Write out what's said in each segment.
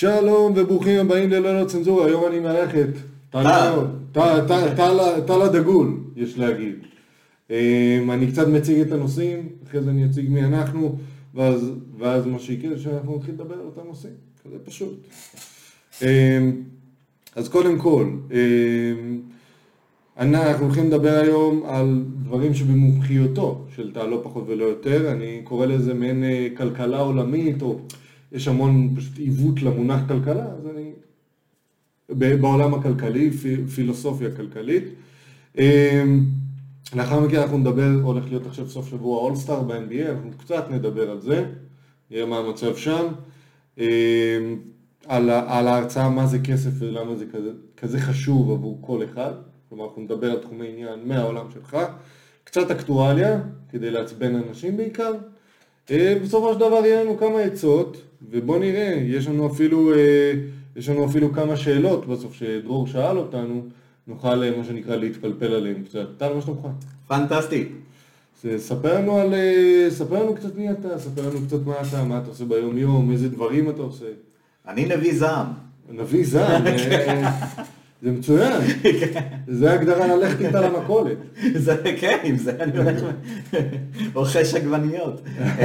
שלום וברוכים הבאים ללא צנזורה, היום אני מארח את טל הדגול, יש להגיד. אני קצת מציג את הנושאים, אחרי זה אני אציג מי אנחנו, ואז מה שיקרה שאנחנו נתחיל לדבר על אותם נושאים, כזה פשוט. אז קודם כל, אנחנו הולכים לדבר היום על דברים שבמומחיותו של טל, לא פחות ולא יותר. אני קורא לזה מעין כלכלה עולמית, או יש המון פשוט עיוות למונח כלכלה, אז אני בעולם הכלכלי, פילוסופיה כלכלית. לאחר מכן אנחנו נדבר, הולך להיות עכשיו סוף שבוע אולסטאר ב-NBA, אנחנו קצת נדבר על זה, נראה מה המצב שם. על ההרצאה מה זה כסף ולמה זה כזה חשוב עבור כל אחד. כלומר, אנחנו נדבר על תחומי עניין מהעולם שלך, קצת אקטואליה, כדי לעצבן אנשים בעיקר. בסופו של דבר יהיה לנו כמה עצות, ובוא נראה, יש לנו אפילו כמה שאלות בסוף שדרור שאל אותנו, נוכל מה שנקרא להתפלפל עליהם קצת. טל, מה שלומך? פנטסטי. ספר לנו קצת מי אתה, ספר לנו קצת מה אתה עושה ביום יום, איזה דברים אתה עושה. אני נביא זעם. נביא זעם, זה מצוין. זה ההגדרה ללכת איתה למכולת. כן, עם זה אני הולך רוכש עגבניות.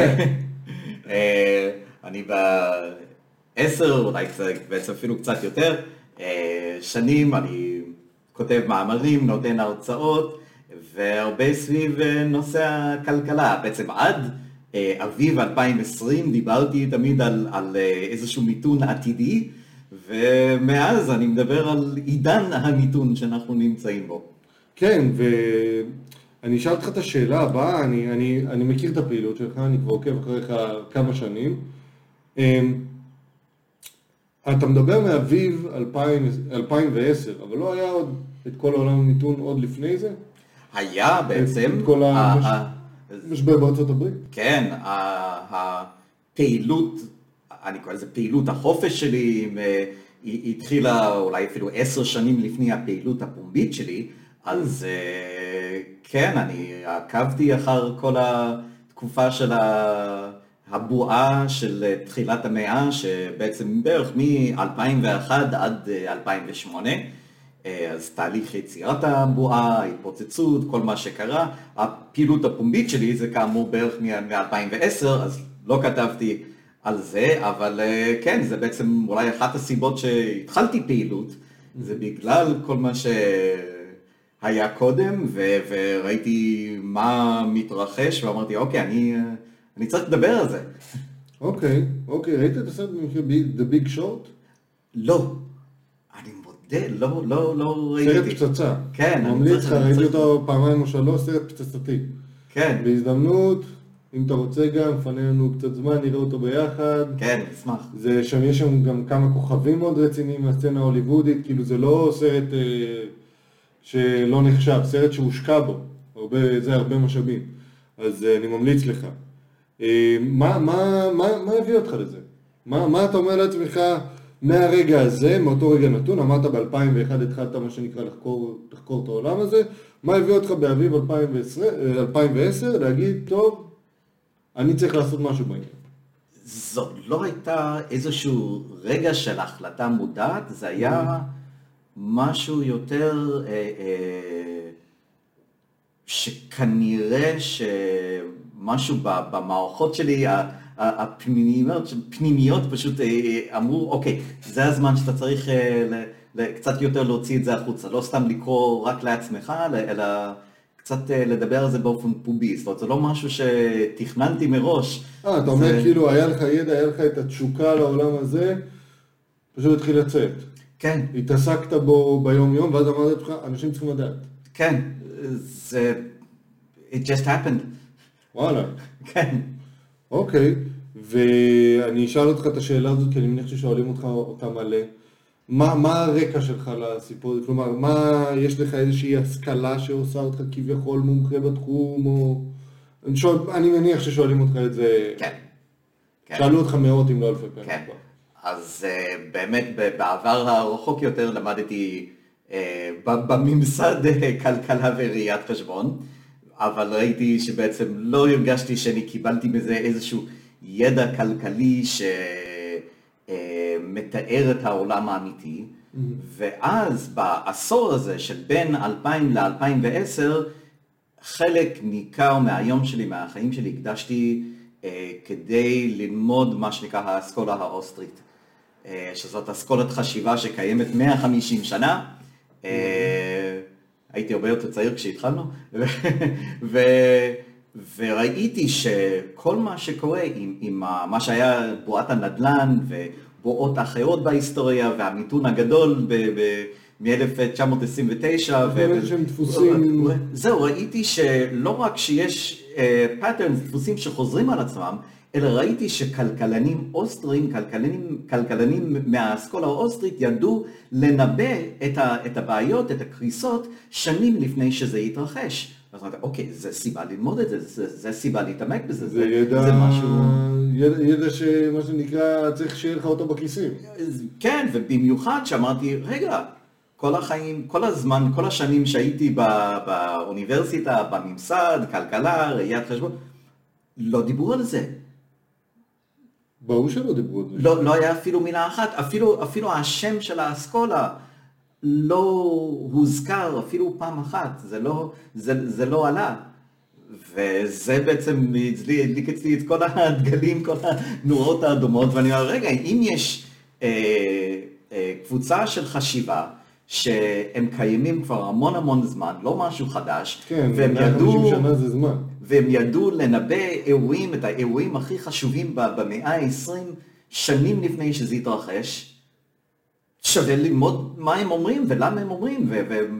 אני ב10, אולי בעצם אפילו קצת יותר, שנים אני כותב מאמרים, נותן הרצאות, והרבה סביב נושא הכלכלה. בעצם עד אביב 2020 דיברתי תמיד על איזשהו מיתון עתידי, ומאז אני מדבר על עידן המיתון שאנחנו נמצאים בו. כן, ואני אשאל אותך את השאלה הבאה, אני מכיר את הפעילות שלך, אני כבר עוקב אחריך כמה שנים. אתה מדבר מאביב 2010, אבל לא היה עוד את כל העולם המיתון עוד לפני זה? היה בעצם. את כל המשבר בארצות הברית? כן, הפעילות, אני קורא לזה פעילות החופש שלי, היא התחילה אולי אפילו 10 שנים לפני הפעילות הפומבית שלי, אז כן, אני עקבתי אחר כל התקופה של הבועה של תחילת המאה, שבעצם בערך מ-2001 עד 2008, אז תהליך יצירת הבועה, התפוצצות, כל מה שקרה. הפעילות הפומבית שלי זה כאמור בערך מ-2010, אז לא כתבתי על זה, אבל כן, זה בעצם אולי אחת הסיבות שהתחלתי פעילות, זה בגלל כל מה שהיה קודם, וראיתי מה מתרחש, ואמרתי, אוקיי, אני צריך לדבר על זה. אוקיי, ראית את הסרט The Big Short? לא, אני מודה, לא ראיתי. סרט פצצה. כן. ממליץ לך, ראיתי אותו פעמיים או 3, סרט פצצתי. כן. בהזדמנות, אם אתה רוצה גם, פנה לנו קצת זמן, נראה אותו ביחד. כן, נשמח. יש שם גם כמה כוכבים מאוד רציניים מהסצנה ההוליוודית, כאילו זה לא סרט שלא נחשב, סרט שהושקע בו, הרבה משאבים. אז אני ממליץ לך. מה הביא אותך לזה? מה אתה אומר לעצמך מהרגע הזה, מאותו רגע נתון, אמרת ב-2001 התחלת מה שנקרא לחקור את העולם הזה, מה הביא אותך באביב 2010 להגיד, טוב, אני צריך לעשות משהו בעניין? זו לא הייתה איזשהו רגע של החלטה מודעת, זה היה משהו יותר שכנראה שמשהו במערכות שלי הפנימיות פשוט אמרו, אוקיי, זה הזמן שאתה צריך קצת יותר להוציא את זה החוצה, לא סתם לקרוא רק לעצמך, אלא קצת לדבר על זה באופן פומבי. זאת אומרת, זה לא משהו שתכננתי מראש. אתה אומר כאילו, היה לך ידע, היה לך את התשוקה לעולם הזה, פשוט התחיל לצאת. כן. התעסקת בו ביום יום, ואז אמרת לך, אנשים צריכים לדעת. כן, זה... It just happened. וואלה. כן. אוקיי, ואני אשאל אותך את השאלה הזאת, כי אני מניח ששואלים אותה מלא. מה הרקע שלך לסיפור? כלומר, יש לך איזושהי השכלה שעושה אותך כביכול מומחה בתחום, או... אני מניח ששואלים אותך את זה... כן. שאלו אותך מאות אם לא אלפי פעמים. כן. אז באמת בעבר הרחוק יותר למדתי בממסד כלכלה וראיית חשבון, אבל ראיתי שבעצם לא הרגשתי שאני קיבלתי בזה איזשהו ידע כלכלי מתאר את העולם האמיתי, ואז בעשור הזה של בין 2000 ל-2010, חלק ניכר מהיום שלי, מהחיים שלי, הקדשתי כדי ללמוד מה שנקרא האסכולה האוסטרית, שזאת אסכולת חשיבה שקיימת 150 שנה, הייתי הרבה יותר צעיר כשהתחלנו, וראיתי שכל מה שקורה עם מה שהיה בועת הנדל"ן ובועות אחרות בהיסטוריה והמיתון הגדול מ-1929, זהו, ראיתי שלא רק שיש פאטרנס, דפוסים שחוזרים על עצמם, אלא ראיתי שכלכלנים אוסטרים, כלכלנים מהאסכולה האוסטרית ידעו לנבא את הבעיות, את הקריסות, שנים לפני שזה יתרחש. אז אמרתי, אוקיי, זה סיבה ללמוד את זה, זה סיבה להתעמק בזה, זה משהו... ידע שמה שנקרא צריך שיהיה לך אותו בכיסים. כן, ובמיוחד שאמרתי, רגע, כל החיים, כל הזמן, כל השנים שהייתי באוניברסיטה, בממסד, כלכלה, ראיית חשבון, לא דיברו על זה. ברור שלא דיברו על זה. לא היה אפילו מילה אחת, אפילו השם של האסכולה לא הוזכר אפילו פעם אחת, זה לא עלה. וזה בעצם הדליק אצלי את כל הדגלים, כל הנורות האדומות, ואני אומר, רגע, אם יש קבוצה של חשיבה, שהם קיימים כבר המון זמן, לא משהו חדש, כן, 150 שנה זה זמן. והם ידעו לנבא אירועים, את האירועים הכי חשובים במאה ה-20, שנים לפני שזה יתרחש, שווה ללמוד מה הם אומרים ולמה הם אומרים,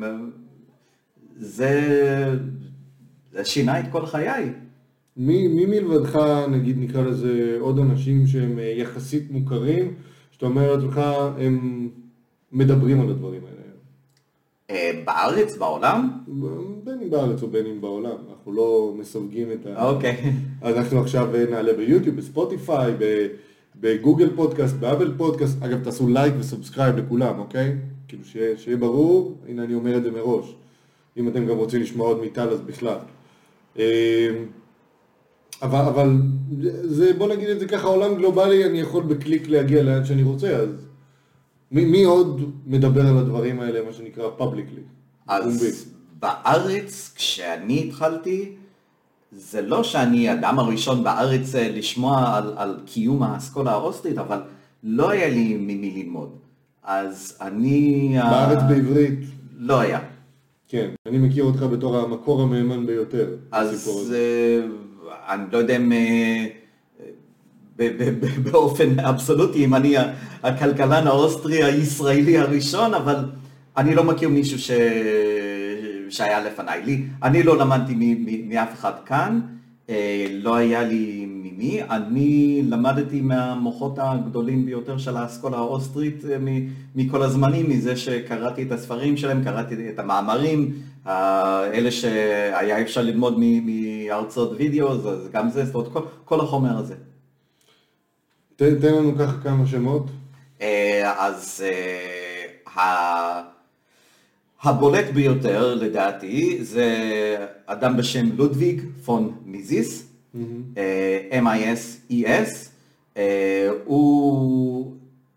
וזה שינה את כל חיי. מי מלבדך, נגיד נקרא לזה, עוד אנשים שהם יחסית מוכרים, שאתה אומר לעצמך, הם מדברים על הדברים האלה? בארץ, בעולם? בין אם בארץ או בין אם בעולם, אנחנו לא מסווגים את אוקיי. אנחנו עכשיו נעלה ביוטיוב, בספוטיפיי, בגוגל פודקאסט, באבל פודקאסט, אגב תעשו לייק וסובסקרייב לכולם, אוקיי? כאילו שיהיה ברור, הנה אני אומר את זה מראש, אם אתם גם רוצים לשמוע עוד מיטל אז בכלל. אבל זה, בוא נגיד את זה ככה, עולם גלובלי, אני יכול בקליק להגיע לאן שאני רוצה, אז מי עוד מדבר על הדברים האלה, מה שנקרא publicly? אז בארץ, כשאני התחלתי, זה לא שאני האדם הראשון בארץ לשמוע על קיום האסכולה האוסטרית, אבל לא היה לי ממי ללמוד. אז אני... בארץ בעברית? לא היה. כן, אני מכיר אותך בתור המקור המאמן ביותר. אז אני לא יודע אם באופן אבסולוטי, אם אני הכלכלן האוסטרי הישראלי הראשון, אבל אני לא מכיר מישהו שהיה לפניי. אני לא למדתי מאף אחד כאן, לא היה לי ממי, אני למדתי מהמוחות הגדולים ביותר של האסכולה האוסטרית מכל הזמנים, מזה שקראתי את הספרים שלהם, קראתי את המאמרים, אלה שהיה אפשר ללמוד מהרצאות וידאו, אז גם זה, זאת אומרת, כל החומר הזה. תן לנו ככה כמה שמות. אז הבולט ביותר לדעתי זה אדם בשם לודוויג פון מיזיס, M-I-S-E-S, הוא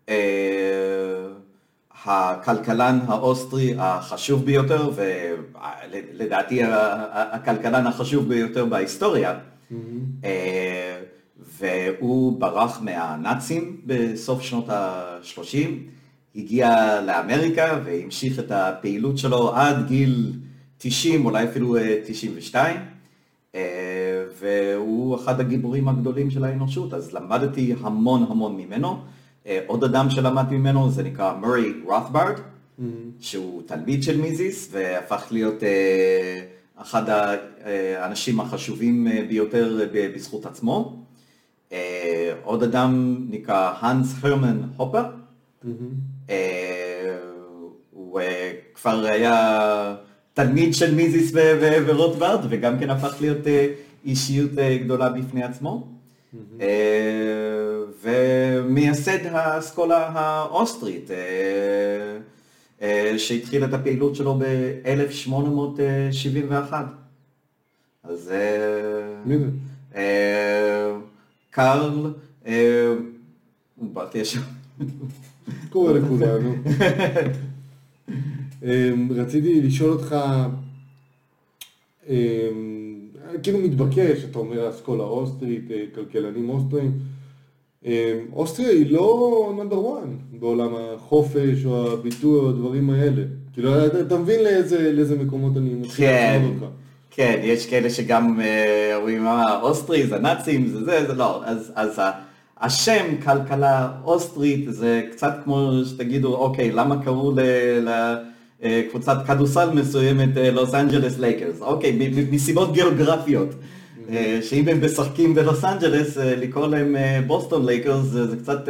הכלכלן האוסטרי החשוב ביותר, ולדעתי הכלכלן החשוב ביותר בהיסטוריה, והוא ברח מהנאצים בסוף שנות ה-30, הגיע לאמריקה והמשיך את הפעילות שלו עד גיל 90, אולי אפילו 92, והוא אחד הגיבורים הגדולים של האנושות, אז למדתי המון ממנו. עוד אדם שלמדתי ממנו זה נקרא מורי רוט'בארד, שהוא תלמיד של מיזיס, והפך להיות אחד האנשים החשובים ביותר בזכות עצמו. עוד אדם נקרא הנס הרמן הופר, הוא כבר היה תלמיד של מיזיס ורוט'בארד, וגם כן הפך להיות אישיות גדולה בפני עצמו, ומייסד האסכולה האוסטרית, שהתחיל את הפעילות שלו ב-1871. אז מי זה? קרל, באתי ישר, קורה לכולנו. רציתי לשאול אותך, כאילו מתבקש, אתה אומר אסכולה אוסטרית, כלכלנים אוסטרים, אוסטריה היא לא נאמבר 1 בעולם החופש או הביטוי או הדברים האלה. כאילו, אתה מבין לאיזה מקומות אני מתחיל לשאול אותך. כן, יש כאלה שגם אומרים, אוסטרי זה נאצים, זה לא. אז השם כלכלה אוסטרית זה קצת כמו שתגידו, אוקיי, למה קראו לקבוצת כדורסל מסוימת לוס אנג'לס לייקרס? אוקיי, מסיבות גיאוגרפיות. שאם הם משחקים בלוס אנג'לס, לקרוא להם בוסטון לייקרס, זה קצת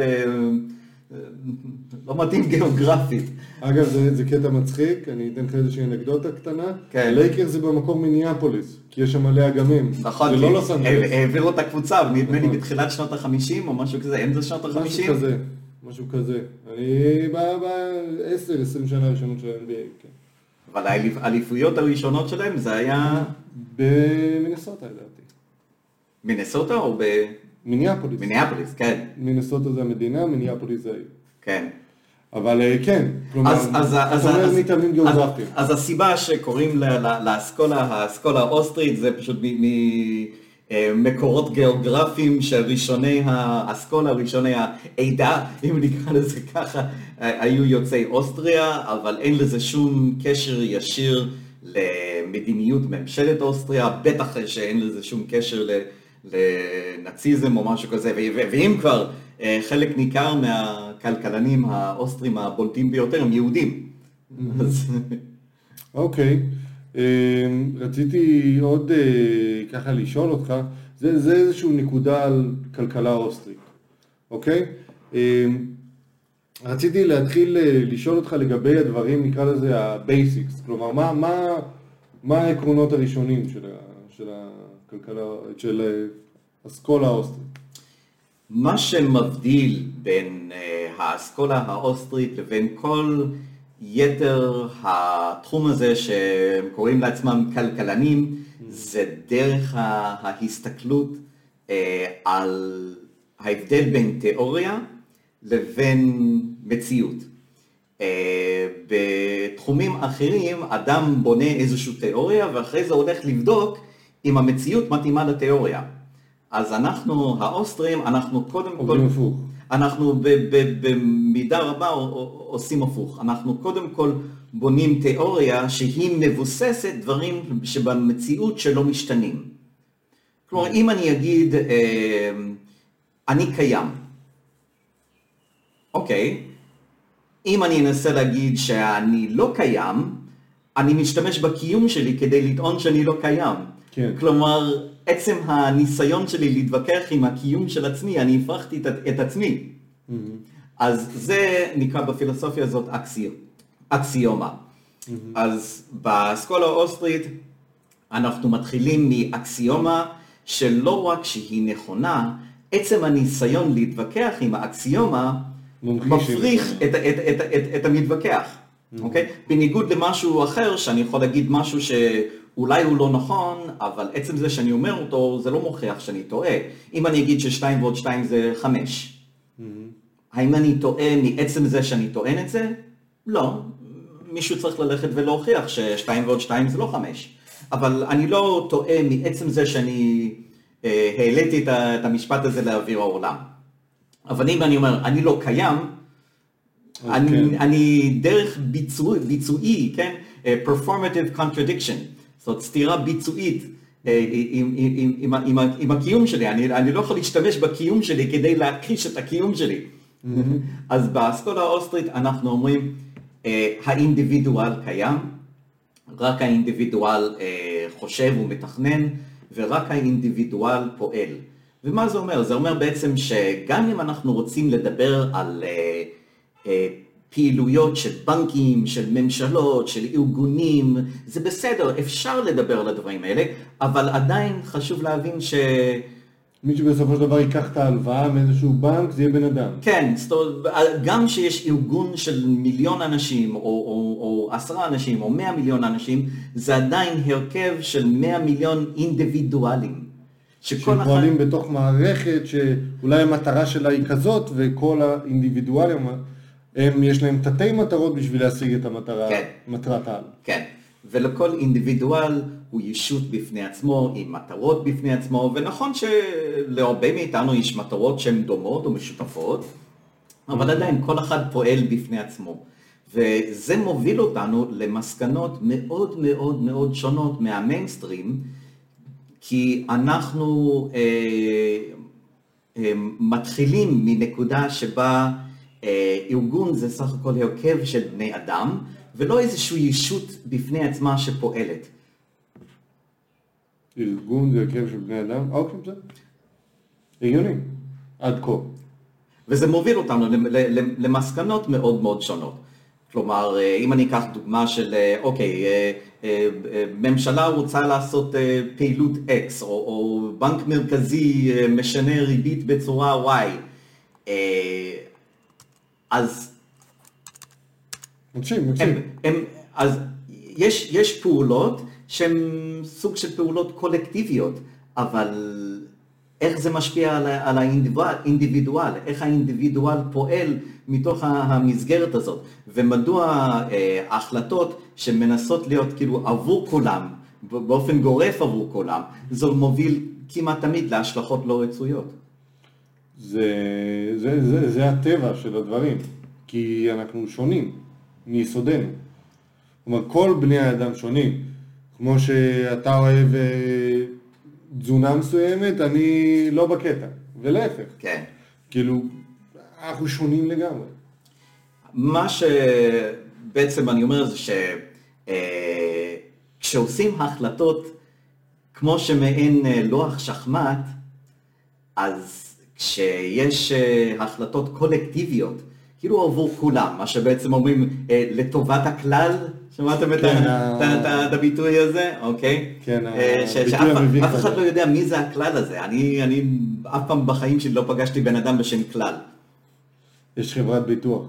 לא מתאים גיאוגרפית. אגב, זה קטע מצחיק, אני אתן לך איזושהי אנקדוטה קטנה. כן. לייקרס זה במקור מיניאפוליס, כי יש שם מלא אגמים. נכון, זה לא לוס אנג'לס. העבירו את הקבוצה, נדמה לי בתחילת שנות ה-50 או משהו כזה, אמצע שנות ה-50. משהו כזה. אני ב-10-20 שנה הראשונות של ה-NBA, כן. אבל האליפויות הראשונות שלהם זה היה... במינסוטה, לדעתי. מינסוטה או ב... מיניאפוליס. מיניאפוליס, כן. מינסוטה זה המדינה, מיניאפוליס זה העיר. כן. אבל כן, כלומר, אתה אומר מטעמים גיאוגרפיים. אז הסיבה שקוראים לאסכולה האוסטרית זה פשוט ממקורות גיאוגרפיים של ראשוני האסכולה, ראשוני העדה, אם נקרא לזה ככה, היו יוצאי אוסטריה, אבל אין לזה שום קשר ישיר למדיניות ממשלת אוסטריה, בטח שאין לזה שום קשר לנאציזם או משהו כזה, ואם כבר חלק ניכר מהכלכלנים האוסטרים הבולטים ביותר הם יהודים. אוקיי, רציתי עוד ככה לשאול אותך, זה איזשהו נקודה על כלכלה אוסטרית, אוקיי? רציתי להתחיל לשאול אותך לגבי הדברים, נקרא לזה ה-basics, כלומר, מה העקרונות הראשונים של הכלכלה, של האסכולה האוסטרית? מה שמבדיל בין האסכולה האוסטרית לבין כל יתר התחום הזה שהם קוראים לעצמם כלכלנים, זה דרך ההסתכלות על ההבדל בין תיאוריה לבין מציאות. בתחומים אחרים אדם בונה איזושהי תיאוריה ואחרי זה הולך לבדוק אם המציאות מתאימה לתיאוריה. אז אנחנו, האוסטרים, אנחנו קודם כל... עובדים הפוך. אנחנו במידה רבה עושים הפוך. אנחנו קודם כל בונים תיאוריה שהיא מבוססת דברים שבמציאות שלא משתנים. כלומר, אם אני אגיד, אני קיים. אוקיי. אם אני אנסה להגיד שאני לא קיים, אני משתמש בקיום שלי כדי לטעון שאני לא קיים. כן. כלומר, עצם הניסיון שלי להתווכח עם הקיום של עצמי, אני הפרחתי את עצמי. אז זה נקרא בפילוסופיה הזאת אקסיומה. אז באסכולה האוסטרית אנחנו מתחילים מאקסיומה שלא רק שהיא נכונה, עצם הניסיון להתווכח עם האקסיומה מפריך את המתווכח. אוקיי? בניגוד למשהו אחר שאני יכול להגיד משהו שאולי הוא לא נכון, אבל עצם זה שאני אומר אותו זה לא מוכיח שאני טועה. אם אני אגיד ש2 ועוד 2 זה 5. האם אני טועה מעצם זה שאני טוען את זה? לא. מישהו צריך ללכת ולהוכיח ש2 ועוד 2 זה לא 5. אבל אני לא טועה מעצם זה שאני העליתי את המשפט הזה לאוויר העולם. אבל אם אני אומר, אני לא קיים, אני דרך ביצועי, כן? performative contradiction, זאת אומרת, סתירה ביצועית עם הקיום שלי. אני לא יכול להשתמש בקיום שלי כדי להכחיש את הקיום שלי. אז באסכולה האוסטרית אנחנו אומרים, האינדיבידואל קיים, רק האינדיבידואל חושב ומתכנן, ורק האינדיבידואל פועל. ומה זה אומר? זה אומר בעצם שגם אם אנחנו רוצים לדבר על פעילויות של בנקים, של ממשלות, של ארגונים, זה בסדר, אפשר לדבר על הדברים האלה, אבל עדיין חשוב להבין מי שבסופו של דבר ייקח את ההלוואה מאיזשהו בנק, זה יהיה בן אדם. כן, גם שיש ארגון של 1,000,000 אנשים, או 10 אנשים, או 100 מיליון אנשים, זה עדיין הרכב של 100 מיליון אינדיבידואלים. שפועלים בתוך מערכת שאולי המטרה שלה היא כזאת, וכל האינדיבידואלים, יש להם תתי מטרות בשביל להשיג את המטרה, כן. מטרת העל. כן, ולכל אינדיבידואל הוא ישות בפני עצמו, עם מטרות בפני עצמו, ונכון שלהרבה מאיתנו יש מטרות שהן דומות או משותפות, אבל עדיין כל אחד פועל בפני עצמו. וזה מוביל אותנו למסקנות מאוד מאוד מאוד שונות מהמיינסטרים, כי אנחנו מתחילים מנקודה שבה ארגון זה סך הכל הרכב של בני אדם, ולא איזושהי ישות בפני עצמה שפועלת. ארגון זה הרכב של בני אדם? אוקיי, זה הגיוני, עד כה. וזה מוביל אותנו למסקנות מאוד מאוד שונות. כלומר, אם אני אקח דוגמה של, אוקיי, ממשלה רוצה לעשות פעילות X, או בנק מרכזי משנה ריבית בצורה Y, אז מקשיב. אז יש פעולות שהן סוג של פעולות קולקטיביות, אבל איך זה משפיע על האינדיבידואל, איך האינדיבידואל פועל מתוך המסגרת הזאת, ומדוע ההחלטות שמנסות להיות כאילו עבור כולם, באופן גורף עבור כולם, זה מוביל כמעט תמיד להשלכות לא רצויות. זה הטבע של הדברים, כי אנחנו שונים מיסודנו. כלומר, כל בני האדם שונים. כמו שאתה אוהב תזונה מסוימת, אני לא בקטע, ולהפך. כן. כאילו, אנחנו שונים לגמרי. מה שבעצם אני אומר זה כשעושים החלטות כמו שמעין לוח שחמט, אז כשיש החלטות קולקטיביות, כאילו עבור כולם, מה שבעצם אומרים לטובת הכלל, שמעתם את הביטוי הזה? אוקיי? כן, הביטוי המביך הזה. אף אחד לא יודע מי זה הכלל הזה, אני אף פעם בחיים שלי לא פגשתי בן אדם בשם כלל. יש חברת ביטוח.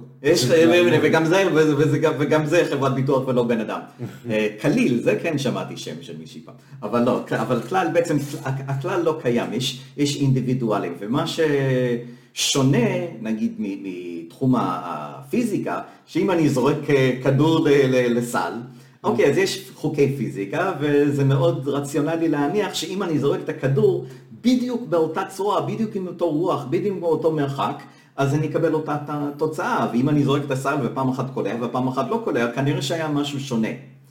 וגם זה חברת ביטוח ולא בן אדם. כליל, זה כן שמעתי שם של מישהי פעם. אבל לא, אבל כלל בעצם, הכלל לא קיים, יש אינדיבידואלים, ומה ששונה, נגיד, מתחום הפיזיקה, שאם אני זורק כדור לסל, אוקיי, אז יש חוקי פיזיקה, וזה מאוד רציונלי להניח שאם אני זורק את הכדור בדיוק באותה צורה, בדיוק עם אותו רוח, בדיוק באותו מרחק, אז אני אקבל אותה תוצאה, ואם אני זורק את הסל ופעם אחת קולע ופעם אחת לא קולע, כנראה שהיה משהו שונה.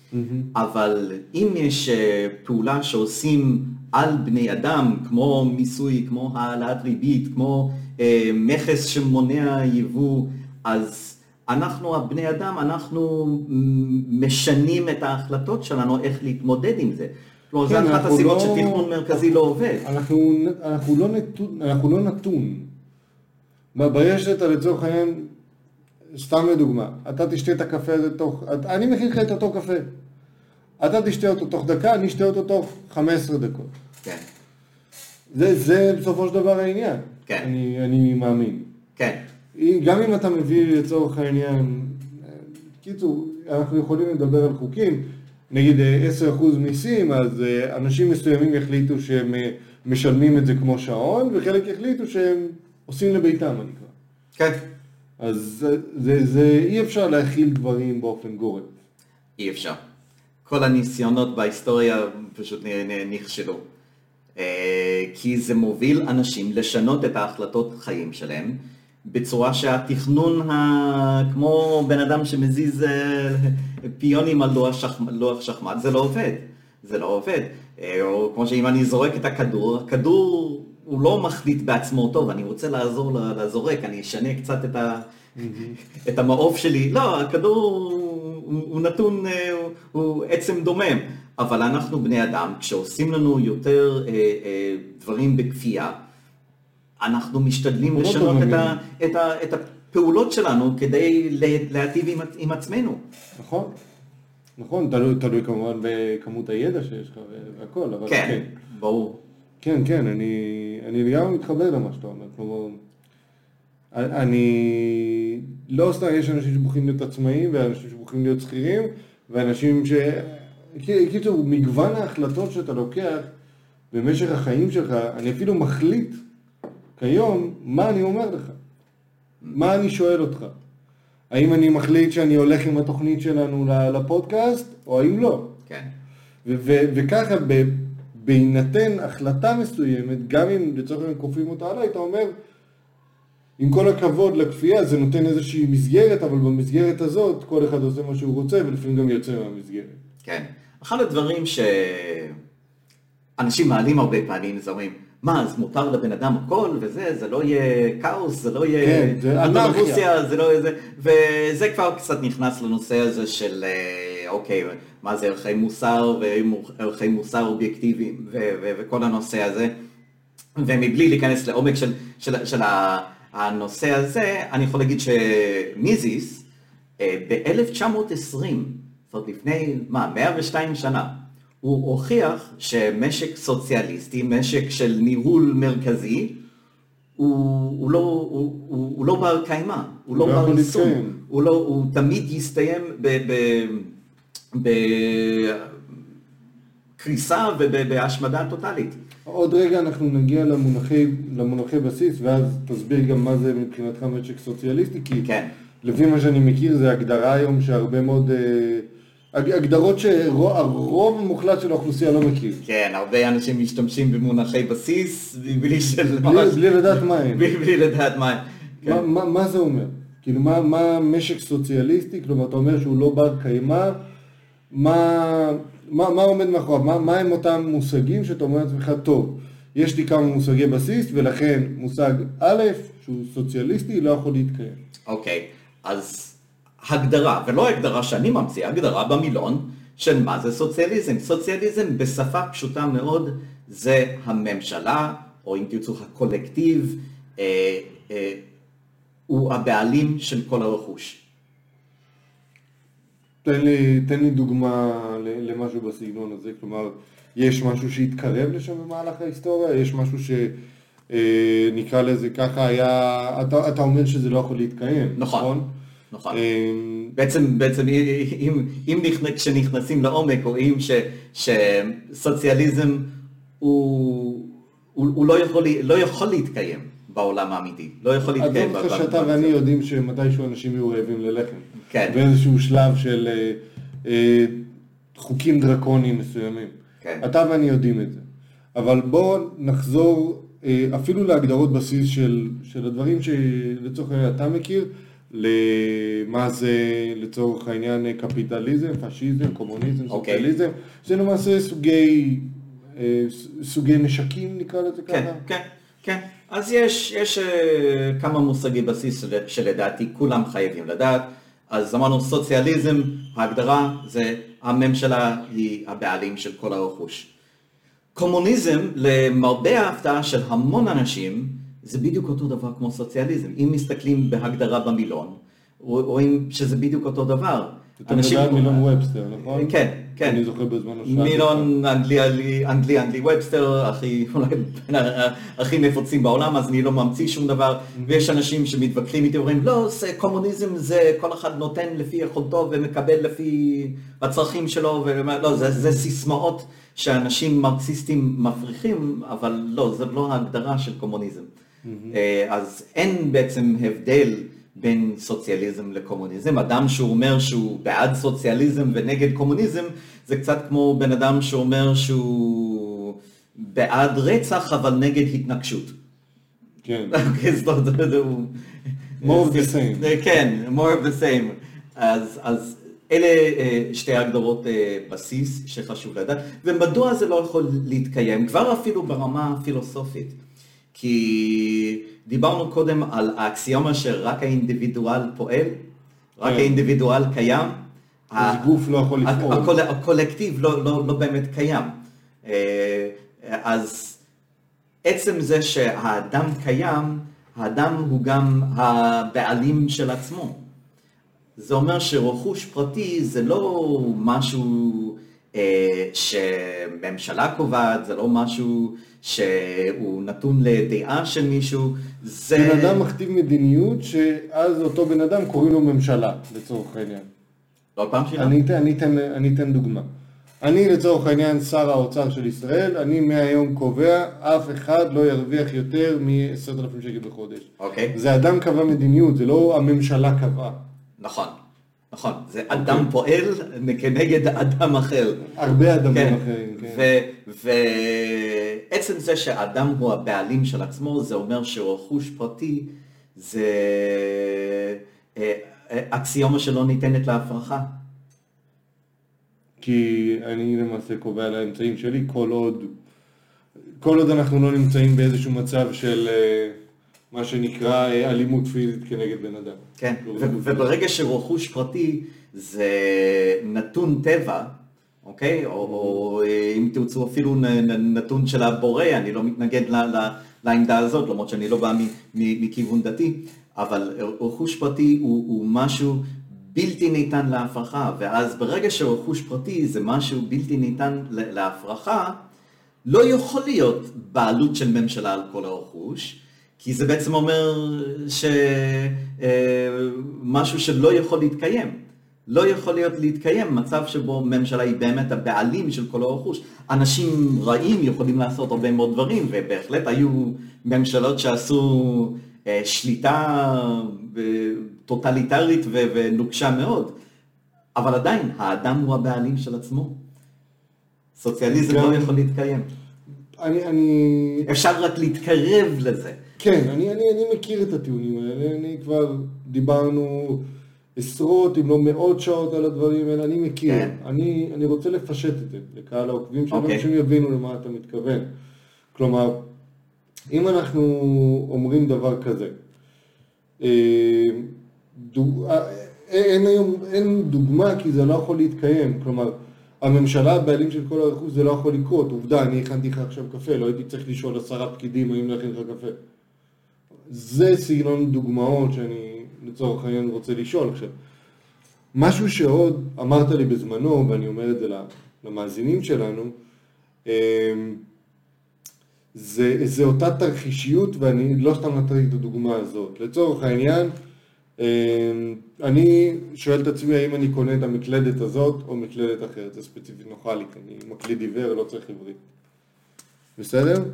אבל אם יש פעולה שעושים על בני אדם, כמו מיסוי, כמו העלאת ריבית, כמו מכס שמונע יבוא, אז אנחנו, הבני אדם, אנחנו משנים את ההחלטות שלנו איך להתמודד עם זה. כלומר, זה אחת הסיבות שתכנון מרכזי לא עובד. אנחנו לא נתון. ברשת, לצורך העניין, סתם לדוגמה, אתה תשתה את הקפה הזה אני מכין לך את אותו קפה. אתה תשתה אותו תוך דקה, אני אשתה אותו תוך 15 דקות. כן. זה בסופו של דבר העניין. כן. אני מאמין. כן. גם אם אתה מביא לצורך העניין, קיצור, אנחנו יכולים לדבר על חוקים, נגיד 10% מיסים, אז אנשים מסוימים יחליטו שהם משלמים את זה כמו שעון, וחלק יחליטו שהם עושים לביתם, אני כבר. כן. אז אי אפשר להכיל דברים באופן גורף. אי אפשר. כל הניסיונות בהיסטוריה פשוט נכשלו. כי זה מוביל אנשים לשנות את ההחלטות חיים שלהם, בצורה שהתכנון, כמו בן אדם שמזיז פיונים על לוח שחמט, זה לא עובד. זה לא עובד. או כמו שאם אני זורק את הכדור הוא לא מחליט בעצמו, טוב, אני רוצה לעזור לזורק, אני אשנה קצת את המעוף שלי. לא, הכדור הוא נתון, הוא עצם דומם. אבל אנחנו בני אדם, כשעושים לנו יותר דברים בכפייה, אנחנו משתדלים לשנות את הפעולות שלנו כדי להטיב עם עצמנו. נכון. נכון, תלוי כמובן בכמות הידע שיש לך והכל, אבל כן, ברור. כן, אני לגמרי מתחבר למה שאתה אומר, כלומר, אני לא סתם, יש אנשים שבוחרים להיות עצמאים, ואנשים שבוחרים להיות שכירים, ואנשים קיצור, מגוון ההחלטות שאתה לוקח, במשך החיים שלך, אני אפילו מחליט כיום מה אני אומר לך, מה אני שואל אותך. האם אני מחליט שאני הולך עם התוכנית שלנו לפודקאסט, או האם לא. כן. וככה, בהינתן החלטה מסוימת, גם אם לצורך הם כופים אותה עליי, אתה אומר, עם כל הכבוד לכפייה, זה נותן איזושהי מסגרת, אבל במסגרת הזאת, כל אחד עושה מה שהוא רוצה, ולפעמים גם יוצא מהמסגרת. כן. אחד הדברים שאנשים מעלים הרבה פעמים, זה אומרים, מה, אז מותר לבן אדם הכל, וזה, זה לא יהיה כאוס, זה לא יהיה... כן, זה אנרכיה. זה לא יהיה זה, וזה כבר קצת נכנס לנושא הזה של, אוקיי, מה זה ערכי מוסר, וערכי מוסר אובייקטיביים, וכל הנושא הזה, ומבלי להיכנס לעומק של הנושא הזה, אני יכול להגיד שמיזיס, ב-1920, זאת אומרת לפני, 102 שנה, הוא הוכיח שמשק סוציאליסטי, משק של ניהול מרכזי, הוא לא בר קיימא, הוא לא בר יישום, הוא תמיד יסתיים בקריסה ובהשמדה טוטלית. עוד רגע אנחנו נגיע למונחי בסיס, ואז תסביר גם מה זה מבחינתך משק סוציאליסטי, כי כן. לפי מה שאני מכיר זה הגדרה היום שהרבה מאוד... הגדרות שהרוב המוחלט של האוכלוסייה לא מכיר. כן, הרבה אנשים משתמשים במונחי בסיס, בלי לדעת מה הם. בלי לדעת מה הם. מה זה אומר? כאילו, מה משק סוציאליסטי? כלומר, אתה אומר שהוא לא בר קיימא, מה עומד מאחוריו? מה הם אותם מושגים שאתה אומר לעצמך, טוב, יש לי כמה מושגי בסיס, ולכן מושג א', שהוא סוציאליסטי, לא יכול להתקיים. אוקיי, אז... הגדרה, ולא הגדרה שאני ממציא, הגדרה במילון של מה זה סוציאליזם. סוציאליזם בשפה פשוטה מאוד זה הממשלה, או אם תרצו הקולקטיב, הוא הבעלים של כל הרכוש. תן לי דוגמה למשהו בסגנון הזה, כלומר, יש משהו שהתקרב לשם במהלך ההיסטוריה, יש משהו שנקרא לזה ככה היה, אתה אומר שזה לא יכול להתקיים, נכון? נכון. בעצם אם כשנכנסים לעומק, רואים שסוציאליזם הוא לא יכול להתקיים בעולם האמיתי. לא יכול להתקיים. אז שאתה ואני יודעים שמתישהו אנשים יהיו רעבים ללחם. כן. באיזשהו שלב של חוקים דרקוניים מסוימים. כן. אתה ואני יודעים את זה. אבל בואו נחזור אפילו להגדרות בסיס של הדברים שלצורך אתה מכיר, למה זה לצורך העניין קפיטליזם, פשיזם, קומוניזם, סוציאליזם. זה למעשה סוגי נשקים נקרא לזה ככה? כן. אז יש כמה מושגי בסיס שלדעתי כולם חייבים לדעת. אז אמרנו סוציאליזם, ההגדרה זה הממשלה היא הבעלים של כל הרכוש. קומוניזם, למרבה ההפתעה של המון אנשים, זה בדיוק אותו דבר כמו סוציאליזם. אם מסתכלים בהגדרה במילון, רואים שזה בדיוק אותו דבר. אתה מדבר על מילון ובסטר, נכון? כן. אני זוכר בזמן השעה. מילון אנגלי ובסטר, הכי נפוצים בעולם, אז אני לא ממציא שום דבר. ויש אנשים שמתווכחים איתי, אומרים, לא, קומוניזם זה כל אחד נותן לפי יכולתו ומקבל לפי הצרכים שלו, לא, זה סיסמאות שאנשים מרקסיסטים מפריחים, אבל לא, זה לא ההגדרה של קומוניזם. אז אין בעצם הבדל בין סוציאליזם לקומוניזם. אדם שהוא אומר שהוא בעד סוציאליזם ונגד קומוניזם, זה קצת כמו בן אדם שאומר שהוא בעד רצח אבל נגד התנגשות. כן. more of the same. כן, more of the same. אז אלה שתי הגדרות בסיס שחשוב לדעת. ומדוע זה לא יכול להתקיים? כבר אפילו ברמה הפילוסופית. כי דיברנו קודם על האקסיומה שרק האינדיבידואל פועל, רק האינדיבידואל קיים. אז גוף לא יכול לפעול. הקולקטיב לא באמת קיים. אז עצם זה שהאדם קיים, האדם הוא גם הבעלים של עצמו. זה אומר שרכוש פרטי זה לא משהו שממשלה קובעת, זה לא משהו שהוא נתון לדעה של מישהו. בן אדם מכתיב מדיניות שאז אותו בן אדם קוראים לו ממשלה, לצורך העניין. לא פעם שאלה? אני אתן דוגמה. אני לצורך העניין שר האוצר של ישראל, אני מהיום קובע, אף אחד לא ירוויח יותר מ-10,000 שקל בחודש. אוקיי. זה אדם קבע מדיניות, זה לא הממשלה קבעה. נכון, נכון. זה אדם פועל כנגד אדם אחר. הרבה אדמים כן. אחרים, כן. ועצם זה שאדם הוא הבעלים של עצמו, זה אומר שרכוש פרטי זה אקסיומה שלא ניתנת להפרחה. כי אני למעשה קובע על האמצעים שלי, כל עוד אנחנו לא נמצאים באיזשהו מצב של מה שנקרא אלימות פיזית כנגד בן אדם. כן, וברגע שרכוש פרטי זה נתון טבע, אוקיי? או אם תרצו אפילו נתון של הבורא, אני לא מתנגד לעמדה הזאת, למרות שאני לא בא מכיוון דתי, אבל רכוש פרטי הוא משהו בלתי ניתן להפרחה, ואז ברגע שרכוש פרטי זה משהו בלתי ניתן להפרחה, לא יכול להיות בעלות של ממשלה על כל הרכוש, כי זה בעצם אומר שמשהו שלא יכול להתקיים. לא יכול להיות להתקיים מצב שבו ממשלה היא באמת הבעלים של כל הרכוש. אנשים רעים יכולים לעשות הרבה מאוד דברים, ובהחלט היו ממשלות שעשו שליטה טוטליטרית ונוקשה מאוד, אבל עדיין האדם הוא הבעלים של עצמו. סוציאליזם לא יכול להתקיים. אפשר רק להתקרב לזה. כן, אני מכיר את הטיעונים האלה, אני כבר דיברנו עשרות אם לא מאות שעות על הדברים האלה, אני מכיר. כן. אני רוצה לפשט את זה לקהל העוקבים שלנו, אוקיי. שהם יבינו למה אתה מתכוון. כלומר, אם אנחנו אומרים דבר כזה, אין דוגמה כי זה לא יכול להתקיים, כלומר, הממשלה הבעלים של כל הרכוש זה לא יכול לקרות, עובדה, אני הכנתי לך עכשיו קפה, לא הייתי צריך לשאול 10 פקידים האם להכין לך קפה. זה סגנון דוגמאות שאני לצורך העניין רוצה לשאול עכשיו. משהו שעוד אמרת לי בזמנו, ואני אומר את זה למאזינים שלנו, זה אותה תרחישיות, ואני לא סתם נתתי את הדוגמה הזאת. לצורך העניין, אני שואל את עצמי האם אני קונה את המקלדת הזאת או מקלדת אחרת, זה ספציפית נוחה לי, אני מקליד עיוור, לא צריך עברית. בסדר?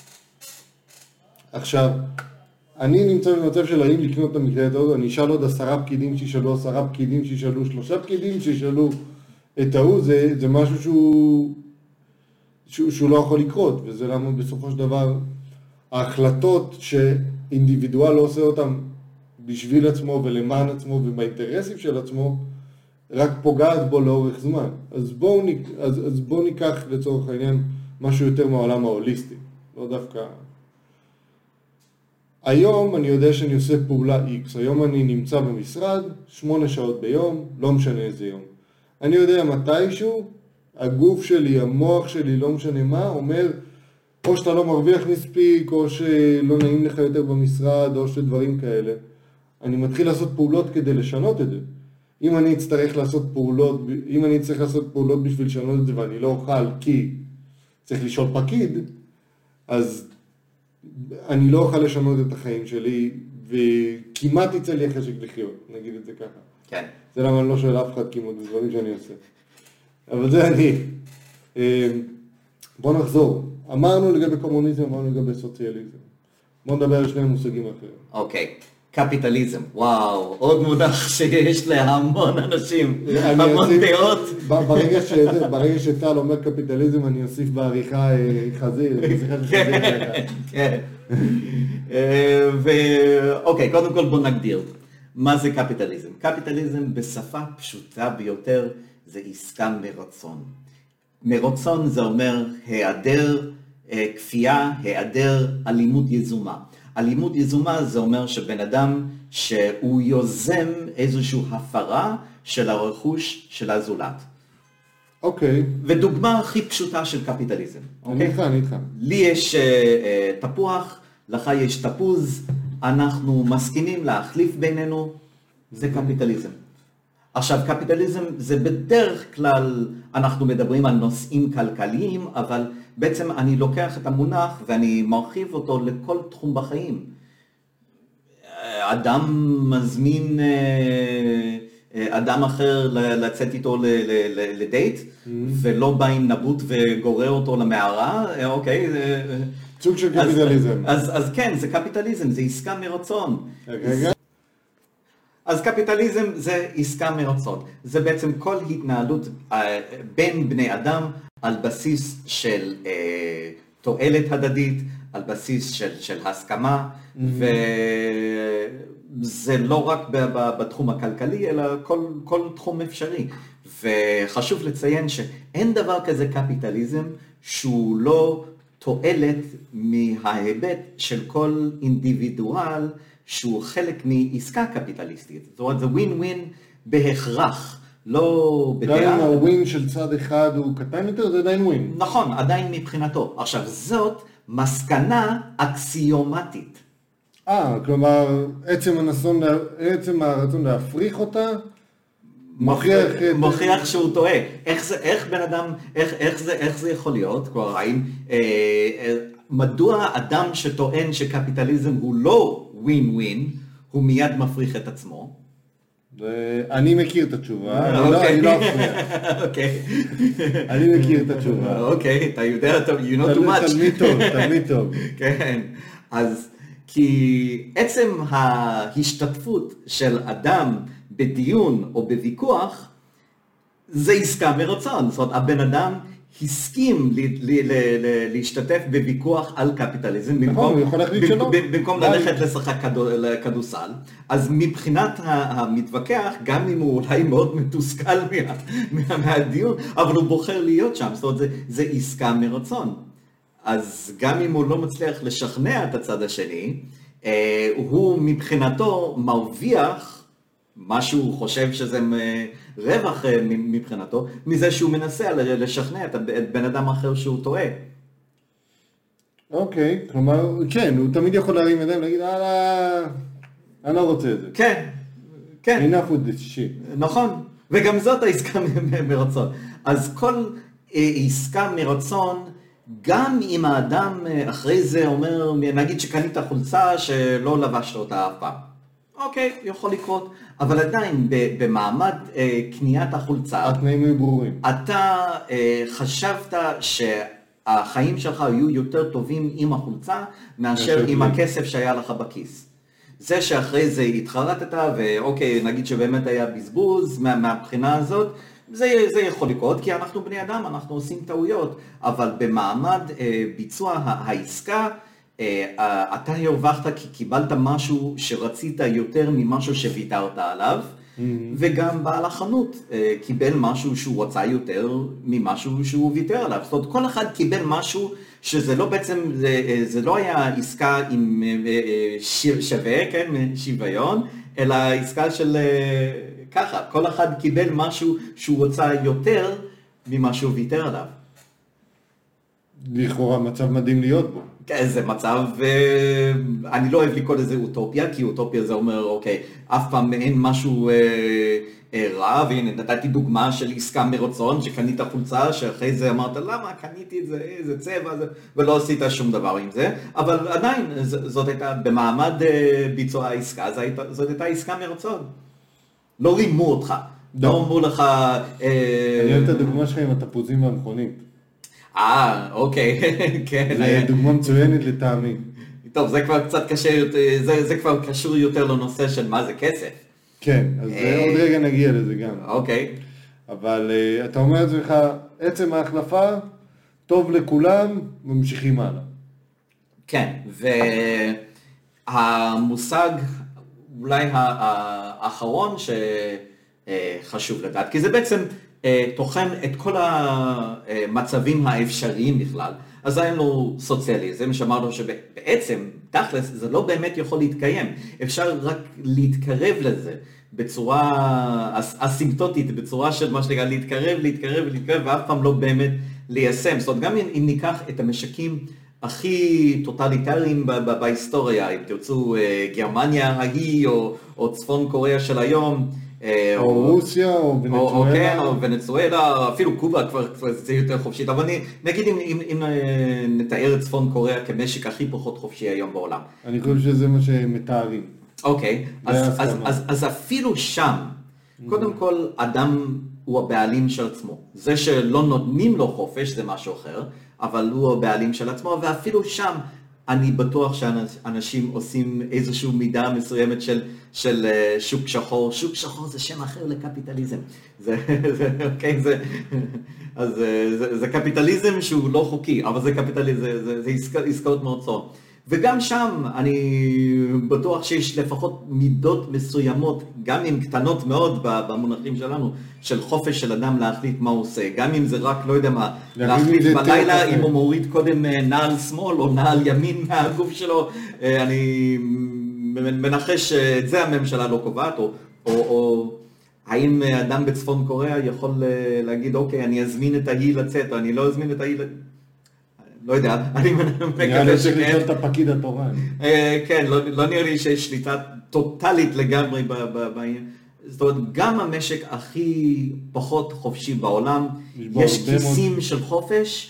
עכשיו, אני נמצא במצב של האם לקנות את המקלדת הזאת, אני אשאל עוד 10 פקידים שישאלו 10 פקידים שישאלו 3 פקידים שישאלו את ההוא, זה משהו שהוא לא יכול לקרות, וזה למה בסופו של דבר ההחלטות שאינדיבידואל לא עושה אותן בשביל עצמו ולמען עצמו ובאינטרסים של עצמו, רק פוגעת בו לאורך זמן. אז בואו ניקח לצורך העניין משהו יותר מהעולם ההוליסטי, לא דווקא. היום אני יודע שאני עושה פעולה X, היום אני נמצא במשרד 8 שעות ביום, לא משנה איזה יום. אני יודע מתישהו, הגוף שלי, המוח שלי, לא משנה מה, אומר, או שאתה לא מרוויח מספיק, או שלא נעים לך יותר במשרד, או שדברים כאלה. אני מתחיל לעשות פעולות כדי לשנות את זה. אם אני אצטרך לעשות פעולות בשביל לשנות את זה, ואני לא אוכל כי צריך לשאול פקיד, אז אני לא אוכל לשנות את החיים שלי, וכמעט יצא לי חשק לחיות, נגיד את זה ככה. כן. זה למה אני לא שואל אף אחד כמעט בדברים שאני עושה. אבל זה אני. בוא נחזור. אמרנו לגבי קומוניזם, אמרנו לגבי סוציאליזם. בוא נדבר על שני מושגים אחרים. אוקיי. קפיטליזם. וואו, עוד מונח שיש להמון אנשים, המון דעות. ברגע שטל אומר קפיטליזם, אני אוסיף בעריכה חזיר. כן. ואוקיי, קודם כל בוא נגדיר. מה זה קפיטליזם? קפיטליזם בשפה פשוטה ביותר זה עסקה מרצון. מרצון זה אומר היעדר כפייה, היעדר אלימות יזומה. אלימות יזומה זה אומר שבן אדם שהוא יוזם איזושהי הפרה של הרכוש של הזולת. אוקיי. ודוגמה הכי פשוטה של קפיטליזם. אני איתך. לי יש תפוח, לך יש תפוז, אנחנו מסכימים להחליף בינינו, זה קפיטליזם. עכשיו, קפיטליזם זה בדרך כלל, אנחנו מדברים על נושאים כלכליים, אבל בעצם אני לוקח את המונח ואני מרחיב אותו לכל תחום בחיים. אדם אחר לצאת איתו לדייט, ולא בא עם נבוט וגורר אותו למערה, אוקיי. סוג של קפיטליזם. אז כן, זה קפיטליזם, זה עסקה מרצון. רגע. אז קפיטליזם זה עסקה מרצון. זה בעצם כל התנהלות בין בני אדם על בסיס של תועלת הדדית, על בסיס של הסכמה, וזה לא רק בתחום הכלכלי, אלא כל תחום אפשרי. וחשוב לציין שאין דבר כזה קפיטליזם שהוא לא תועלת מההיבט של כל אינדיבידואל שהוא חלק מעסקה קפיטליסטית. זאת אומרת, זה ווין ווין בהכרח, לא בדעה. גם אם הווין של צד אחד הוא קטן יותר, זה עדיין ווין. נכון, עדיין מבחינתו. עכשיו, זאת מסקנה אקסיומטית. כלומר, עצם הרצון להפריך אותה, מוכיח שהוא טועה. איך בן אדם, איך זה יכול להיות? כלומר, מדוע אדם שטוען שקפיטליזם הוא לא ווין ווין, הוא מיד מפריך את עצמו? אני מכיר את התשובה, אני לא אפריע. אוקיי. אני מכיר את התשובה. אוקיי, אתה יודע, you know too much. תלמיד טוב. כן, אז כי עצם ההשתתפות של אדם בדיון או בוויכוח, זה עסקה מרצון. זאת אומרת, הבן אדם הסכים להשתתף בוויכוח על קפיטליזם, במקום ללכת לשחק כדורסל. אז מבחינת המתווכח, גם אם הוא אולי מאוד מתוסכל מהדיון, אבל הוא בוחר להיות שם. זאת אומרת, זה עסקה מרצון. אז גם אם הוא לא מצליח לשכנע את הצד השני, הוא מבחינתו מרוויח מה שהוא חושב שזה רווח מבחינתו, מזה שהוא מנסה לשכנע את בן אדם אחר שהוא טועה. אוקיי, כלומר, כן, הוא תמיד יכול להרים ידיים ולהגיד, אני לא רוצה את זה. כן, כן. enough with this shit. נכון, וגם זאת העסקה מרצון. אז כל עסקה מרצון, גם אם האדם אחרי זה אומר, נגיד שקנית חולצה שלא לבשת אותה אף פעם. אוקיי, יכול לקרות, אבל עדיין במעמד קניית החולצה, התנאים היו ברורים. אתה חשבת שהחיים שלך יהיו יותר טובים עם החולצה, מאשר עם הכסף שהיה לך בכיס. זה שאחרי זה התחרטת, ואוקיי, נגיד שבאמת היה בזבוז מהבחינה הזאת, זה יכול לקרות, כי אנחנו בני אדם, אנחנו עושים טעויות, אבל במעמד ביצוע העסקה, אתה הרווחת כי קיבלת משהו שרצית יותר ממשהו שוויתרת עליו, וגם בעל החנות קיבל משהו שהוא רצה יותר ממשהו שהוא ויתר עליו. זאת אומרת, כל אחד קיבל משהו שזה לא בעצם, זה לא היה עסקה עם שווה, כן, שוויון, אלא עסקה של ככה, כל אחד קיבל משהו שהוא רצה יותר ממה שהוא ויתר עליו. לכאורה מצב מדהים להיות בו. כן, זה מצב, אני לא אוהב לקרוא לזה אוטופיה, כי אוטופיה זה אומר, אוקיי, אף פעם אין משהו רע, והנה נתתי דוגמה של עסקה מרצון, שקנית חולצה, שאחרי זה אמרת, למה קניתי את זה, איזה צבע, ולא עשית שום דבר עם זה, אבל עדיין, זאת הייתה, במעמד ביצוע העסקה, זאת הייתה עסקה מרצון. לא רימו אותך, לא אמרו לך... אני אוהב את הדוגמה שלך עם התפוזים והמכונית. אוקיי, כן. זה דוגמה מצוינת לטעמי. טוב, זה כבר קצת קשה, זה כבר קשור יותר לנושא של מה זה כסף. כן, אז עוד רגע נגיע לזה גם. אוקיי. אבל אתה אומר את זה לך, עצם ההחלפה, טוב לכולם, ממשיכים הלאה. כן, והמושג אולי האחרון שחשוב לדעת, כי זה בעצם תוכן את כל המצבים האפשריים בכלל. אז היה לנו סוציאליזם, שאמרנו שבעצם, תכלס, זה לא באמת יכול להתקיים. אפשר רק להתקרב לזה בצורה אסימפטוטית, בצורה של מה שנקרא להתקרב, ואף פעם לא באמת ליישם. זאת אומרת, גם אם ניקח את המשקים הכי טוטליטריים בהיסטוריה, אם תרצו גרמניה ההיא או צפון קוריאה של היום, או רוסיה, או ונצואלה. כן, או ונצואלה, אפילו קובה כבר זה יותר חופשית, אבל נגיד אם נתאר את צפון קוריאה כמשק הכי פחות חופשי היום בעולם. אני חושב שזה מה שמתארים. אוקיי, אז אפילו שם קודם כל, אדם הוא הבעלים של עצמו. זה שלא נותנים לו חופש זה משהו אחר, אבל הוא הבעלים של עצמו, ואפילו שם אני בטוח שאנשים עושים איזושהי מידה מסוימת של שוק שחור. שוק שחור זה שם אחר לקפיטליזם. זה קפיטליזם שהוא לא חוקי, אבל זה קפיטליזם, זה עסקאות מרצון. וגם שם אני בטוח שיש לפחות מידות מסוימות, גם אם קטנות מאוד במונחים שלנו, של חופש של אדם להחליט מה הוא עושה. גם אם זה רק, לא יודע מה, להחליט בלילה אם הוא מוריד קודם נעל שמאל או נעל ימין מהגוף שלו. אני מנחש שאת זה הממשלה לא קובעת, או האם אדם בצפון קוריאה יכול להגיד, אוקיי, אני אזמין את ההיא לצאת, או אני לא אזמין את ההיא לצאת. לא יודע, אני מקווה שכן. נראה לי את הפקיד התורן. כן, לא נראה לי שיש שליטה טוטלית לגמרי בעניין. זאת אומרת, גם המשק הכי פחות חופשי בעולם, יש כיסים של חופש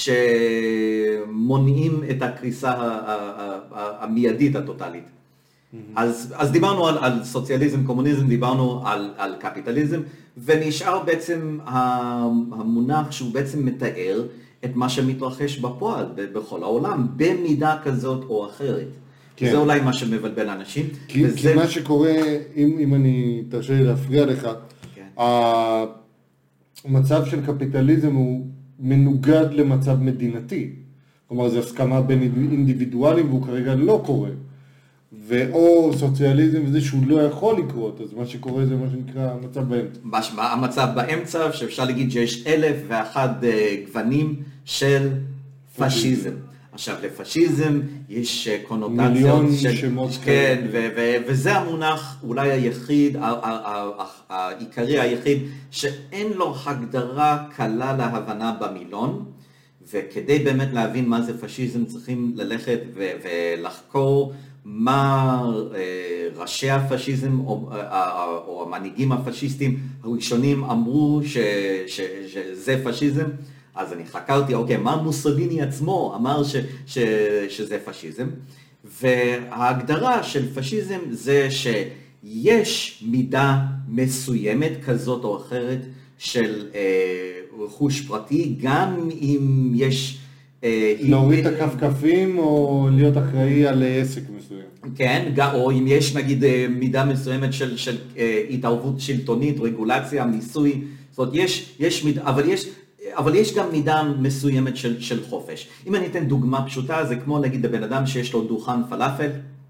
שמונעים את הקריסה המיידית הטוטלית. אז דיברנו על סוציאליזם, קומוניזם, דיברנו על קפיטליזם, ונשאר בעצם המונח שהוא בעצם מתאר את מה שמתרחש בפועל בכל העולם, במידה כזאת או אחרת. כן. זה אולי מה שמבלבל אנשים. כי מה שקורה, אם אני תרשה לי להפריע לך, כן. המצב של קפיטליזם הוא מנוגד למצב מדינתי. כלומר, זו הסכמה בין אינדיבידואלים והוא כרגע לא קורה. ואו סוציאליזם זה שהוא לא יכול לקרות, אז מה שקורה זה מה שנקרא המצב באמצע. המצב באמצע, שאפשר להגיד שיש 1,001 גוונים של פשיזם. עכשיו, לפשיזם יש קונוטציות מיליון שמות כן, וזה המונח אולי היחיד, העיקרי היחיד, שאין לו הגדרה קלה להבנה במילון, וכדי באמת להבין מה זה פשיזם צריכים ללכת ולחקור מה ראשי הפשיזם או המנהיגים הפשיסטים הראשונים אמרו שזה פשיזם. אז אני חקרתי, אוקיי, מה מוסוליני עצמו אמר שזה פשיזם, וההגדרה של פשיזם זה שיש מידה מסוימת כזאת או אחרת של רכוש פרטי, גם אם יש להוריד את הכפכפים או להיות אחראי על עסק מסוים. כן, או אם יש נגיד מידה מסוימת של התערבות שלטונית, רגולציה, מיסוי, זאת אומרת יש מידה, אבל יש גם מידה מסוימת של חופש. אם אני אתן דוגמה פשוטה, זה כמו נגיד לבן אדם שיש לו דוכן פלאפל,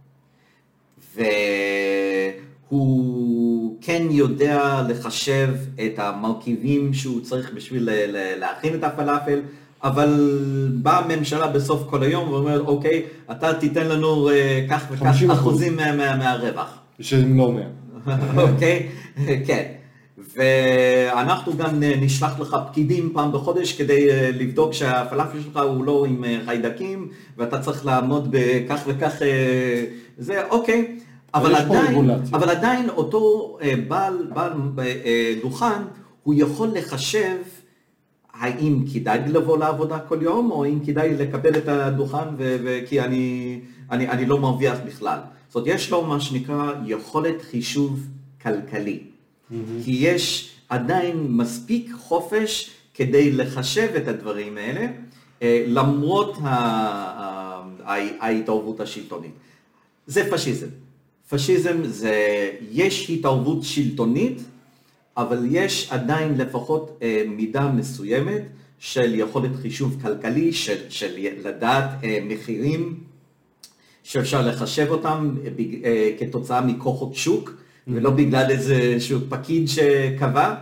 והוא כן יודע לחשב את המרכיבים שהוא צריך בשביל להכין את הפלאפל, אבל באה הממשלה בסוף כל היום ואומרת, אוקיי, אתה תיתן לנו כך וכך אחוזים מהרווח. שהם לא 100. אוקיי, כן. ואנחנו גם נשלח לך פקידים פעם בחודש כדי לבדוק שהפלאפל שלך הוא לא עם חיידקים, ואתה צריך לעמוד בכך וכך, זה אוקיי. אבל עדיין אותו בעל דוכן, הוא יכול לחשב האם כדאי לבוא לעבודה כל יום, או אם כדאי לקבל את הדוכן, כי אני לא מרוויח בכלל. זאת אומרת, יש לו מה שנקרא יכולת חישוב כלכלי. כי יש עדיין מספיק חופש כדי לחשב את הדברים האלה, למרות ההתערבות השלטונית. זה פשיזם. פשיזם זה, יש התערבות שלטונית, אבל יש עדיין לפחות מידה מסוימת של יכולת חישוב כלכלי, של לדעת מחירים שאפשר לחשב אותם כתוצאה מכוחות שוק, ולא בגלל איזשהו פקיד שקבע.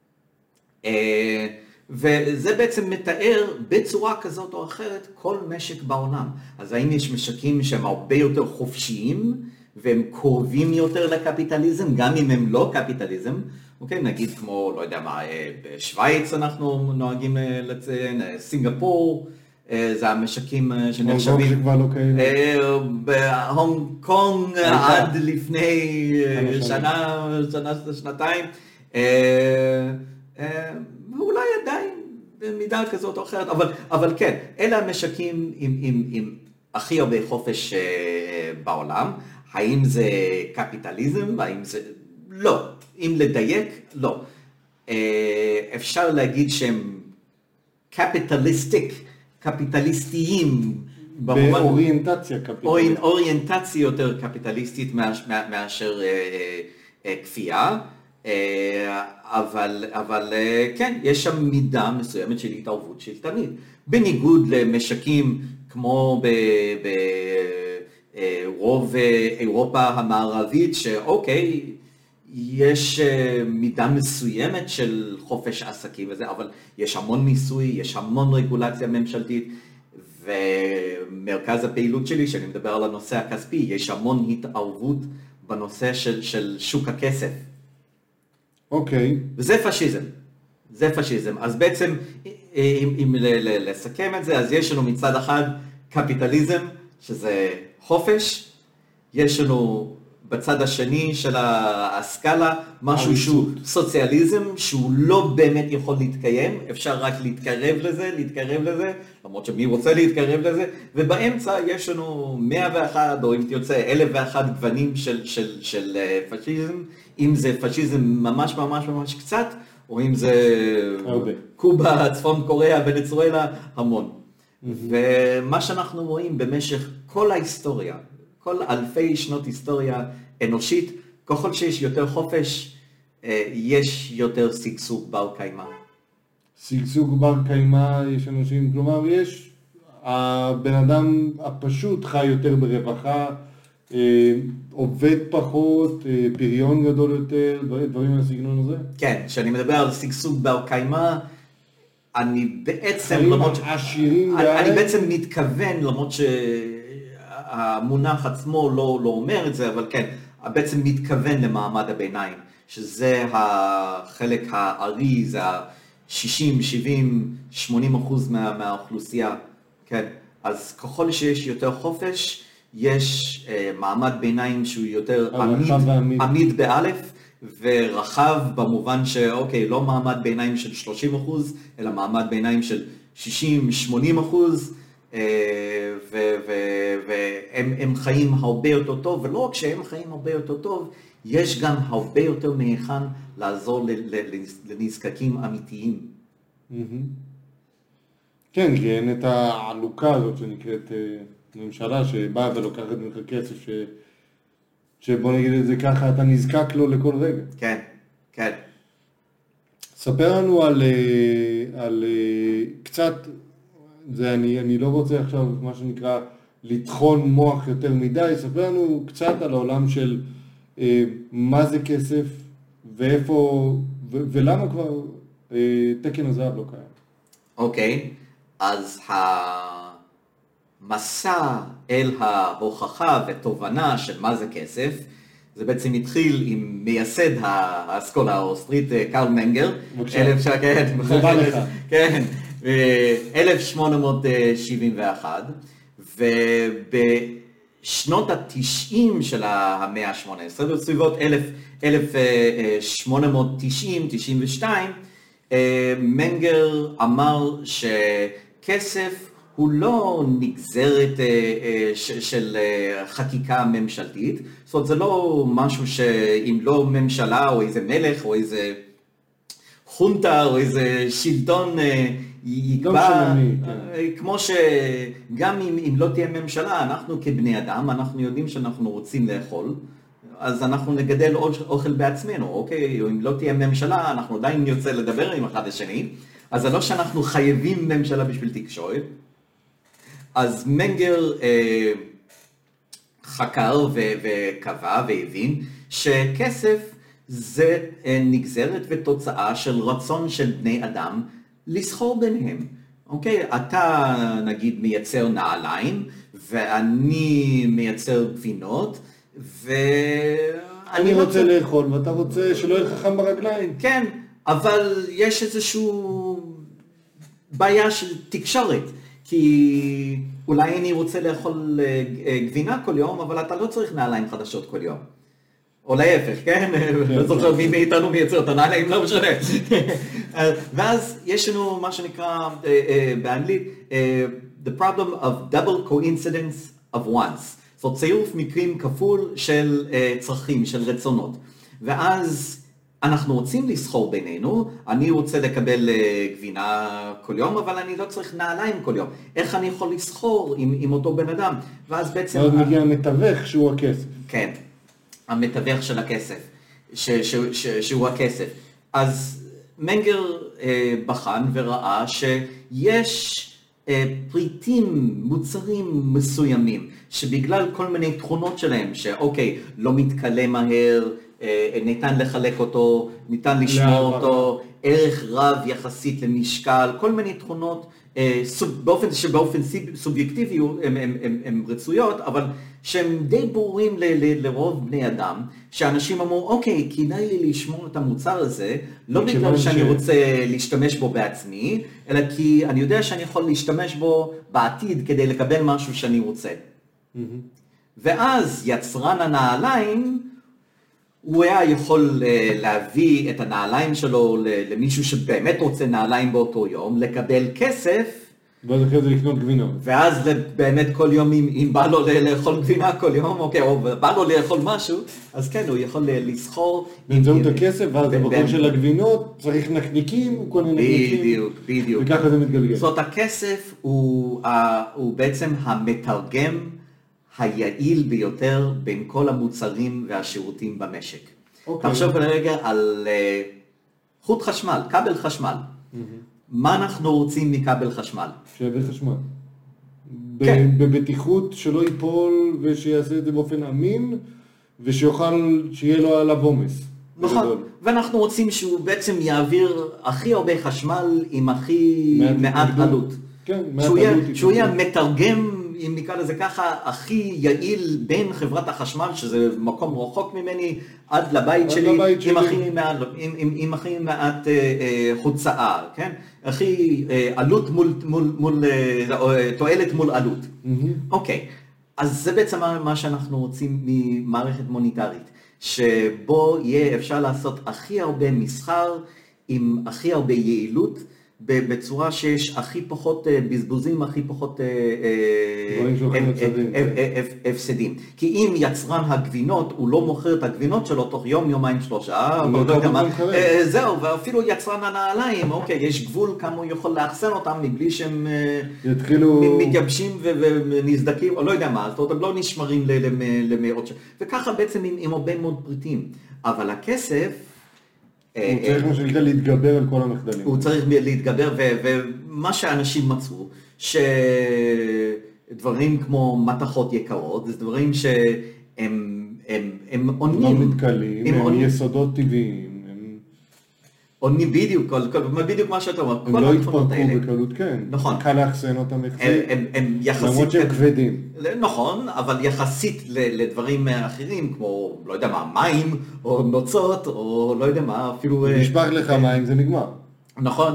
וזה בעצם מתאר בצורה כזאת או אחרת כל משק בעולם. אז האם יש משקים שהם הרבה יותר חופשיים, והם קרובים יותר לקפיטליזם, גם אם הם לא קפיטליזם, אוקיי, נגיד כמו, לא יודע מה, בשוויץ אנחנו נוהגים לציין, סינגפור, זה המשקים שנחשבים. הונג קונג שכבר לא כאלה. בהונג קונג עד לפני שנתיים, ואולי עדיין במידה כזאת או אחרת, אבל כן, אלה המשקים עם הכי הרבה חופש בעולם. האם זה קפיטליזם? האם זה... לא. אם לדייק, לא. אפשר להגיד שהם קפיטליסטיים. באוריינטציה קפיטליסטית. אוריינטציה יותר קפיטליסטית מאשר כפייה, אבל כן, יש שם מידה מסוימת של התערבות שלטונית. בניגוד למשקים כמו ברוב אירופה המערבית, שאוקיי, יש מידה מסוימת של חופש עסקים וזה, אבל יש המון מיסוי, יש המון רגולציה ממשלתית, ומרכז הפעילות שלי, שאני מדבר על הנושא הכספי, יש המון התערבות בנושא של שוק הכסף. אוקיי. וזה פשיזם. זה פשיזם. אז בעצם, אם לסכם את זה, אז יש לנו מצד אחד קפיטליזם, שזה חופש, יש לנו בצד השני של הסקאלה, משהו שהוא סוציאליזם, שהוא לא באמת יכול להתקיים, אפשר רק להתקרב לזה, למרות שמי רוצה להתקרב לזה, ובאמצע יש לנו 101, או אם תרצה 1001 גוונים של פשיזם, אם זה פשיזם ממש ממש ממש קצת, או אם זה קובה, צפון קוריאה, ונצואלה, המון. ומה שאנחנו רואים במשך כל ההיסטוריה, כל אלפי שנות היסטוריה אנושית, ככל שיש יותר חופש, יש יותר שגשוג בר קיימא. שגשוג בר קיימא, יש אנשים, כלומר יש, הבן אדם הפשוט חי יותר ברווחה, עובד פחות, פריון גדול יותר, דברים מהסגנון הזה? כן, כשאני מדבר על שגשוג בר קיימא, אני בעצם, אני בעצם מתכוון, למרות שהמונח עצמו לא אומר את זה, אבל כן, בעצם מתכוון למעמד הביניים, שזה החלק הארי, זה ה-60, 70, 80% מהאוכלוסייה, כן. אז ככל שיש יותר חופש, יש מעמד ביניים שהוא יותר עמיד באלף, ורחב במובן שאוקיי, לא מעמד ביניים של 30%, אלא מעמד ביניים של 60-80%, והם חיים הרבה יותר טוב, ולא רק שהם חיים הרבה יותר טוב, יש גם הרבה יותר מהיכן לעזור לנזקקים אמיתיים. כן, כי אין את העלוקה הזאת שנקראת ממשלה, שבאה ולוקחת ממך כסף שבוא נגיד את זה ככה, אתה נזקק לו לכל רגע. כן, כן. ספר לנו על קצת, זה אני לא רוצה עכשיו מה שנקרא לטחון מוח יותר מדי, ספר לנו קצת על העולם של מה זה כסף ואיפה, ולמה כבר תקן הזהב לא קיים. אוקיי, אז המסע אל ההוכחה ותובנה של מה זה כסף, זה בעצם התחיל עם מייסד האסכולה האוסטרית, קרל מנגר. בבקשה, זה בא לך. כן, 1871, ובשנות ה-90 של המאה ה-18, בסביבות 1890-92, מנגר אמר שכסף הוא לא נגזרת של חקיקה ממשלתית, זאת אומרת זה לא משהו שאם לא ממשלה או איזה מלך או איזה חונטה או איזה שלטון יקבע, כמו שגם אם לא תהיה ממשלה, אנחנו כבני אדם, אנחנו יודעים שאנחנו רוצים לאכול, אז אנחנו נגדל אוכל בעצמנו, אוקיי? או אם לא תהיה ממשלה, אנחנו עדיין נרצה לדבר עם אחד השני, אז זה לא שאנחנו חייבים ממשלה בשביל תקשורת. אז מנגר חקר וקבע והבין שכסף זה נגזרת ותוצאה של רצון של בני אדם לסחור ביניהם. אוקיי? אתה נגיד מייצר נעליים ואני מייצר גבינות אני רוצה לאכול ואתה רוצה שלא יהיה חכם ברגליים. כן, אבל יש איזשהו בעיה של תקשורת. כי אולי אני רוצה לאכול גבינה כל יום, אבל אתה לא צריך נעליים חדשות כל יום. או להפך, כן? לא זוכר מי מאיתנו מייצר את הנעליים, לא משנה. ואז יש לנו מה שנקרא באנגלית, the problem of double coincidence of wants. זאת צירוף מקרים כפול של צרכים, של רצונות. ואז אנחנו רוצים לסחור בינינו, אני רוצה לקבל גבינה כל יום, אבל אני לא צריך נעליים כל יום. איך אני יכול לסחור עם אותו בן אדם? ואז בעצם... ואז מגיע המתווך שהוא הכסף. כן, המתווך של הכסף, שהוא הכסף. אז מנגר בחן וראה שיש פריטים, מוצרים מסוימים, שבגלל כל מיני תכונות שלהם, שאוקיי, לא מתקלה מהר, ניתן לחלק אותו, ניתן לשמור אותו, ערך רב יחסית למשקל, כל מיני תכונות שבאופן סובייקטיבי הן רצויות, אבל שהם די ברורים לרוב בני אדם, שאנשים אמרו, אוקיי, כדאי לי לשמור את המוצר הזה, לא בגלל שאני רוצה להשתמש בו בעצמי, אלא כי אני יודע שאני יכול להשתמש בו בעתיד כדי לקבל משהו שאני רוצה. ואז יצרן הנעליים, הוא היה יכול להביא את הנעליים שלו למישהו שבאמת רוצה נעליים באותו יום, לקבל כסף. ואז אחרי זה לקנות גבינה. ואז באמת כל יום, אם בא לו לאכול גבינה כל יום, אוקיי, או בא לו לאכול משהו, אז כן, הוא יכול לסחור. באמצעות הכסף, ואז במקום של הגבינות צריך נקניקים, הוא קונה נקניקים. בדיוק, בדיוק. וככה זה מתגלגל. זאת אומרת, הכסף הוא בעצם המתרגם היעיל ביותר בין כל המוצרים והשירותים במשק. תחשוב רגע על חוט חשמל, כבל חשמל. מה אנחנו רוצים מכבל חשמל? שיעביר חשמל. בבטיחות שלא ייפול ושיעשה את זה באופן אמין, שיהיה לו עליו עומס. נכון, ואנחנו רוצים שהוא בעצם יעביר הכי הרבה חשמל עם הכי מעט עלות. כן, מעט עלות. שהוא יהיה מתרגם, אם נקרא לזה ככה, הכי יעיל בין חברת החשמל, שזה מקום רחוק ממני, עד לבית שלי, עם הכי מעט הוצאה, כן? הכי עלות מול תועלת מול עלות. אוקיי, אז זה בעצם מה שאנחנו רוצים ממערכת מוניטרית, שבו יהיה אפשר לעשות הכי הרבה מסחר, עם הכי הרבה יעילות, בצורה שיש הכי פחות בזבוזים, הכי פחות הפסדים. כי אם יצרן הגבינות, הוא לא מוכר את הגבינות שלו תוך יום, יומיים, שלושה, זהו, ואפילו יצרן הנעליים, אוקיי, יש גבול כמה הוא יכול לאחסן אותם מבלי שהם מתייבשים ונסדקים, או לא יודע מה, זאת אומרת, הם לא נשמרים למאות שנים. וככה בעצם עם הרבה מאוד פריטים. אבל הכסף, הוא צריך מה שנקרא להתגבר על כל המחדלים. הוא צריך להתגבר, ומה שאנשים מצאו, שדברים כמו מתכות יקרות, זה דברים שהם עונים. לא מתקלים, הם יסודות טבעיים. עונים בדיוק מה שאתה אומר. הם לא התפרקו בקלות, כן. נכון. קל לאחסן אותם יחסית. הם יחסית... למרות שהם כבדים. נכון, אבל יחסית לדברים אחרים, כמו, לא יודע מה, מים, או נוצות, או לא יודע מה, אפילו... נשפך לך מים, זה נגמר. נכון.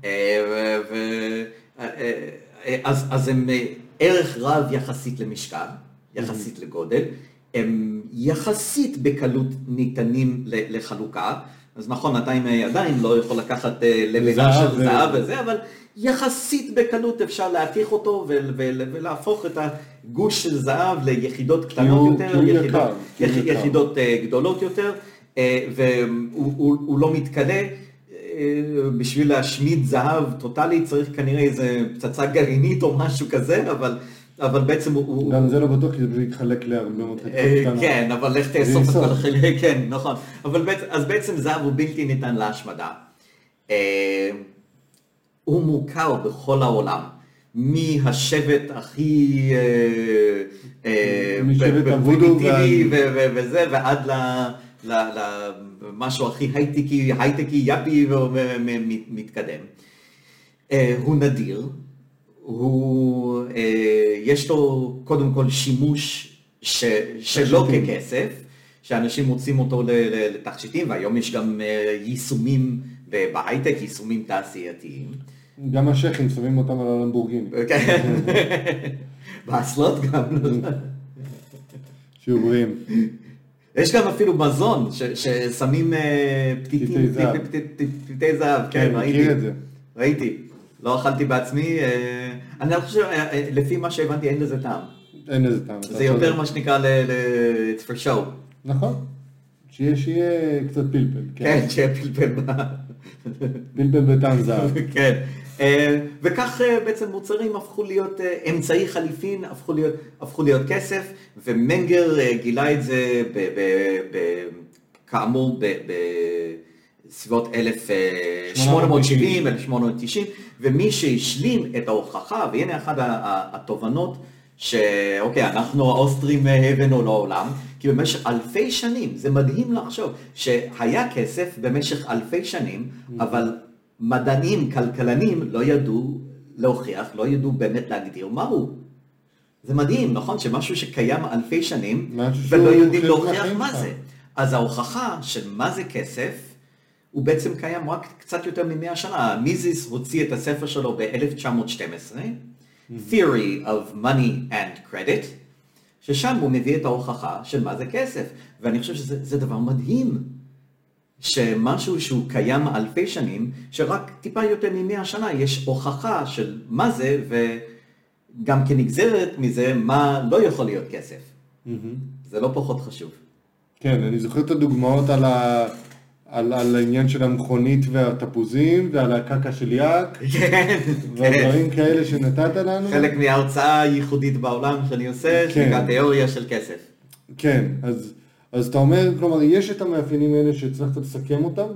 אז הם ערך רב יחסית למשקל, יחסית לגודל, הם יחסית בקלות ניתנים לחלוקה, אז נכון, אתה עם הידיים לא יכול לקחת לבנה של זהב וזה, אבל יחסית בקלות אפשר להתיך אותו ולהפוך את הגוש של זהב ליחידות קטנות יותר, יחידות גדולות יותר, והוא לא מתקלה. בשביל להשמיד זהב טוטלי צריך כנראה איזה פצצה גרעינית או משהו כזה, אבל בעצם הוא... גם זה לא בטוח, כי זה פשוט יתחלק להרבה מאוד חלקות קטנות. כן, אבל לך תאסוף את כל החלק, כן, נכון. אז בעצם זהב הוא בלתי ניתן להשמדה. הוא מוכר בכל העולם, מהשבט הכי פרימיטיבי וזה, ועד למשהו הכי הייטקי, יפי ומתקדם. הוא נדיר. יש לו קודם כל שימוש שלא ככסף, שאנשים מוצאים אותו לתכשיטים, והיום יש גם יישומים בהייטק, יישומים תעשייתיים. גם השכים שמים אותם על הלמבורגיני. כן, באסלות גם. שיעורים. יש גם אפילו מזון ששמים פתיתי זהב, כן, ראיתי. לא אכלתי בעצמי, אני חושב, לפי מה שהבנתי, אין לזה טעם. אין לזה טעם. זה יותר מה שנקרא it's for show. נכון. שיהיה קצת פלפל. כן, שיהיה פלפל. פלפל בטעם זהב. כן. וכך בעצם מוצרים הפכו להיות אמצעי חליפין, הפכו להיות כסף, ומנגר גילה את זה כאמור בסביבות 1870, 1890, ומי שהשלים את ההוכחה, והנה אחת התובנות, שאוקיי, אנחנו האוסטרים הבאנו לעולם, כי במשך אלפי שנים, זה מדהים לחשוב, שהיה כסף במשך אלפי שנים, אבל מדענים, כלכלנים, לא ידעו להוכיח, לא ידעו באמת להגדיר מהו. זה מדהים, נכון? שמשהו שקיים אלפי שנים, ולא יודעים להוכיח מה זה. אז ההוכחה של מה זה כסף, הוא בעצם קיים רק קצת יותר מ100 שנה. מיזיס הוציא את הספר שלו ב-1912, Theory of Money and Credit, ששם הוא מביא את ההוכחה של מה זה כסף. ואני חושב שזה דבר מדהים, שמשהו שהוא קיים אלפי שנים, שרק טיפה יותר מ100 שנה יש הוכחה של מה זה, וגם כנגזרת מזה מה לא יכול להיות כסף. זה לא פחות חשוב. כן, אני זוכר את הדוגמאות על העניין של המכונית והתפוזים, ועל הקקה של יק, והדברים כאלה שנתת לנו. חלק מההרצאה הייחודית בעולם שאני עושה, שנקרא תיאוריה של כסף. כן, אז אתה אומר, כלומר, יש את המאפיינים האלה שהצלחת לסכם אותם,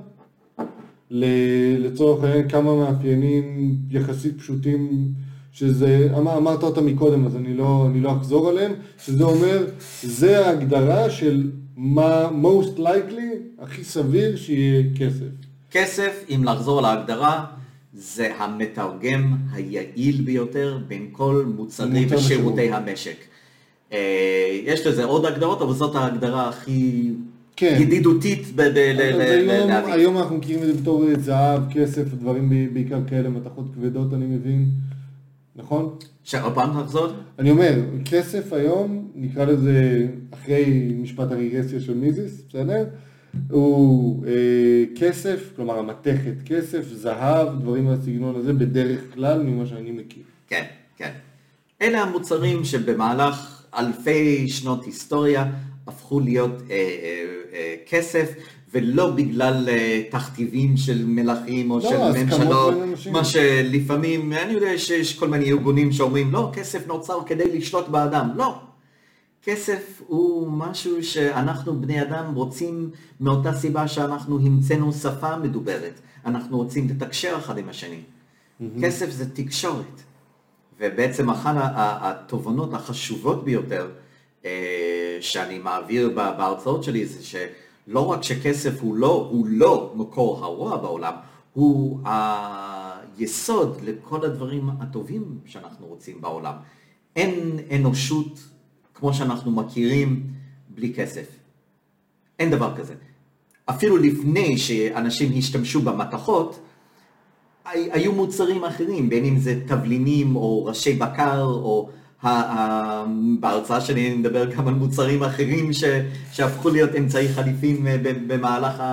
לצורך העניין כמה מאפיינים יחסית פשוטים, שזה, אמרת אותם מקודם, אז אני לא אחזור עליהם, שזה אומר, זה ההגדרה של מה most likely, הכי סביר שיהיה כסף. כסף, אם לחזור להגדרה, זה המתרגם היעיל ביותר בין כל מוצרי ושירותי המשק. יש לזה עוד הגדרות, אבל זאת ההגדרה הכי ידידותית להבין. היום אנחנו מכירים את זה בתור זהב, כסף, דברים בעיקר כאלה, מתכות כבדות אני מבין, נכון? שעוד פעם נחזור? אני אומר, כסף היום, נקרא לזה אחרי משפט הרגרסיה של מיזיס, בסדר? הוא כסף, כלומר המתכת כסף, זהב, דברים מהסגנון הזה, בדרך כלל ממה שאני מכיר. כן, כן. אלה המוצרים שבמהלך אלפי שנות היסטוריה הפכו להיות כסף, ולא בגלל תכתיבים של מלכים או של ממשלות, מה שלפעמים, אני יודע שיש כל מיני ארגונים שאומרים, לא, כסף נוצר כדי לשלוט באדם, לא. כסף הוא משהו שאנחנו בני אדם רוצים מאותה סיבה שאנחנו המצאנו שפה מדוברת, אנחנו רוצים לתקשר אחד עם השני. כסף זה תקשורת, ובעצם אחת התובנות החשובות ביותר שאני מעביר בהרצאות שלי זה שלא רק שכסף הוא לא מקור הרוע בעולם, הוא היסוד לכל הדברים הטובים שאנחנו רוצים בעולם. אין אנושות כמו שאנחנו מכירים בלי כסף. אין דבר כזה. אפילו לפני שאנשים השתמשו במתכות, היו מוצרים אחרים, בין אם זה תבלינים או ראשי בקר, או בהרצאה שלי אני מדבר גם על מוצרים אחרים שהפכו להיות אמצעי חליפין במהלך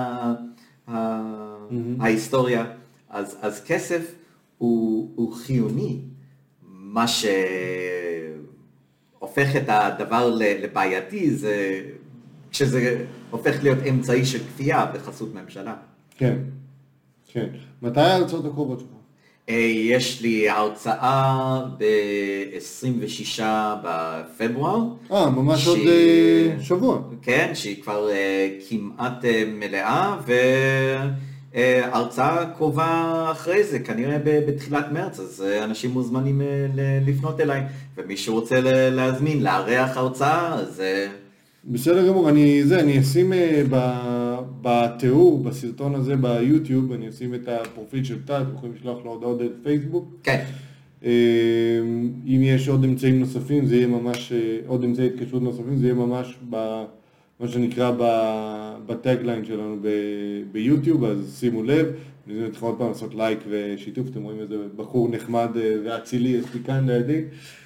ההיסטוריה. אז כסף הוא חיוני, מה שהופך את הדבר לבעייתי, זה כשזה הופך להיות אמצעי של כפייה בחסות ממשלה. כן, כן. מתי ההרצאות הקרובות שלך? יש לי הרצאה ב-26 בפברואר. ממש עוד שבוע. כן, שהיא כבר כמעט מלאה, והרצאה קרובה אחרי זה, כנראה בתחילת מרץ, אז אנשים מוזמנים לפנות אליי, ומי שרוצה להזמין, לארח הרצאה, אז... בסדר גמור, אני אשים בתיאור, בסרטון הזה ביוטיוב, אני אשים את הפרופיל של תת, אתם יכולים לשלוח לו הודעות בפייסבוק. כן. אם יש עוד אמצעים נוספים, זה יהיה ממש, עוד אמצעי התקשרות נוספים, זה יהיה ממש מה שנקרא בטאגליין שלנו ביוטיוב, אז שימו לב, אני רוצה עוד פעם לעשות לייק ושיתוף, אתם רואים איזה בחור נחמד ואצילי, יש לי כאן לידי.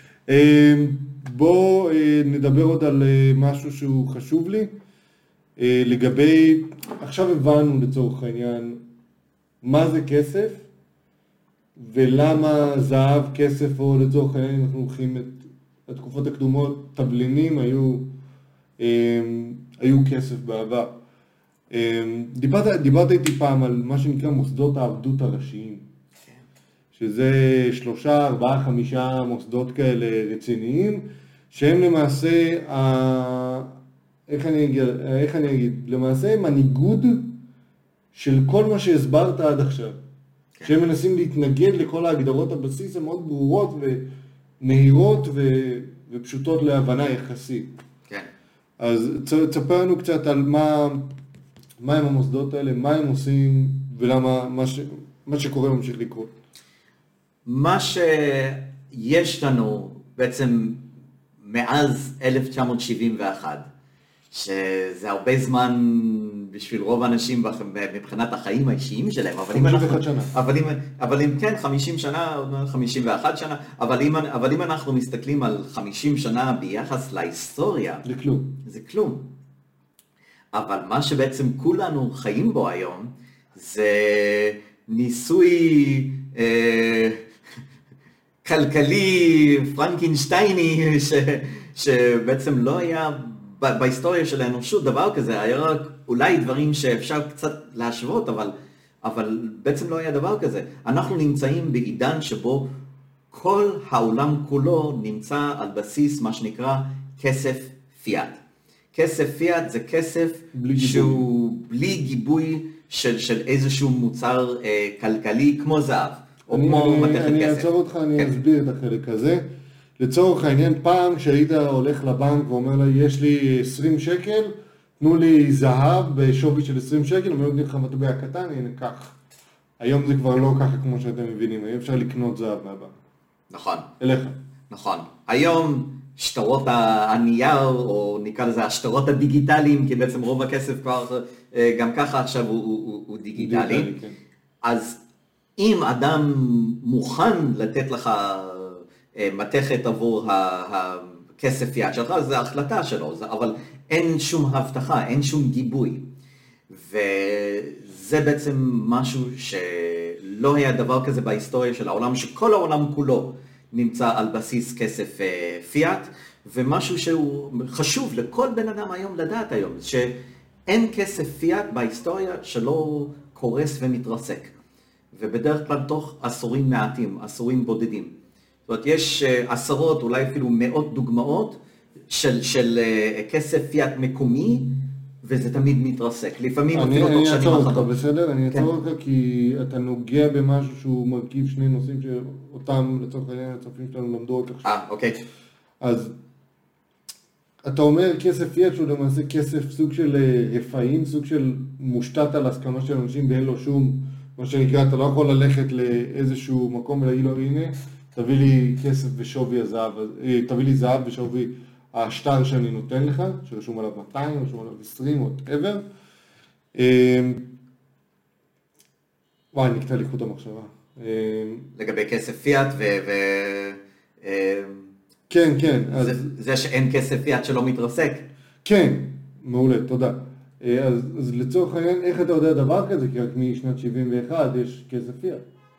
בואו נדבר עוד על משהו שהוא חשוב לי, לגבי, עכשיו הבנו לצורך העניין מה זה כסף ולמה זהב, כסף, או לצורך העניין אנחנו הולכים את התקופות הקדומות, תבלינים היו כסף בעבר. דיברת איתי פעם על מה שנקרא מוסדות העבדות הראשיים, שזה 3, 4, 5 מוסדות כאלה רציניים, שהם למעשה, איך אני אגיד, למעשה הם הניגוד של כל מה שהסברת עד עכשיו. שהם מנסים להתנגד לכל ההגדרות הבסיס המאוד ברורות ונהירות ופשוטות להבנה יחסית. כן. אז תספר לנו קצת על מה הם המוסדות האלה, מה הם עושים ולמה מה שקורה ממשיך לקרות. מה שיש לנו בעצם מאז 1971, שזה הרבה זמן בשביל רוב האנשים מבחינת החיים האישיים שלהם, אבל אם כן 50 שנה, 51 שנה, אבל אם אנחנו מסתכלים על 50 שנה ביחס להיסטוריה, זה כלום. אבל מה שבעצם כולנו חיים בו היום, זה ניסוי כלכלי, פרנקנשטייני, שבעצם לא היה בהיסטוריה של האנושות דבר כזה, היה רק אולי דברים שאפשר קצת להשוות, אבל בעצם לא היה דבר כזה. אנחנו נמצאים בעידן שבו כל העולם כולו נמצא על בסיס מה שנקרא כסף פיאט. כסף פיאט זה כסף שהוא בלי גיבוי של איזשהו מוצר כלכלי כמו זהב, או כמו מתכת כסף. אני אעצור אותך, אני אסביר את החלק הזה. לצורך העניין, פעם שהיית הולך לבנק ואומר לה, יש לי 20 שקל, תנו לי זהב בשווי של 20 שקל, ואני נותנים לך מטבע קטן, הנה כך. היום זה כבר לא ככה כמו שאתם מבינים, היום אפשר לקנות זהב מהבנק. נכון. אליך. נכון. היום שטרות הנייר, או נקרא לזה השטרות הדיגיטליים, כי בעצם רוב הכסף כבר גם ככה עכשיו הוא דיגיטלי. כן. אז אם אדם מוכן לתת לך מתכת עבור הכסף יד שלך, זו החלטה שלו, אבל אין שום הבטחה, אין שום גיבוי. וזה בעצם משהו שלא היה דבר כזה בהיסטוריה של העולם, שכל העולם כולו נמצא על בסיס כסף פיאט, ומשהו שהוא חשוב לכל בן אדם היום לדעת היום, שאין כסף פיאט בהיסטוריה שלא קורס ומתרסק. ובדרך כלל תוך עשורים מעטים, עשורים בודדים. זאת אומרת, יש עשרות, אולי אפילו מאות דוגמאות של כסף פיאט מקומי, וזה תמיד מתרסק. לפעמים אפילו תוך שנים אחרות. אני אעצור אותך, בסדר? אני אעצור אותך כי אתה נוגע במשהו שהוא מרכיב שני נושאים שאותם לצורך העניין הצופים שלנו למדו רק עכשיו. אוקיי. אז אתה אומר כסף פיאט שהוא למעשה כסף סוג של רפאים, סוג של מושתת על הסכמה של אנשים ואין לו שום, מה שנקרא, אתה לא יכול ללכת לאיזשהו מקום ולהגיד לו, הנה, תביא לי כסף בשווי הזהב, תביא לי זהב בשווי השטר שאני נותן לך, שרשום עליו 200, רשום עליו 20, או whatever. וואי, נקטע לי חוט המחשבה. לגבי כסף פיאט כן, כן. זה שאין כסף פיאט שלא מתרסק. כן, מעולה, תודה. אז לצורך העניין, איך אתה יודע דבר כזה? כי רק משנת 71 יש כסף פיאט.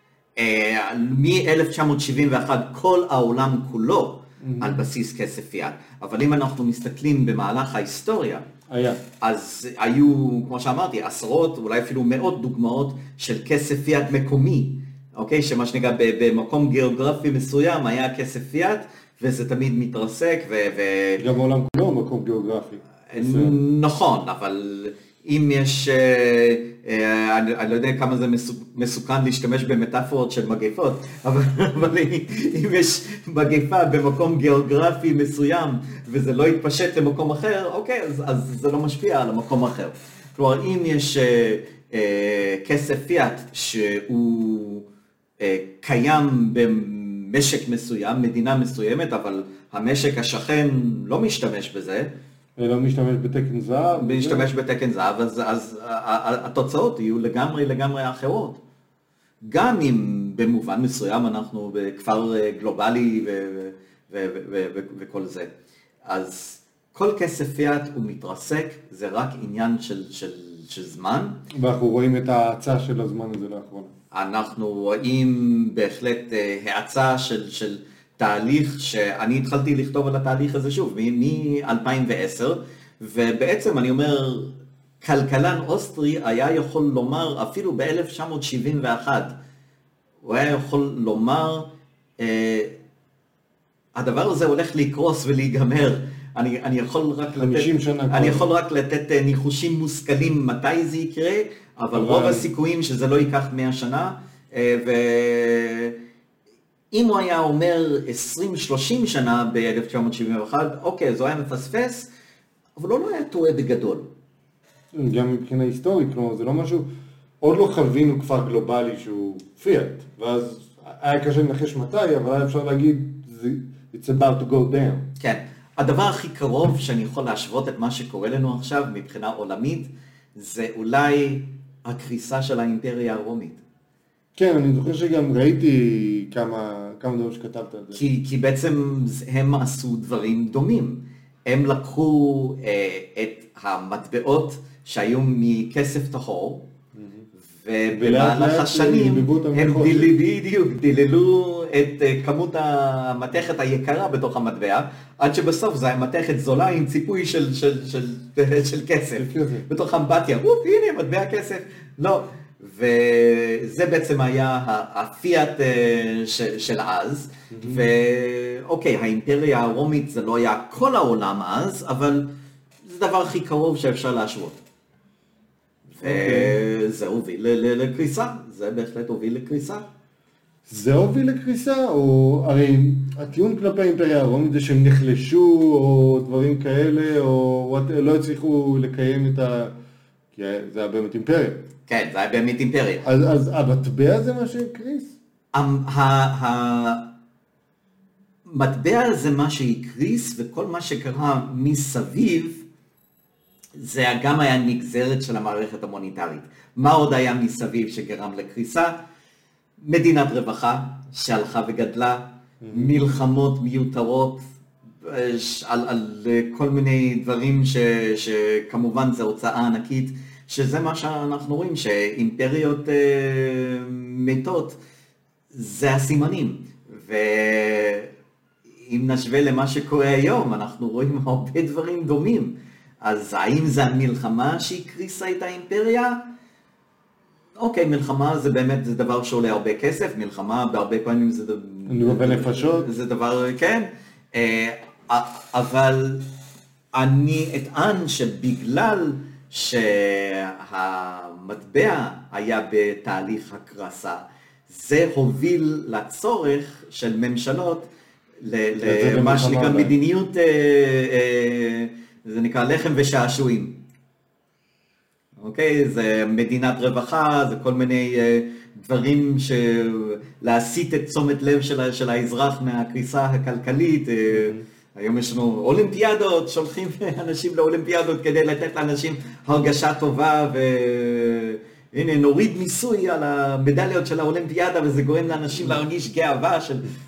מ-1971 כל העולם כולו על בסיס כסף פיאט. אבל אם אנחנו מסתכלים במהלך ההיסטוריה, אז היו, כמו שאמרתי, עשרות, אולי אפילו מאות דוגמאות של כסף פיאט מקומי, אוקיי? שמה שנקרא במקום גיאוגרפי מסוים היה כסף פיאט, וזה תמיד מתרסק גם העולם כולו מקום גיאוגרפי. נכון, אבל אם יש, אני לא יודע כמה זה מסוכן להשתמש במטאפורות של מגפות, אבל אם יש מגפה במקום גיאוגרפי מסוים וזה לא יתפשט למקום אחר, אוקיי, אז זה לא משפיע על המקום אחר. כלומר, אם יש כסף פיאט שהוא קיים במשק מסוים, מדינה מסוימת, אבל המשק השכן לא משתמש בזה, לא משתמש בתקן זהב. משתמש בתקן זהב, אז התוצאות יהיו לגמרי אחרות. גם אם במובן מסוים אנחנו בכפר גלובלי וכל זה. אז כל כסף פיאט הוא מתרסק, זה רק עניין של זמן. ואנחנו רואים את ההאצה של הזמן הזה לאחרונה. אנחנו רואים בהחלט האצה של תהליך שאני התחלתי לכתוב על התהליך הזה שוב, מ-2010, ובעצם אני אומר, כלכלן אוסטרי היה יכול לומר, אפילו ב-1971, הוא היה יכול לומר, הדבר הזה הולך לקרוס ולהיגמר. אני יכול רק לתת ניחושים מושכלים מתי זה יקרה, אבל רוב הסיכויים שזה לא ייקח 100 שנה, ואם הוא היה אומר 20-30 שנה ב-1971, אוקיי, זה היה מפספס, אבל הוא לא היה טועה בגדול. גם מבחינה היסטורית, כלומר, זה לא משהו, עוד לא חווינו כפר גלובלי שהוא פיאט, ואז היה קשה לנחש מתי, אבל היה אפשר להגיד, it's about to go down. כן, הדבר הכי קרוב שאני יכול להשוות את מה שקורה לנו עכשיו מבחינה עולמית, זה אולי הקריסה של האימפריה הרומית. כן, אני זוכר שגם ראיתי כמה דברים שכתבת על זה. כי בעצם הם עשו דברים דומים. הם לקחו את המטבעות שהיו מכסף טהור, ובמהלך השנים הם בדיוק דיללו את כמות המתכת היקרה בתוך המטבע, עד שבסוף זה היה מתכת זולה עם ציפוי של כסף בתוך אמבטיה. הנה מטבע כסף. לא. וזה בעצם היה הפיאט של אז, ואוקיי, האימפריה הרומית זה לא היה כל העולם אז, אבל זה הדבר הכי קרוב שאפשר להשוות. וזה הוביל לקריסה, זה בהחלט הוביל לקריסה. זה הוביל לקריסה, או הרי הטיעון כלפי האימפריה הרומית זה שהם נחלשו, או דברים כאלה, או לא הצליחו לקיים את ה... כי זה היה באמת אימפריה. כן, זה היה באמת אימפריה. אז המטבע זה מה שהקריס? המטבע זה מה שהקריס, וכל מה שקרה מסביב, זה גם היה נגזרת של המערכת המוניטרית. מה עוד היה מסביב שגרם לקריסה? מדינת רווחה שהלכה וגדלה, מלחמות מיותרות, על כל מיני דברים שכמובן זה הוצאה ענקית, שזה מה שאנחנו רואים, שאימפריות מתות, זה הסימנים. ואם נשווה למה שקורה היום, אנחנו רואים הרבה דברים דומים. אז האם זה המלחמה שהקריסה את האימפריה? אוקיי, מלחמה זה באמת זה דבר שעולה הרבה כסף, מלחמה בהרבה פעמים זה בנפשות. זה דבר, כן. אבל אני אטען שבגלל שהמטבע היה בתהליך הקרסה, זה הוביל לצורך של ממשלות למה שנקרא מדיניות, זה נקרא לחם ושעשועים. אוקיי, זה מדינת רווחה, זה כל מיני דברים להסיט את תשומת לב של האזרח מהקריסה הכלכלית. היום יש לנו אולימפיאדות, שולחים אנשים לאולימפיאדות כדי לתת לאנשים הרגשה טובה, והנה נוריד מיסוי על המדליות של האולימפיאדה, וזה גורם לאנשים להרגיש גאווה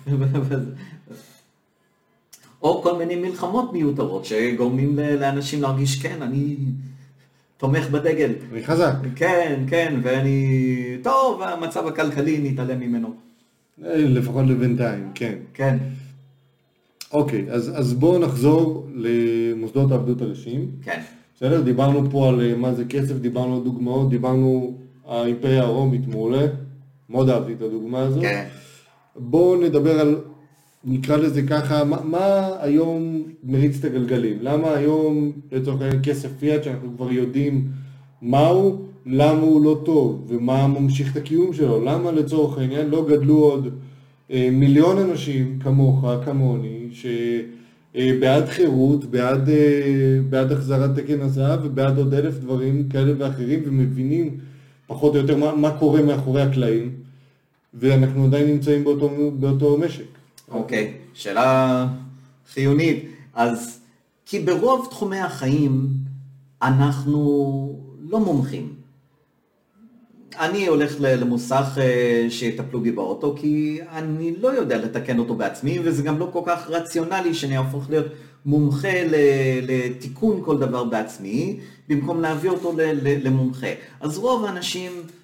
או כל מיני מלחמות מיותרות שגורמים לאנשים להרגיש, כן, אני תומך בדגל. אני חזק. כן, כן, ואני, טוב, המצב הכלכלי נתעלם ממנו. לפחות לבינתיים, כן. כן. אוקיי, אז בואו נחזור למוסדות העבדות הראשיים. כן. בסדר? דיברנו פה על מה זה כסף, דיברנו על דוגמאות, דיברנו על האימפריה הרומית מעולה. מאוד אהבתי את הדוגמה הזאת. כן. בואו נדבר על, נקרא לזה ככה, מה היום מריץ את הגלגלים? למה היום לצורך העניין כסף פיאט שאנחנו כבר יודעים מהו, למה הוא לא טוב ומה ממשיך את הקיום שלו? למה לצורך העניין לא גדלו עוד מיליון אנשים כמוך, כמוני, שבעד חירות, בעד החזרת תקן הזהב ובעד עוד 1000 דברים כאלה ואחרים, ומבינים פחות או יותר מה קורה מאחורי הקלעים, ואנחנו עדיין נמצאים באותו משק. אוקיי, שאלה חיונית. אז כי ברוב תחומי החיים אנחנו לא מומחים. אני הולך למוסך שיטפלו בי באוטו, כי אני לא יודע לתקן אותו בעצמי, וזה גם לא כל כך רציונלי שאני אהפוך להיות מומחה לתיקון כל דבר בעצמי, במקום להביא אותו למומחה. אז רוב האנשים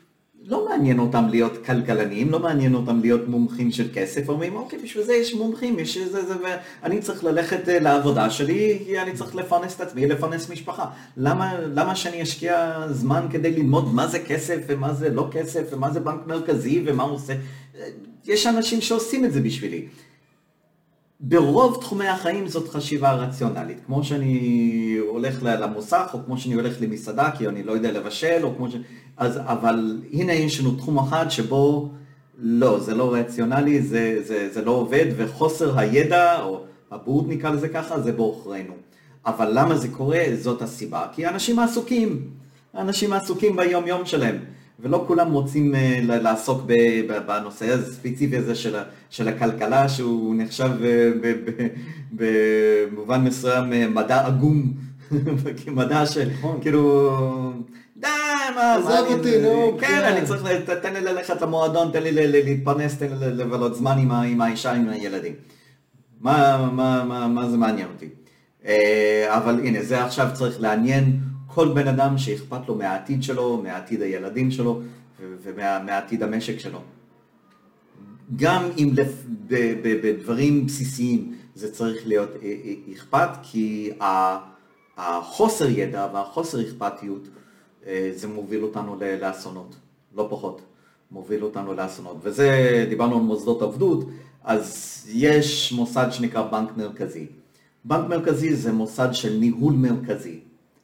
לא מעניין אותם להיות כלכלנים, לא מעניין אותם להיות מומחים של כסף, אומרים, אוקיי, בשביל זה יש מומחים, יש זה, ואני צריך ללכת לעבודה שלי, כי אני צריך לפרנס את עצמי, לפרנס משפחה. למה שאני אשקיע זמן כדי ללמוד מה זה כסף, ומה זה לא כסף, ומה זה בנק מרכזי, ומה הוא עושה? יש אנשים שעושים את זה בשבילי. ברוב תחומי החיים זאת חשיבה רציונלית, כמו שאני הולך למוסך, או כמו שאני הולך למסעדה, כי אני לא יודע לבשל, או כמו אבל הנה יש לנו תחום אחד שבו לא, זה לא רציונלי, זה לא עובד, וחוסר הידע, או הבורד נקרא לזה ככה, זה בעוכרינו. אבל למה זה קורה? זאת הסיבה, כי אנשים עסוקים ביום יום שלהם. ולא כולם רוצים לעסוק בנושא הספציפי הזה של הכלכלה, שהוא נחשב במובן מסוים מדע עגום, מדע שכאילו, די, מה, עזב אותי, נו, כן, אני צריך, תן לי ללכת למועדון, תן לי להתפרנס, תן לי לבלות זמן עם האישה, עם הילדים. מה זה מעניין אותי? אבל הנה, זה עכשיו צריך לעניין כל בן אדם שאכפת לו מהעתיד שלו, מהעתיד הילדים שלו ומהעתיד המשק שלו. גם אם בדברים בסיסיים זה צריך להיות אכפת, כי החוסר ידע והחוסר אכפתיות זה מוביל אותנו לאסונות, לא פחות, מוביל אותנו לאסונות. וזה, דיברנו על מוסדות עבדות, אז יש מוסד שנקרא בנק מרכזי. בנק מרכזי זה מוסד של ניהול מרכזי.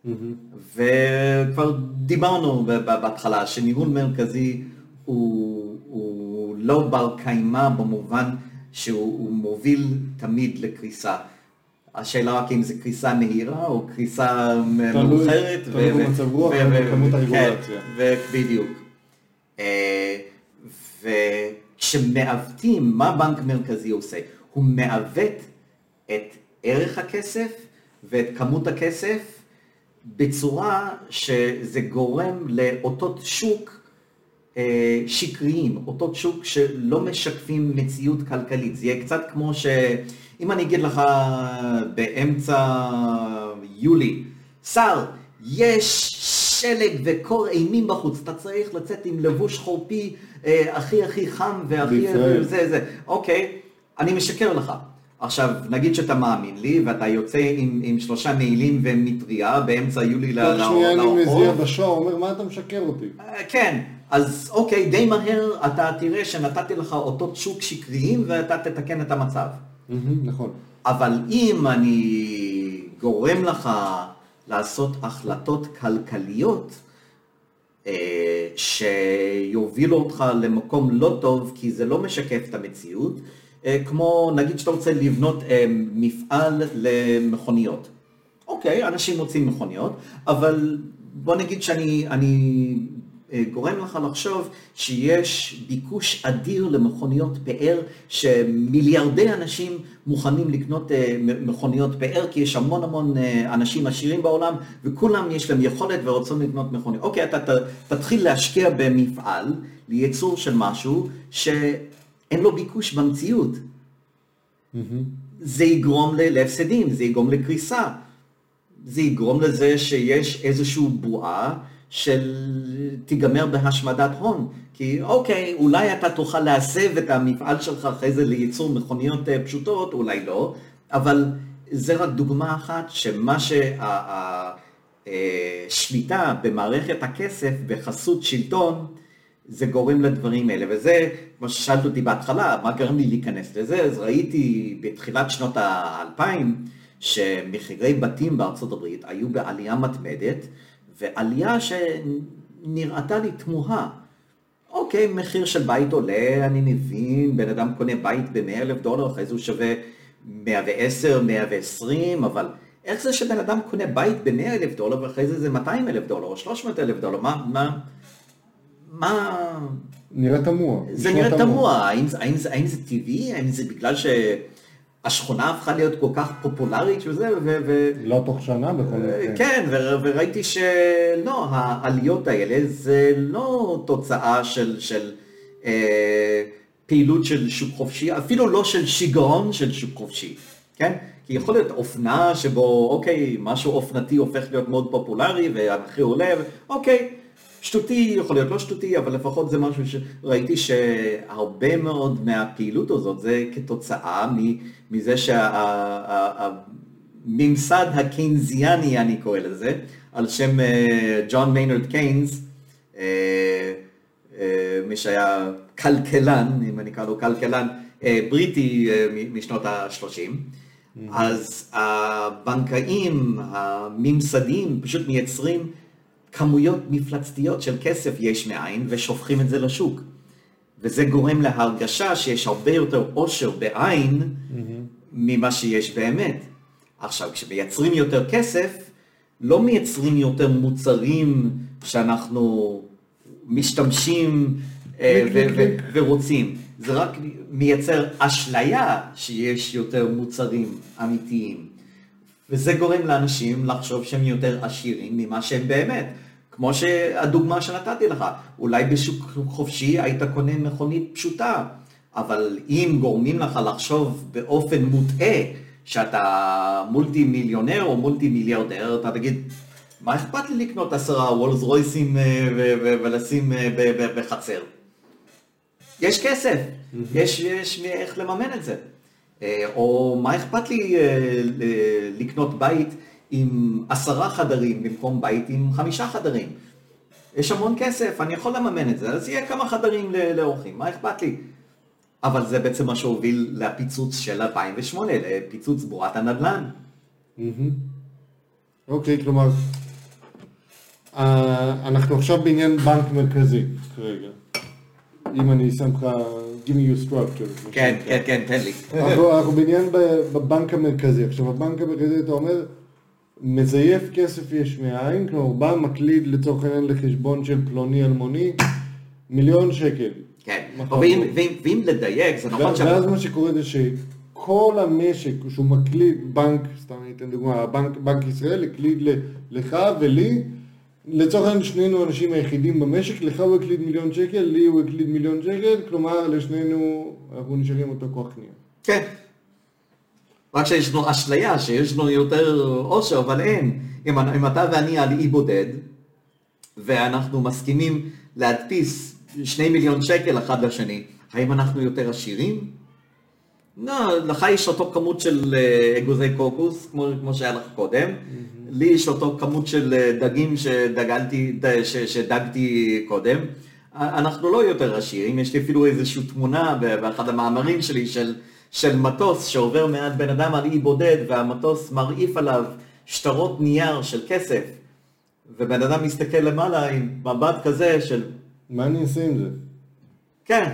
וכבר דיברנו בהתחלה שניהול מרכזי הוא לא בר קיימא במובן שהוא מוביל תמיד לקריסה. השאלה רק אם זה קריסה מהירה או קריסה מאוחרת. תלוי במצב רוח וכמות הרגולציה. בדיוק. וכשמעוותים, מה בנק מרכזי עושה? הוא מעוות את ערך הכסף ואת כמות הכסף בצורה שזה גורם לאותות שוק שקריים, אותות שוק שלא משקפים מציאות כלכלית. זה יהיה קצת כמו אם אני אגיד לך באמצע יולי, שר, יש שלג וקור אימים בחוץ, אתה צריך לצאת עם לבוש חורפי הכי חם והכי זה. אוקיי, אני משקר לך. עכשיו, נגיד שאתה מאמין לי, ואתה יוצא עם 3 מעילים ומטריה באמצע יולי לאור. תוך שנייה אני מזיע בשור, אומר, מה אתה משקר אותי? כן, אז אוקיי, די מהר אתה תראה שנתתי לך אותות שוק שקריים, ואתה תתקן את המצב. נכון. אבל אם אני גורם לך לעשות החלטות כלכליות, שיובילו אותך למקום לא טוב, כי זה לא משקף את המציאות, כמו נגיד שאתה רוצה לבנות מפעל למכוניות. אוקיי, אנשים רוצים מכוניות, אבל בוא נגיד שאני גורם לך לחשוב שיש ביקוש אדיר למכוניות פאר, שמיליארדי אנשים מוכנים לקנות מכוניות פאר, כי יש המון אנשים עשירים בעולם, וכולם יש להם יכולת ורוצים לקנות מכוניות. אוקיי, אתה תתחיל להשקיע במפעל, לייצור של משהו שאין לו ביקוש במציאות. זה יגרום להפסדים, זה יגרום לקריסה. זה יגרום לזה שיש איזושהי בועה תיגמר בהשמדת הון. כי אוקיי, אולי אתה תוכל להסב את המפעל שלך אחרי זה לייצור מכוניות פשוטות, אולי לא, אבל זה רק דוגמה אחת שמה שהשליטה במערכת הכסף בחסות שלטון, זה גורם לדברים האלה. וזה, כמו ששאלת אותי בהתחלה, מה גרם לי להיכנס לזה? אז ראיתי בתחילת שנות ה-2000, שמחירי בתים בארצות הברית היו בעלייה מתמדת, ועלייה שנראתה לי תמוהה. אוקיי, מחיר של בית עולה, אני מבין, בן אדם קונה בית $100,000, אחרי זה הוא שווה 110, 120, אבל איך זה שבן אדם קונה בית $100,000, ואחרי זה $200,000 או $300,000? מה... נראה תמוה. זה נראה תמוה. האם זה טבעי? האם זה בגלל שהשכונה הפכה להיות כל כך פופולרית וזה? לא תוך שנה בכל מקרה. כן, וראיתי שלא, העליות האלה זה לא תוצאה של פעילות של שוק חופשי, אפילו לא של שיגעון של שוק חופשי, כן? כי יכול להיות אופנה שבו, אוקיי, משהו אופנתי הופך להיות מאוד פופולרי והמחיר עולה, אוקיי, שטותי, יכול להיות לא שטותי, אבל לפחות זה משהו שראיתי שהרבה מאוד מהפעילות הזאת זה כתוצאה מזה שהממסד הקיינזיאני, אני קורא לזה, על שם ג'ון מיינרד קיינס, מי שהיה כלכלן, אם אני קורא לו כלכלן, בריטי משנות ה-30, אז הבנקאים, הממסדים, פשוט מייצרים כמויות מפלצתיות של כסף יש מאין ושופכים את זה לשוק. וזה גורם להרגשה שיש הרבה יותר עושר בעין ממה שיש באמת. עכשיו, כשמייצרים יותר כסף, לא מייצרים יותר מוצרים שאנחנו משתמשים ורוצים. זה רק מייצר אשליה שיש יותר מוצרים אמיתיים. וזה גורם לאנשים לחשוב שהם יותר עשירים ממה שהם באמת. כמו שהדוגמה שנתתי לך, אולי בשוק חופשי היית קונה מכונית פשוטה, אבל אם גורמים לך לחשוב באופן מוטעה שאתה מולטי מיליונר או מולטי מיליארדר, אתה תגיד, מה אכפת לי לקנות 10 וולס רויסים ולשים בחצר? יש כסף, יש איך לממן את זה. או מה אכפת לי לקנות בית עם 10 חדרים במקום בית עם 5 חדרים? יש המון כסף, אני יכול לממן את זה, אז יהיה כמה חדרים לאורחים, מה אכפת לי? אבל זה בעצם מה שהוביל לפיצוץ של 2008, לפיצוץ בועת הנדל"ן. אוקיי, כלומר, אנחנו עכשיו בעניין בנק מרכזי, כרגע. אם אני שם לך, give me your structure. כן, תן לי. אנחנו בעניין בבנק המרכזי. עכשיו, הבנק המרכזי, אתה אומר, מזייף כסף יש מאין, כלומר, בא מקליד לצורך העניין לחשבון של פלוני אלמוני, 1,000,000 שקל. כן, ואם לדייק, זה נכון ואז מה שקורה זה שכל המשק, שהוא מקליד בנק, סתם אני אתן דוגמה, בנק ישראל הקליד לך ולי, לצורך העניין שנינו האנשים היחידים במשק, לך הוא הקליד 1,000,000 שקל, לי הוא הקליד 1,000,000 שקל, כלומר לשנינו אנחנו נשארים אותו כוח קנייה. כן. רק שיש לנו אשליה, שיש לנו יותר עושר, אבל אין. אם אתה ואני על אי בודד, ואנחנו מסכימים להדפיס 2 מיליון שקל אחד לשני, האם אנחנו יותר עשירים? לא, לך יש אותו כמות של אגוזי קוקוס, כמו שהיה לך קודם. לי יש אותו כמות של דגים שדגתי קודם. אנחנו לא יותר עשירים, יש לי אפילו איזושהי תמונה באחד המאמרים שלי של מטוס שעובר מעט בן אדם על אי בודד, והמטוס מרעיף עליו שטרות נייר של כסף, ובן אדם מסתכל למעלה עם מבט כזה של... מה אני אעשה עם זה? כן.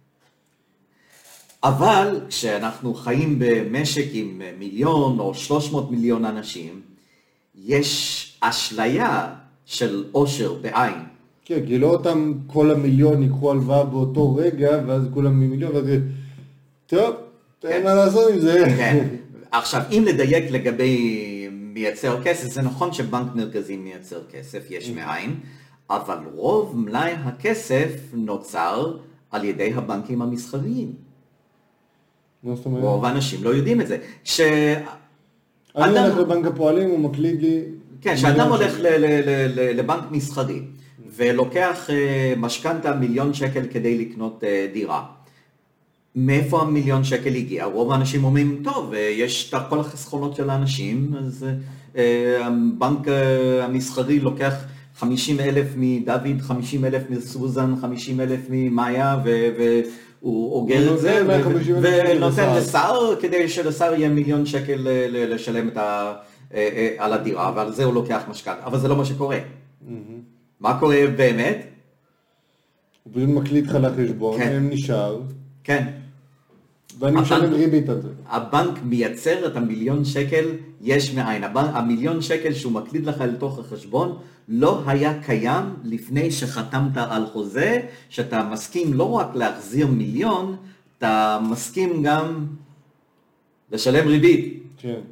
אבל כשאנחנו חיים במשק עם 1,000,000 או 300 מיליון אנשים, יש אשליה של עושר בעין. כן, כי לא אותם כל 1,000,000 יקחו הלוואה באותו רגע, ואז כולם 1,000,000, ואז טוב, אין מה לעשות עם זה. כן. עכשיו, אם לדייק לגבי מייצר כסף, זה נכון שבנק מרכזי מייצר כסף, יש מאין, אבל רוב מלאי הכסף נוצר על ידי הבנקים המסחריים. מה זאת אומרת? רוב האנשים לא יודעים את זה. אני הולך לבנק הפועלים, הוא מקליד לי... כן, שאדם הולך לבנק מסחרי, ולוקח משכנתה 1,000,000 שקל כדי לקנות דירה. מאיפה 1,000,000 שקל הגיע? רוב האנשים אומרים, טוב, יש את כל החסכונות של האנשים, אז הבנק המסחרי לוקח 50,000 מדוד, 50,000 מסוזן, 50,000 ממאיה, והוא אוגר את זה, ונותן לשר, כדי שלשר יהיה 1,000,000 שקל לשלם על הדירה, ועל זה הוא לוקח משכנתה. אבל זה לא מה שקורה. מה קורה באמת? הוא פשוט מקליד לך לחשבון, הם נשאר. כן. ואני משלם ריבית על זה. הבנק מייצר את 1,000,000 שקל יש מאין. 1,000,000 שקל שהוא מקליד לך לתוך החשבון, לא היה קיים לפני שחתמת על חוזה, שאתה מסכים לא רק להחזיר 1,000,000, אתה מסכים גם לשלם ריבית. כן.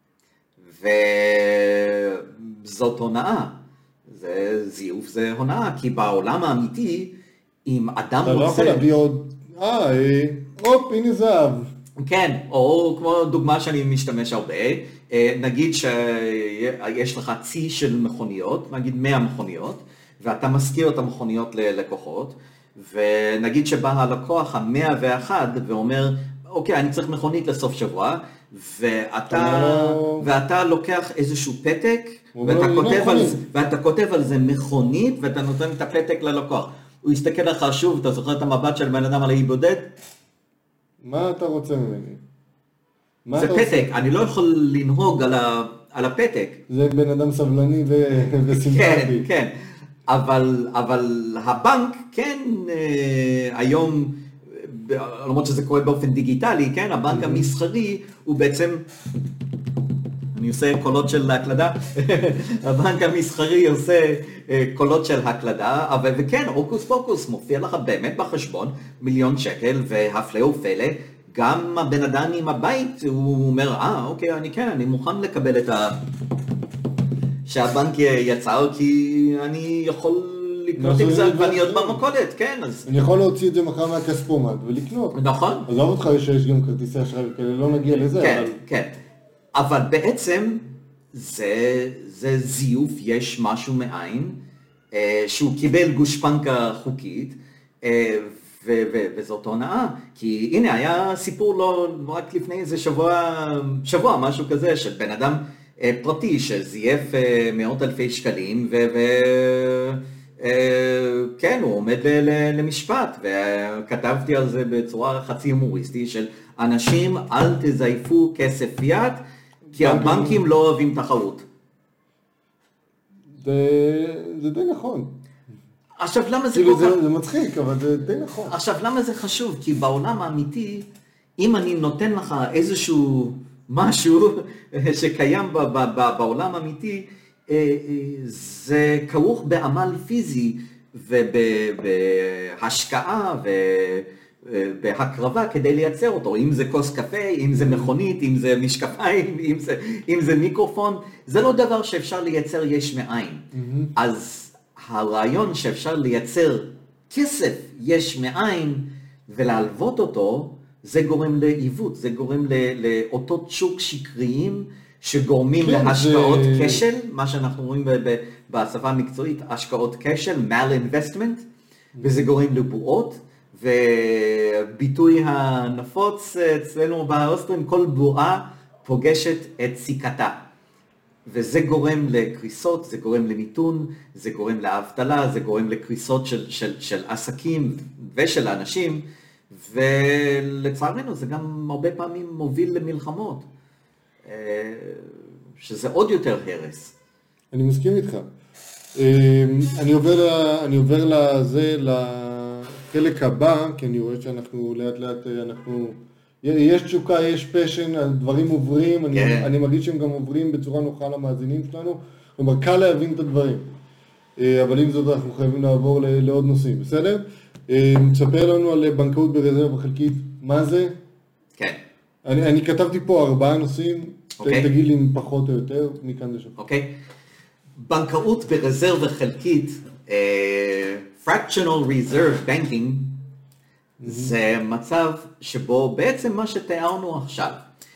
וזאת הונאה. זה זיוף, זה הונאה, כי בעולם האמיתי, אם אדם רוצה... אתה לא יכול להביא עוד... הופ, הנה זהב. כן, או כמו דוגמה שאני משתמש הרבה, נגיד שיש לך צי של מכוניות, נגיד 100 מכוניות, ואתה משכיר את המכוניות ללקוחות, ונגיד שבא הלקוח ה-101 ואומר, אוקיי, אני צריך מכונית לסוף שבוע, ואתה לוקח איזשהו פתק, ואתה כותב על זה מכונית, ואתה נותן את הפתק ללקוח. הוא יסתכל לך שוב, אתה זוכר את המבט של בן אדם על האי בודד? מה אתה רוצה ממני? זה פתק, אני לא יכול לנהוג על הפתק. זה בן אדם סבלני וסימפטי. כן, כן. אבל הבנק, כן, היום, למרות שזה קורה באופן דיגיטלי, כן, הבנק המסחרי הוא בעצם, אני עושה קולות של הקלדה, הבנק המסחרי עושה קולות של הקלדה, וכן, אוקוס פוקוס, מופיע לך באמת בחשבון 1,000,000 שקל, והפלא ופלא, גם הבן אדם עם הבית, הוא אומר, אוקיי, אני מוכן לקבל את שהבנק יצר, כי אני יכול לקנות עם זה עגבניות במכולת, כן, אז... אני יכול להוציא את זה מחר מהכספומט ולקנות. נכון. עזוב אותך שיש גם כרטיסי אשראי וכאלה, לא נגיע לזה, כן, אבל... כן. אבל בעצם זה זיוף יש משהו מאין, שהוא קיבל גושפנקה חוקית, וזאת הונאה, כי הנה היה סיפור לא רק לפני איזה שבוע, משהו כזה, של בן אדם פרטי שזייף מאות אלפי שקלים, כן, הוא עומד למשפט, וכתבתי על זה בצורה חצי הומוריסטי, של אנשים אל תזייפו כסף יד, כי הבנקים לא אוהבים תחרות. זה די נכון. עכשיו, למה זה כל כך... זה מצחיק, אבל זה די נכון. עכשיו, למה זה חשוב? כי בעולם האמיתי, אם אני נותן לך איזשהו משהו שקיים בעולם האמיתי, זה כרוך בעמל פיזי ובהשקעה ובהקרבה כדי לייצר אותו. אם זה כוס קפה, אם זה מכונית, אם זה משקפיים, אם זה מיקרופון, זה לא דבר שאפשר לייצר יש מאין. אז הרעיון שאפשר לייצר כסף יש מאין ולהלוות אותו, זה גורם לעיוות, זה גורם לאותות שוק שקריים שגורמים להשקעות כשל, מה שאנחנו רואים בשפה המקצועית, השקעות כשל, mal-investment, וזה גורם לבועות, וביטוי הנפוץ אצלנו באוסטרים, כל בועה פוגשת את סיכתה. וזה גורם לקריסות, זה גורם למיתון, זה גורם לאבטלה, זה גורם לקריסות של עסקים ושל אנשים, ולצערנו זה גם הרבה פעמים מוביל למלחמות, שזה עוד יותר הרס. אני מסכים איתך. אני עובר לחלק הבא, כי אני רואה שאנחנו לאט לאט, יש תשוקה, יש פשן, הדברים עוברים, אני מרגיש שהם גם עוברים בצורה נוחה למאזינים שלנו, כלומר קל להבין את הדברים, אבל עם זאת אנחנו חייבים לעבור לעוד נושאים, בסדר? תספר לנו על בנקאות ברזרבה חלקית, מה זה? כן. אני כתבתי פה 4 נושאים, תגיד לי פחות או יותר, מכאן לשם. אוקיי. בנקאות ברזרבה חלקית, fractional reserve banking, זה מצב שבו בעצם מה שתיארנו עכשיו,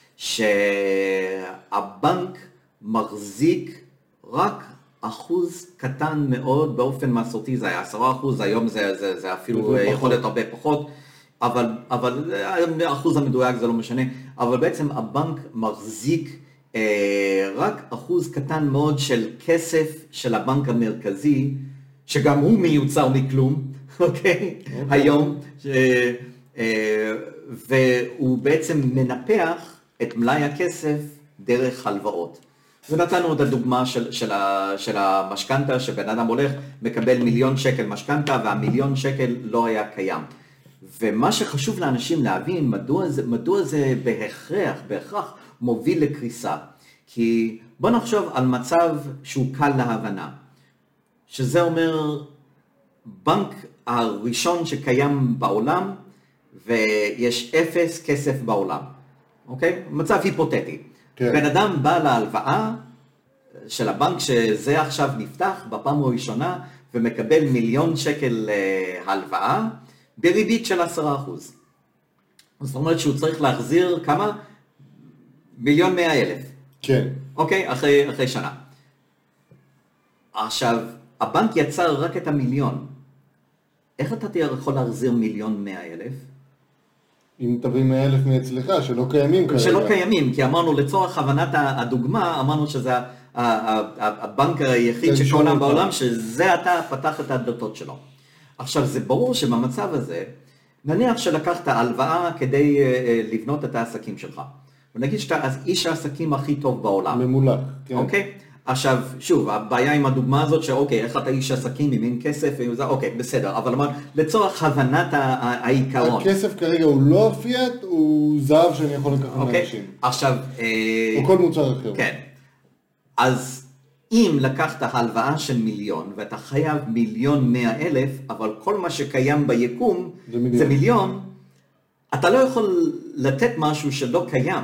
שהבנק מחזיק רק אחוז קטן מאוד, באופן מסורתי זה היה 10%, היום זה אפילו יכול להיות הרבה פחות, אבל האחוז המדויק זה לא משנה, אבל בעצם הבנק מחזיק רק אחוז קטן מאוד של כסף של הבנק המרכזי, שגם הוא מיוצר מכלום, אוקיי? היום, והוא בעצם מנפח את מלאי הכסף דרך הלוואות. ונתנו את הדוגמה של המשכנתה, שבן אדם הולך, מקבל 1,000,000 שקל משכנתה, וה1,000,000 שקל לא היה קיים. ומה שחשוב לאנשים להבין, מדוע זה בהכרח מוביל לקריסה. כי בוא נחשוב על מצב שהוא קל להבנה, שזה אומר בנק הראשון שקיים בעולם, ויש 0 כסף בעולם. אוקיי? מצב היפותטי. כן. בן אדם בא להלוואה של הבנק שזה עכשיו נפתח בפעם הראשונה, ומקבל 1,000,000 שקל הלוואה, בריבית של 10%. זאת אומרת שהוא צריך להחזיר כמה? 1,100,000. כן. אוקיי? אחרי שנה. עכשיו, הבנק יצר רק את המיליון. איך אתה יכול להחזיר 1,100,000? אם תביא 100,000 מאצלך, שלא קיימים כרגע. שלא קיימים, כי אמרנו לצורך הבנת הדוגמה, אמרנו שזה הבנק היחיד שקיים בעולם, שזה אתה פתח את הדלתות שלו. עכשיו זה ברור שבמצב הזה, נניח שלקחת הלוואה כדי לבנות את העסקים שלך. ונגיד שאתה איש העסקים הכי טוב בעולם. ממולח, כן. אוקיי? עכשיו, שוב, הבעיה עם הדוגמה הזאת שאוקיי, איך אתה איש עסקים עם אין כסף, אוקיי, בסדר, אבל הבנת העיקרון. הכסף כרגע הוא לא הפיאט, הוא זהב שאני יכול לקחת מאנשים. עכשיו... או כל מוצר אחר. כן. אז אם לקחת הלוואה של 1,000,000 ואתה חייב 1,100,000, אבל כל מה שקיים ביקום זה 1,000,000, אתה לא יכול לתת משהו שלא קיים.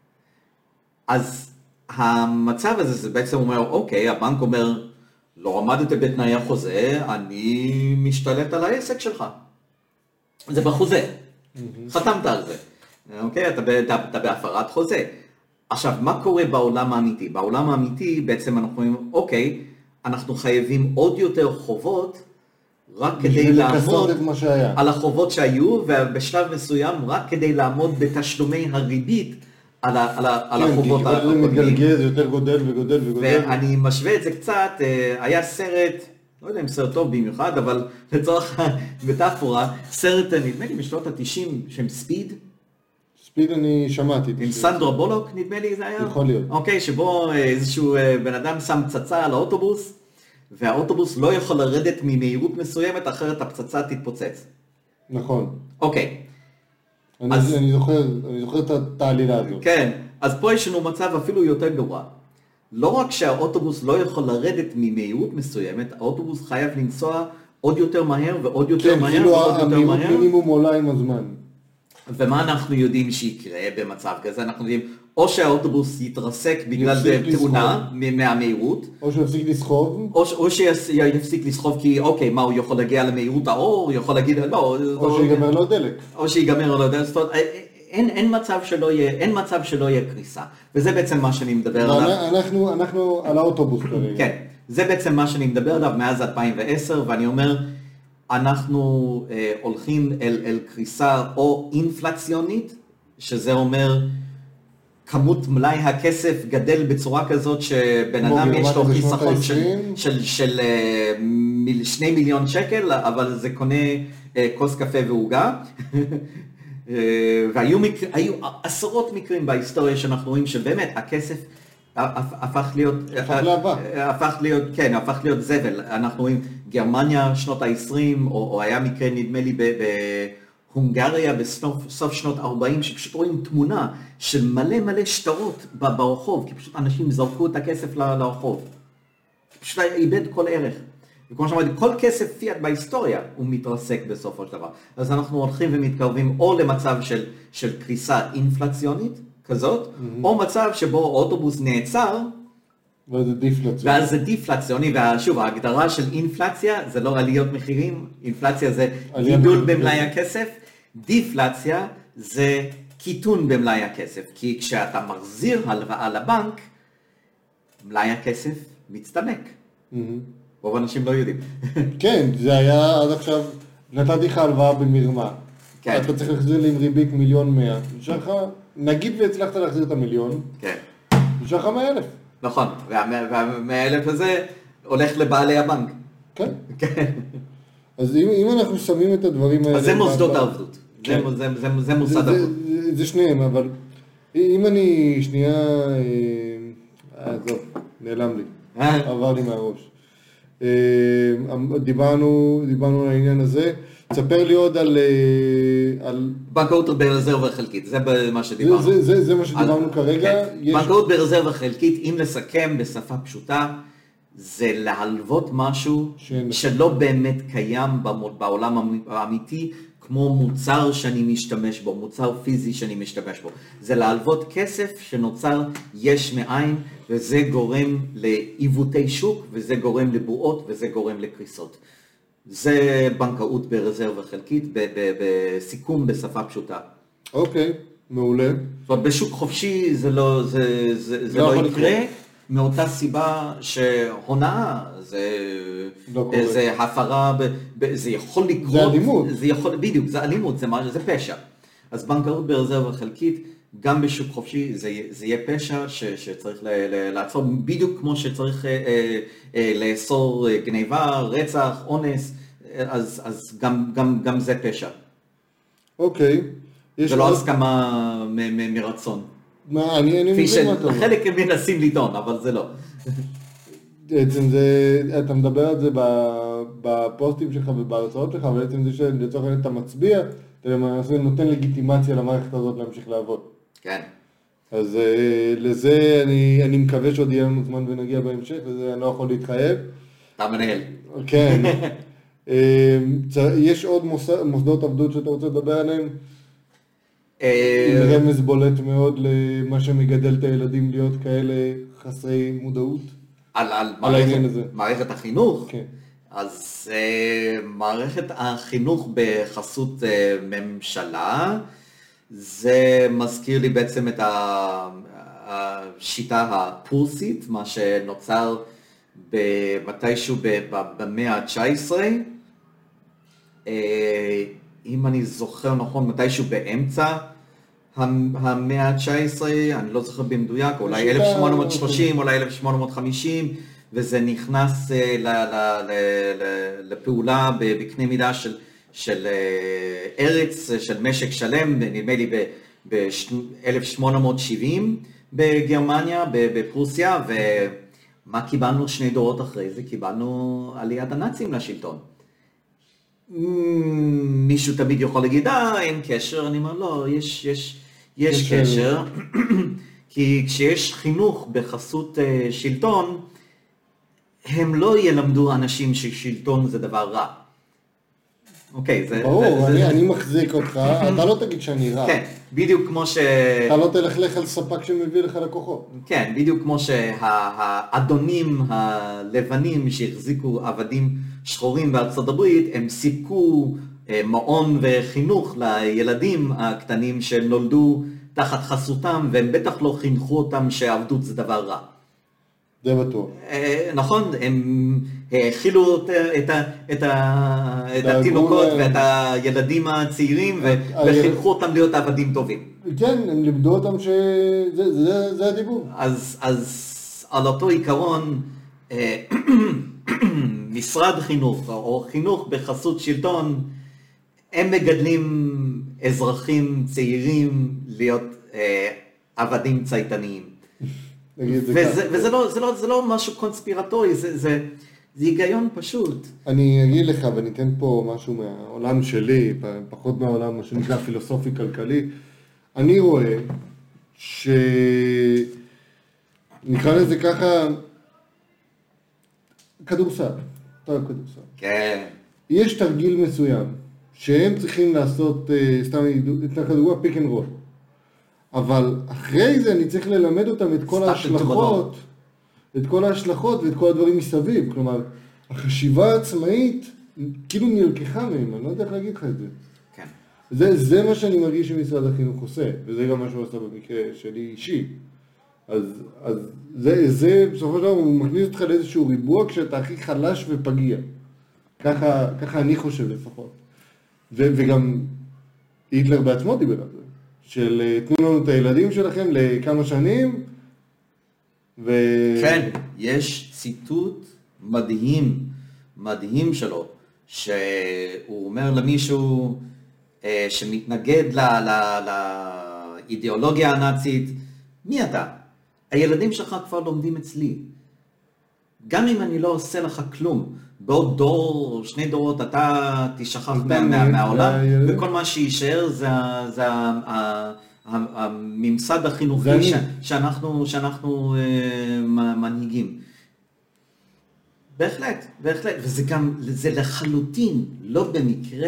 אז המצב הזה זה בעצם אומר, אוקיי, הבנק אומר, לא עמדת בתנאי החוזה, אני משתלט על העסק שלך. זה בחוזה. חתמת על זה. אוקיי, אתה בהפרת חוזה. עכשיו, מה קורה בעולם האמיתי? בעולם האמיתי בעצם אנחנו אומרים, אוקיי, אנחנו חייבים עוד יותר חובות, רק כדי לעמוד על החובות שהיו, ובשלב מסוים רק כדי לעמוד בתשלומי הריבית על החובות הקודמים. זה מתגלגל, זה יותר גודל וגודל וגודל. ואני משווה את זה קצת, היה סרט, לא יודע אם סרט טוב במיוחד, אבל לצורך המטאפורה, סרט נדמה לי משנות ה-90 שם ספיד. ספיד אני שמעתי. עם סנדרה בולוק נדמה לי זה היה? יכול להיות. אוקיי, שבו איזשהו בן אדם שם פצצה על האוטובוס, והאוטובוס לא יכול לרדת ממהירות מסוימת, אחרת הפצצה תתפוצץ. נכון. אוקיי. אני זוכר את העלילה הזאת. כן, אז פה יש לנו מצב אפילו יותר גרוע. לא רק שהאוטובוס לא יכול לרדת ממהירות מסוימת, האוטובוס חייב לנסוע עוד יותר מהר ועוד יותר מהר ועוד יותר מהר. כן, כאילו המינימום עולה עם הזמן. ומה אנחנו יודעים שיקרה במצב כזה? אנחנו יודעים או שהאוטובוס יתרסק בגלל תאונה מהמהירות, או שיפסיק לסחוב, או שיפסיק לסחוב כי אוקיי, מה הוא יכול להגיע למהירות האור, הוא יכול להגיד לא, או שיגמר לו דלק. או שיגמר לו דלק, זאת אומרת, אין מצב שלא יהיה קריסה, וזה בעצם מה שאני מדבר עליו. אנחנו על האוטובוס כרגע. כן, זה בעצם מה שאני מדבר עליו מאז 2010, ואני אומר, אנחנו הולכים אל קריסה או אינפלציונית, שזה אומר כמות מלאי הכסף גדל בצורה כזאת שבן אדם יש לו חיסכון של 2 מיליון שקל, אבל זה קונה כוס קפה ועוגה. והיו עשרות מקרים בהיסטוריה שאנחנו רואים שבאמת הכסף הפך להיות זבל. אנחנו רואים גרמניה שנות ה-20, או היה מקרה נדמה לי בהונגריה בסוף שנות ה-40, שפשוט רואים תמונה של מלא שטרות ברחוב, כי פשוט אנשים זרקו את הכסף לרחוב. פשוט איבד כל ערך. וכמו שאמרתי, כל כסף פיאט בהיסטוריה הוא מתרסק בסופו של דבר. אז אנחנו הולכים ומתקרבים או למצב של קריסה אינפלציונית כזאת, או מצב שבו אוטובוס נעצר, ואז זה דיפלציוני, ושוב, ההגדרה של אינפלציה זה לא עליות מחירים, אינפלציה זה גידול במלאי הכסף, דיפלציה זה קיטון במלאי הכסף, כי כשאתה מחזיר הלוואה לבנק, מלאי הכסף מצטמק. רוב האנשים לא יודעים. כן, זה היה עד עכשיו, נתתי לך הלוואה במרמה. אתה צריך להחזיר לי עם ריבית 1,100,000. נשאר לך, נגיד והצלחת להחזיר את המיליון, נשאר לך 100,000. נכון, וה-100,000 הזה הולך לבעלי הבנק. כן. אז אם אנחנו שמים את הדברים האלה... אז זה מוסדות העבדות. זה מוסד העבדות. זה שניהם, אבל אם אני שנייה... עזוב, נעלם לי. עבר לי מהראש. דיברנו על העניין הזה. תספר לי עוד על... בנקאות ברזרבה חלקית, זה מה שדיברנו. זה מה שדיברנו כרגע. בנקאות ברזרבה חלקית, אם לסכם בשפה פשוטה, זה להלוות משהו שלא באמת קיים בעולם האמיתי, כמו מוצר שאני משתמש בו, מוצר פיזי שאני משתמש בו. זה להלוות כסף שנוצר יש מאין, וזה גורם לעיוותי שוק, וזה גורם לבועות, וזה גורם לקריסות. זה בנקאות ברזרבה חלקית, בסיכום בשפה פשוטה. אוקיי, מעולה. זאת אומרת, בשוק חופשי זה לא יקרה, מאותה סיבה שהונאה זה הפרה, זה יכול לקרות. זה אלימות. בדיוק, זה אלימות, זה פשע. אז בנקאות ברזרבה חלקית, גם בשוק חופשי זה יהיה פשע שצריך לעצור, בדיוק כמו שצריך לאסור גניבה, רצח, אונס, אז גם זה פשע. אוקיי. זה לא הסכמה מרצון. מה, אני מבין מה אתה אומר. חלק הם מנסים לטעון, אבל זה לא. בעצם אתה מדבר על זה בפוסטים שלך ובהרצאות שלך, בעצם זה שלצורך העניין אתה מצביע, אתה למעשה נותן לגיטימציה למערכת הזאת להמשיך לעבוד. כן. אז לזה אני מקווה שעוד יהיה לנו זמן ונגיע בהמשך, לזה אני לא יכול להתחייב. אתה מנהל. כן. יש עוד מוסדות עבדות שאתה רוצה לדבר עליהם? רמז בולט מאוד למה שמגדל את הילדים להיות כאלה חסרי מודעות? על העניין הזה. מערכת החינוך? כן. אז מערכת החינוך בחסות ממשלה, זה מזכיר לי בעצם את השיטה הפורסית, מה שנוצר מתישהו במאה ה-19, אם אני זוכר נכון, מתישהו באמצע המאה ה-19, אני לא זוכר במדויק, אולי 1830, אולי 1850, וזה נכנס לפעולה בקנה מידה של ארץ, של משק שלם, נדמה לי ב-1870 בגרמניה, בפרוסיה, ומה קיבלנו 2 דורות אחרי זה? קיבלנו עליית הנאצים לשלטון. מישהו תמיד יכול להגיד, אין קשר, אני אומר, לא, יש קשר, כי כשיש חינוך בחסות שלטון, הם לא ילמדו אנשים ששלטון זה דבר רע. אוקיי, זה... ברור, אני מחזיק אותך, אתה לא תגיד שאני רע. כן, בדיוק כמו אתה לא תלך על ספק שמביא לך לקוחות. כן, בדיוק כמו שהאדונים הלבנים שהחזיקו עבדים שחורים בארצות הברית, הם סיפקו מעון וחינוך לילדים הקטנים שנולדו תחת חסותם, והם בטח לא חינכו אותם שעבדות זה דבר רע. זה בטוח. נכון, הם האכילו את התינוקות ואת הילדים הצעירים וחינכו אותם להיות עבדים טובים. כן, הם לימדו אותם שזה הדיבור. אז על אותו עיקרון, משרד חינוך או חינוך בחסות שלטון, הם מגדלים אזרחים צעירים להיות עבדים צייתניים. וזה לא משהו קונספירטורי, זה היגיון פשוט. אני אגיד לך ואני אתן פה משהו מהעולם שלי, פחות מהעולם מה שנקרא פילוסופי-כלכלי. אני רואה נקרא לזה ככה, כדורסל, כדורסל. כן. יש תרגיל מסוים שהם צריכים לעשות, סתם את הכדורסל פיק אנד רול. אבל אחרי זה אני צריך ללמד אותם את כל ההשלכות, ואת כל הדברים מסביב. כלומר, החשיבה העצמאית כאילו נלקחה מהם, אני לא יודע איך להגיד לך את זה. כן. זה מה שאני מרגיש שמשרד החינוך עושה, וזה גם מה שהוא עשה במקרה שלי אישי. אז זה בסופו של דבר הוא מכניס אותך לאיזשהו ריבוע כשאתה הכי חלש ופגיע. ככה אני חושב לפחות. וגם היטלר בעצמו דיבר על זה. של תנו לנו את הילדים שלכם לכמה שנים, כן, יש ציטוט מדהים שלו, שהוא אומר למישהו שמתנגד לאידיאולוגיה הנאצית, מי אתה? הילדים שלך כבר לומדים אצלי. גם אם אני לא עושה לך כלום, בעוד דור, 2 דורות, אתה תשכח מהעולם, וכל מה שישאר זה הממסד החינוכי שאנחנו מנהיגים. בהחלט, וזה גם, זה לחלוטין, לא במקרה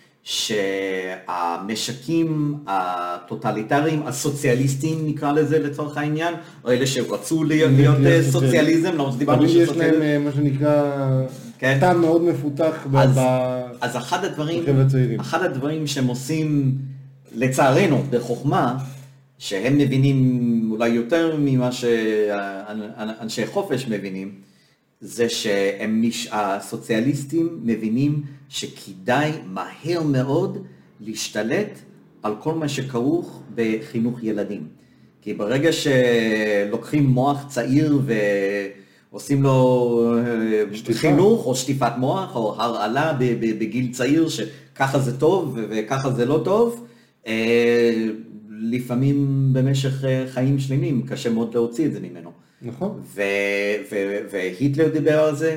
שהמשקים הטוטליטריים, הסוציאליסטיים נקרא לזה לצורך העניין, או אלה שרצו להיות סוציאליזם, לא דיברנו יש להם מה שנקרא טעם מאוד מפותח אז אחד הדברים שהם עושים לצערנו בחוכמה, שהם מבינים אולי יותר ממה שאנשי חופש מבינים, זה שהסוציאליסטים מבינים שכדאי מהר מאוד להשתלט על כל מה שכרוך בחינוך ילדים. כי ברגע שלוקחים מוח צעיר ועושים לו חינוך או שטיפת מוח או הרעלה בגיל צעיר שככה זה טוב וככה זה לא טוב, לפעמים במשך חיים שלמים קשה מאוד להוציא את זה ממנו. נכון. והיטלר דיבר על זה,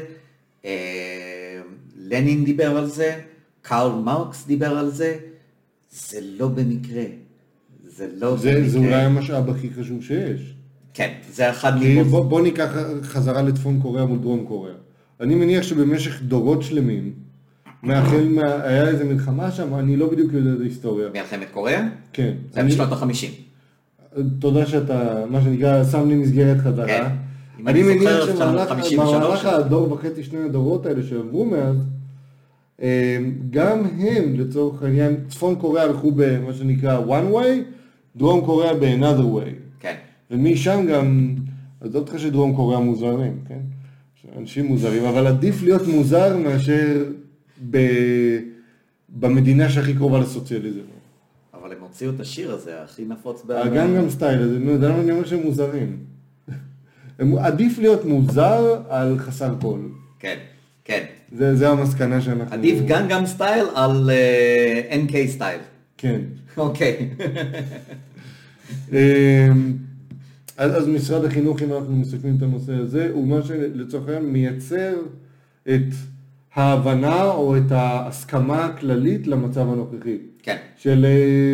לנין דיבר על זה, קרל מרקס דיבר על זה, זה לא במקרה. זה אולי המשאב הכי חשוב שיש. כן, זה אחד בוא ניקח חזרה לצפון קוריאה מול דרום קוריאה. אני מניח שבמשך דורות שלמים, היה איזה מלחמה שם, אני לא בדיוק יודע את ההיסטוריה. מלחמת קוריאה? כן. זה בשנות ה-50. תודה שאתה, מה שנקרא, שם לי מסגרת חזרה. אני מניח שבמהלך הדור וחצי, שני הדורות האלה שעברו מאז, גם הם, לצורך העניין, צפון קוריאה הלכו במה שנקרא one way, דרום קוריאה ב-another way. כן. ומשם גם, אז עוד לך שדרום קוריאה מוזרים, כן? אנשים מוזרים, אבל עדיף להיות מוזר מאשר במדינה שהכי קרובה לסוציאליזם. אבל הם הוציאו את השיר הזה, הכי נפוץ הגנגנם סטייל הזה, למה אני אומר שהם מוזרים? עדיף להיות מוזר על חסר קול. כן, כן. זה המסקנה שאנחנו... עדיף גנגנם סטייל על NK סטייל. כן. אוקיי. אז משרד החינוך, אם אנחנו מסתכלים את הנושא הזה, הוא מה שלצורך העניין מייצר את ההבנה או את ההסכמה הכללית למצב הנוכחי. כן. של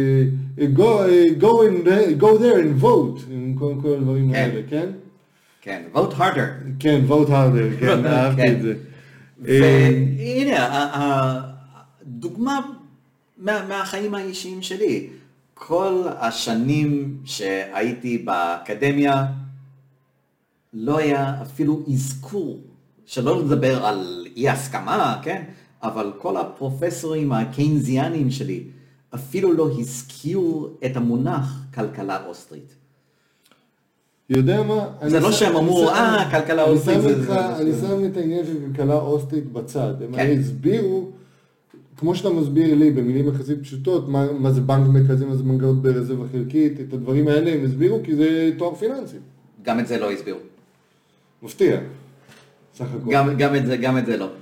go there and vote, עם כל הדברים האלה, כן? כן, vote harder. כן, vote harder, כן, אהבתי את זה. והנה, הדוגמה מהחיים האישיים שלי. כל השנים שהייתי באקדמיה, לא היה אפילו אזכור, שלא לדבר על אי הסכמה, כן? אבל כל הפרופסורים הקיינזיאנים שלי, אפילו לא הזכירו את המונח כלכלה אוסטרית. יודע מה? זה לא שהם אמרו, כלכלה אוסטרית. אני שם את העניין של כלכלה אוסטרית בצד. הם הסבירו, כמו שאתה מסביר לי במילים יחסית פשוטות, מה זה בנק מרכזי, מה זה מנגנון ברזרבה חלקית, את הדברים האלה הם הסבירו כי זה תואר פיננסי. גם את זה לא הסבירו. מפתיע. סך הכל. גם את זה לא.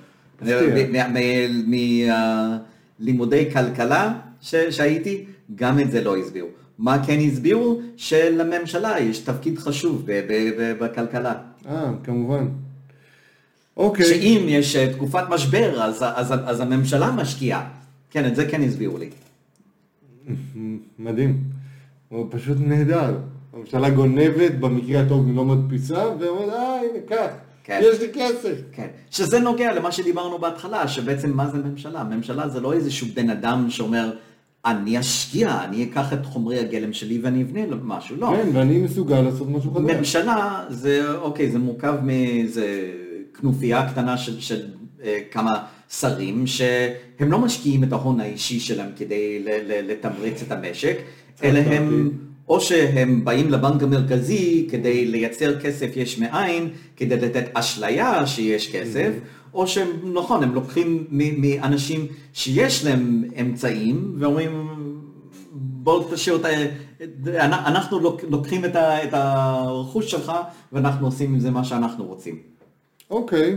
מלימודי כלכלה שהייתי, גם את זה לא הסבירו. מה כן הסבירו? שלממשלה יש תפקיד חשוב בכלכלה. כמובן. אוקיי. שאם יש תקופת משבר, אז הממשלה משקיעה. כן, את זה כן הסבירו לי. מדהים. הוא פשוט נהדר. הממשלה גונבת, במקרה הטוב לא מדפיסה, ואומרת, הנה, קח. כן. יש לי כסף. כן. שזה נוגע למה שדיברנו בהתחלה, שבעצם מה זה ממשלה? ממשלה זה לא איזשהו בן אדם שאומר, אני אשקיע, אני אקח את חומרי הגלם שלי ואני אבנה משהו. לא. כן, ואני מסוגל לעשות משהו חדש. ממשלה זה, אוקיי, זה מורכב מאיזה כנופיה קטנה של כמה שרים, שהם לא משקיעים את ההון האישי שלהם כדי לתמרץ את המשק, אלא הם... או שהם באים לבנק המרכזי כדי לייצר כסף יש מאין, כדי לתת אשליה שיש כסף, או שהם, נכון, הם לוקחים מאנשים שיש להם אמצעים, ואומרים, בואו תשאיר אותה, אנחנו לוקחים את הרכוש שלך, ואנחנו עושים עם זה מה שאנחנו רוצים. אוקיי.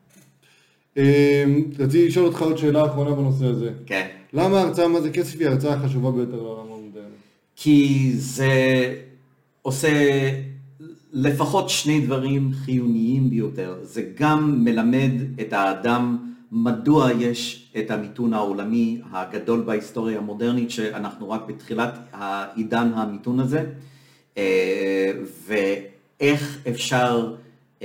רציתי לשאול אותך עוד שאלה אחרונה בנושא הזה. כן. למה ההרצאה מה זה כסף היא ההרצאה החשובה ביותר לעולם המודרני? כי זה עושה לפחות שני דברים חיוניים ביותר. זה גם מלמד את האדם מדוע יש את המיתון העולמי הגדול בהיסטוריה המודרנית, שאנחנו רק בתחילת העידן המיתון הזה, ואיך אפשר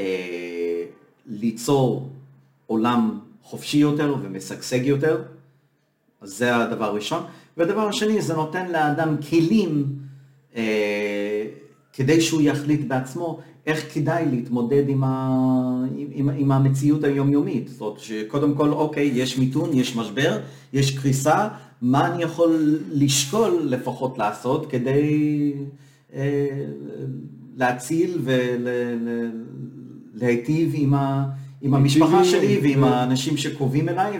ליצור עולם חופשי יותר ומשגשג יותר. אז זה הדבר הראשון. והדבר השני, זה נותן לאדם כלים כדי שהוא יחליט בעצמו איך כדאי להתמודד עם המציאות היומיומית. זאת אומרת שקודם כל, אוקיי, יש מיתון, יש משבר, יש קריסה, מה אני יכול לשקול לפחות לעשות כדי להציל ולהיטיב עם המשפחה שלי ועם האנשים שקרובים אליי,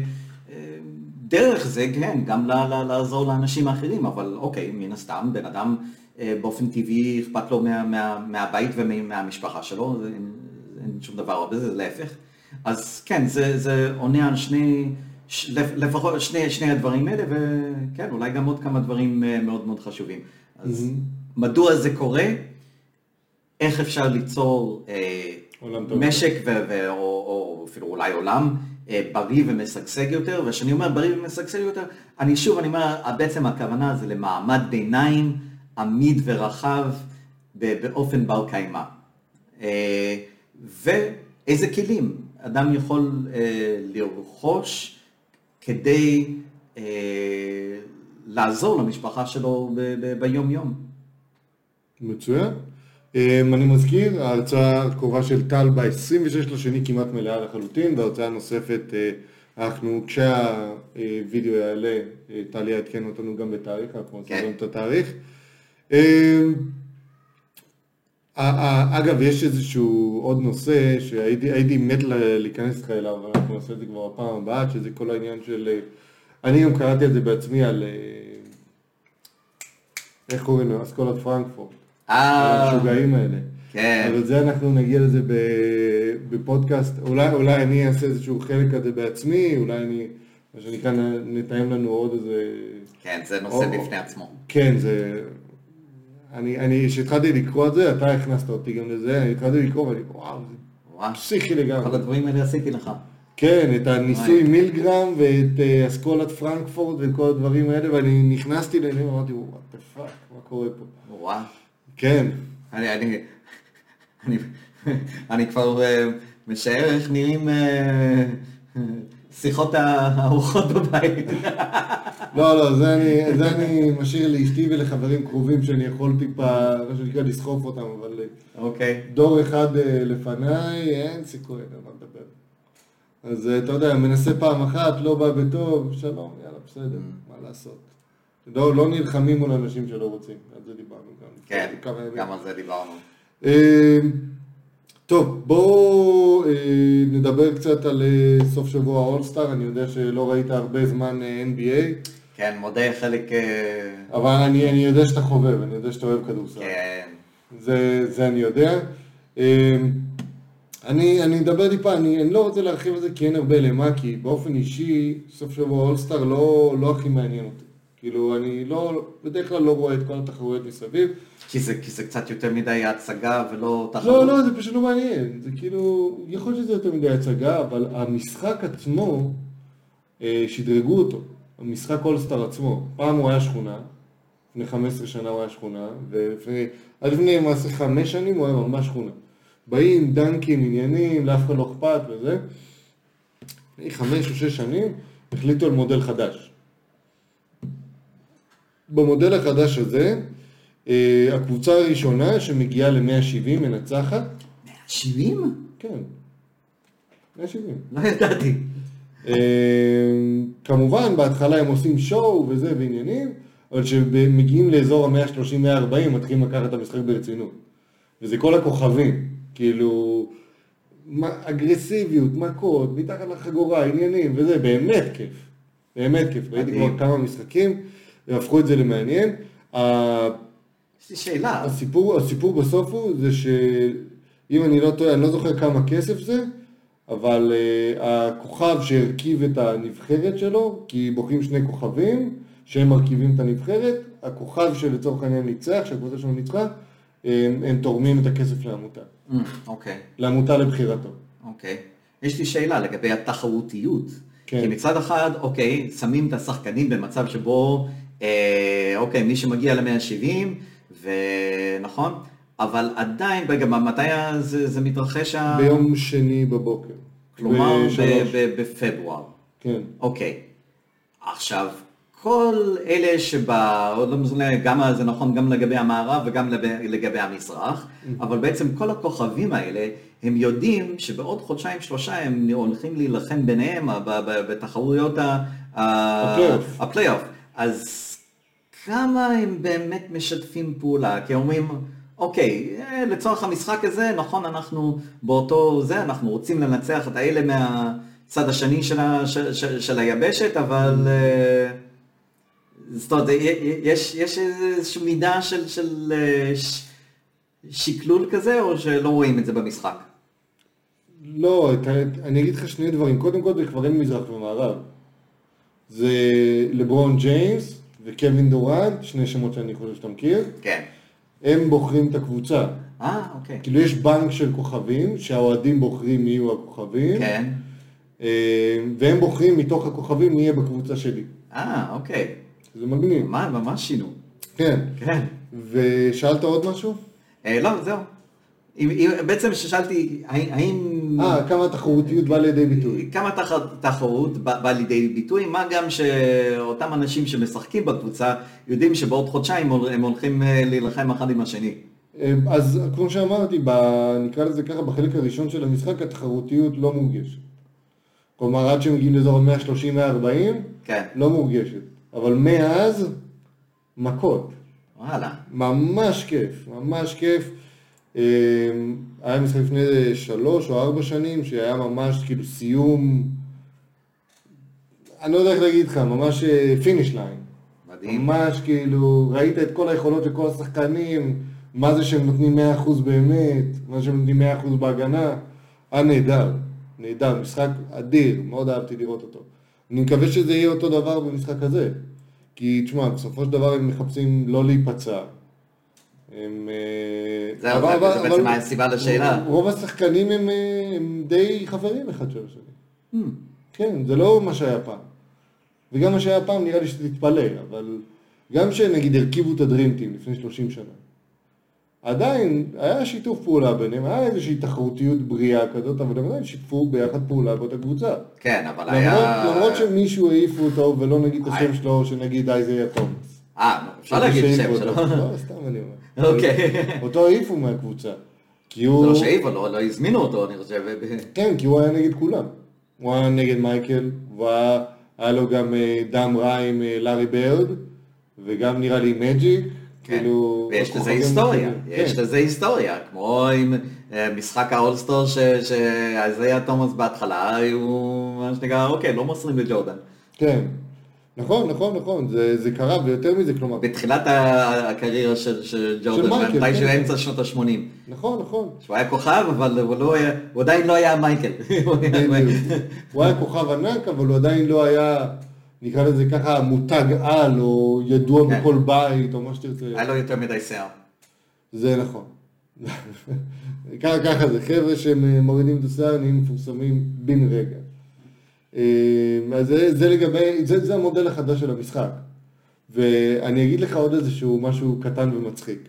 ודרך זה כן, גם לעזור לאנשים האחרים, אבל אוקיי, מן הסתם, בן אדם באופן טבעי אכפת לו מהבית ומהמשפחה שלו, אין שום דבר בזה, להפך. אז כן, זה עונה על לפחות שני הדברים האלה, וכן, אולי גם עוד כמה דברים מאוד מאוד חשובים. אז מדוע זה קורה? איך אפשר ליצור משק או אפילו אולי עולם בריא ומשגשג יותר, וכשאני אומר בריא ומשגשג יותר, אני אומר, בעצם הכוונה זה למעמד ביניים, עמיד ורחב, באופן בר קיימא. ואיזה כלים אדם יכול לרכוש כדי לעזור למשפחה שלו ביום יום. מצוין. אני מזכיר, ההרצאה הקרובה של טל ב-26 כמעט מלאה לחלוטין, וההרצאה הנוספת, כשהווידאו יעלה, טל יעדכן אותנו גם בתאריך, אנחנו נסיים את התאריך. אגב, יש איזשהו עוד נושא שהייתי מת להיכנס לך אליו, אבל אנחנו נעשה את זה כבר בפעם הבאה, שזה כל העניין של... אני גם קראתי את זה בעצמי על... איך קוראים לו? אסכולת פרנקפורט. השוגעים האלה. כן. אבל זה אנחנו נגיע לזה בפודקאסט. אולי אני אעשה איזשהו חלק כזה בעצמי, אולי אני... מה שנקרא, נתאם לנו עוד איזה... כן, זה נושא בפני עצמו. כן, זה... כשהתחלתי לקרוא את זה, אתה הכנסת אותי גם לזה, אני התחלתי לקרוא ואני, וואו, זה פסיכי לגמרי. כל הדברים האלה עשיתי לך. כן, את הניסוי מילגרם ואת אסכולת פרנקפורט וכל הדברים האלה, ואני נכנסתי לעניין ואמרתי, וואו, what the fuck, מה קורה פה? וואו. כן. אני כבר משער איך נראים שיחות הארוחות בבית. לא, זה אני משאיר לאשתי ולחברים קרובים שאני יכול טיפה, מה שנקרא, לסחוף אותם, אבל דור אחד לפניי, אין סיכוי, אני לא מדבר. אז אתה יודע, מנסה פעם אחת, לא בא בטוב, שלום, יאללה, בסדר, מה לעשות. לא נלחמים מול אנשים שלא רוצים, על זה דיברנו גם. כן, גם על זה דיברנו. טוב, בואו נדבר קצת על סוף שבוע אולסטאר, אני יודע שלא ראית הרבה זמן NBA. כן, מודה חלק... אבל אני יודע שאתה חובב, אני יודע שאתה אוהב כדורסל. כן. זה אני יודע. אני אדבר טיפה, אני לא רוצה להרחיב על זה כי אין הרבה למה, כי באופן אישי, סוף שבוע אולסטאר לא הכי מעניין אותי. כאילו, אני בדרך כלל לא רואה את כל התחרויות מסביב. כי זה קצת יותר מדי הצגה ולא תחרות. לא, זה פשוט לא מעניין. זה כאילו, יכול להיות שזה יותר מדי הצגה, אבל המשחק עצמו, שדרגו אותו. המשחק אולסטאר עצמו. פעם הוא היה שכונה, לפני 15 שנה הוא היה שכונה, עד לפני 5 שנים הוא היה ממש שכונה. באים, דנקים, עניינים, לאף אחד לא אכפת וזה. 5 או 6 שנים החליטו על מודל חדש. במודל החדש הזה, הקבוצה הראשונה שמגיעה ל-170 מנצחת. 170? כן, 170. לא ידעתי. כמובן, בהתחלה הם עושים שואו וזה ועניינים, אבל כשמגיעים לאזור ה-130-140 מתחילים לקחת את המשחק ברצינות. וזה כל הכוכבים, כאילו, אגרסיביות, מכות, מתחת לחגורה, עניינים וזה, באמת כיף. באמת כיף. ראיתי כבר כמה משחקים, והפכו את זה למעניין. יש לי שאלה. הסיפור בסוף הוא זה שאם אני לא טועה, אני לא זוכר כמה כסף זה, אבל הכוכב שהרכיב את הנבחרת שלו, כי בוחרים 2 כוכבים שהם מרכיבים את הנבחרת, הכוכב שלצורך העניין ניצח, שהקבוצה שלו ניצחה, הם תורמים את הכסף לעמותה. אוקיי. לעמותה לבחירתו. אוקיי. יש לי שאלה לגבי התחרותיות. כן. כי מצד אחד, אוקיי, שמים את השחקנים במצב שבו, אוקיי, מי שמגיע ל-170, ונכון? אבל עדיין, מתי זה מתרחש? ביום שני בבוקר. כלומר, בפברואר. כן. אוקיי. עכשיו, כל אלה גם זה נכון גם לגבי המערב וגם לגבי המזרח, אבל בעצם כל הכוכבים האלה, הם יודעים שבעוד 2-3 הם הולכים להילחם ביניהם בתחרויות הפלייאוף. אז כמה הם באמת משתפים פעולה, כי אומרים, אוקיי, לצורך המשחק הזה, נכון, אנחנו באותו זה, אנחנו רוצים לנצח את האלה מהצד השני של היבשת, אבל זאת אומרת, יש איזושהי מידה של שקלול כזה, או שלא רואים את זה במשחק? לא, אני אגיד לך שני דברים. קודם כל זה כבר אין מזרח ומערב. זה לברון ג'יימס וקווין דורנט, שני שמות שאני חושב שאתה מכיר. כן. הם בוחרים את הקבוצה. אוקיי. כאילו יש בנק של כוכבים, שהאוהדים בוחרים מי יהיו הכוכבים. כן. והם בוחרים מתוך הכוכבים מי יהיה בקבוצה שלי. אוקיי. זה מגניב. ממש שינו. כן. כן. ושאלת עוד משהו? לא, זהו. בעצם ששאלתי, האם... כמה תחרותיות באה לידי ביטוי. כמה תחרות באה לידי ביטוי, מה גם שאותם אנשים שמשחקים בקבוצה יודעים שבעוד חודשיים הם הולכים להילחם אחד עם השני. אז כמו שאמרתי, נקרא לזה ככה, בחלק הראשון של המשחק התחרותיות לא מורגשת. כלומר, עד שמגיעים לאזור 130-140, כן. לא מורגשת. אבל מאז, מכות. וואלה. ממש כיף, ממש כיף. היה משחק לפני 3 או 4 שנים, שהיה ממש כאילו סיום, אני לא יודע איך להגיד לך, ממש פיניש ליין. מדהים. ממש כאילו, ראית את כל היכולות של כל השחקנים, מה זה שהם נותנים 100% באמת, מה שהם נותנים 100% בהגנה. היה נהדר, נהדר, משחק אדיר, מאוד אהבתי לראות אותו. אני מקווה שזה יהיה אותו דבר במשחק הזה, כי תשמע, בסופו של דבר הם מחפשים לא להיפצע. זה בעצם הסיבה לשאלה. רוב השחקנים הם די חברים אחד של השני. כן, זה לא מה שהיה פעם. וגם מה שהיה פעם נראה לי שתתפלא, אבל גם שנגיד הרכיבו את הדרימטים לפני 30 שנה, עדיין היה שיתוף פעולה ביניהם, היה איזושהי תחרותיות בריאה כזאת, אבל הם עדיין שיתפו ביחד פעולה באותה קבוצה. כן, אבל היה... למרות שמישהו העיפו אותו ולא נגיד את השם שלו, שנגיד איזיה תומאס. אפשר להגיד שם שלו. לא, סתם אני אומר. אוקיי. אותו העיפו מהקבוצה. זה לא שהעיפו, לא הזמינו אותו, אני חושב. כן, כי הוא היה נגד כולם. הוא היה נגד מייקל, והיה לו גם דם רע עם לארי ברד, וגם נראה לי מג'יק. ויש לזה היסטוריה, יש לזה היסטוריה, כמו עם משחק האולסטור שאיזיה תומאס בהתחלה, הוא מה שנקרא, אוקיי, לא מוסרים לג'ורדן. כן. נכון, זה קרה, ויותר מזה, כלומר... בתחילת הקריירה של ג'ורדן, מתי שהוא אמצע שנות ה-80. נכון. שהוא היה כוכב, אבל הוא עדיין לא היה מייקל. הוא היה כוכב ענק, אבל הוא עדיין לא היה, נקרא לזה ככה, מותג על, או ידוע בכל בית, או מה שתרצה. היה לו יותר מדי שיער. זה נכון. ככה זה, חבר'ה שמורידים את השיער, נהיים מפורסמים בן רגע. אז זה לגבי, זה המודל החדש של המשחק. ואני אגיד לך עוד איזשהו משהו קטן ומצחיק.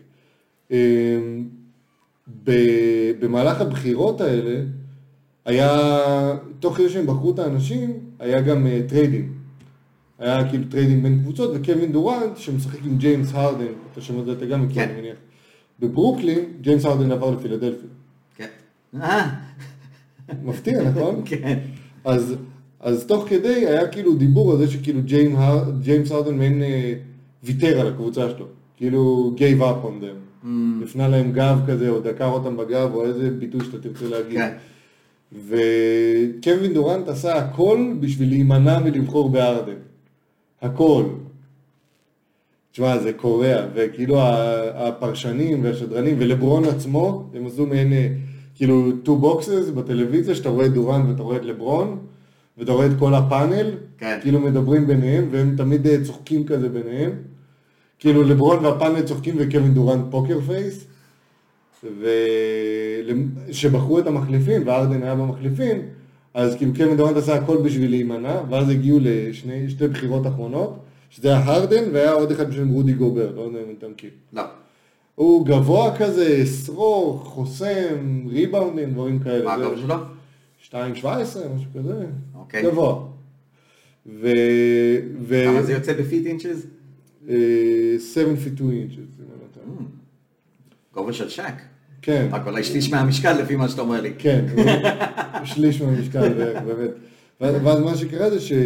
במהלך הבחירות האלה, היה, תוך כדי שהם בחרו את האנשים, היה גם טריידים. היה כאילו טריידים בין קבוצות, וקווין דורנט, שמשחק עם ג'יימס הרדן, אתה שמע את זה, אתה גם מכיר, אני מניח. בברוקלין, ג'יימס הרדן עבר לפילדלפיה. כן. מפתיע, נכון? כן. אז תוך כדי היה כאילו דיבור על זה שכאילו ג'יימס הרדן מעין ויתר על הקבוצה שלו. כאילו gave up on them. לפנה להם גב כזה, או דקר אותם בגב, או איזה ביטוי שאתה תרצה להגיד. כן. וקווין דורנט עשה הכל בשביל להימנע מלבחור בארדן. הכל. תשמע, זה קורע, וכאילו הפרשנים והשדרנים, ולברון עצמו, הם עשו מעין כאילו two boxes בטלוויזיה, שאתה רואה את דורנט ואתה רואה את לברון, ואתה רואה את כל הפאנל, כן. כאילו מדברים ביניהם, והם תמיד צוחקים כזה ביניהם. כאילו לברון והפאנל צוחקים וקווין דורנט פוקר פייס, שבחרו את המחליפים, וארדן היה במחליפים, אז כאילו קווין דורנט עשה הכל בשביל להימנע, ואז הגיעו לשתי בחירות אחרונות, שזה היה הרדן, והיה עוד אחד בשביל רודי גובר, לא יודע אם אתה מכיר. לא. הוא גבוה כזה, שרוך, חוסם, ריבאונדים, דברים כאלה. מה הגובה שלו? 2.17, משהו כזה. אוקיי. גבוה. כמה זה יוצא בפיט אינצ'ז? 7 feet 2 inches. גובה של שק. כן. רק אולי שליש מהמשקל לפי מה שאתה אומר לי. כן, שליש מהמשקל, באמת. ואז מה שקרה זה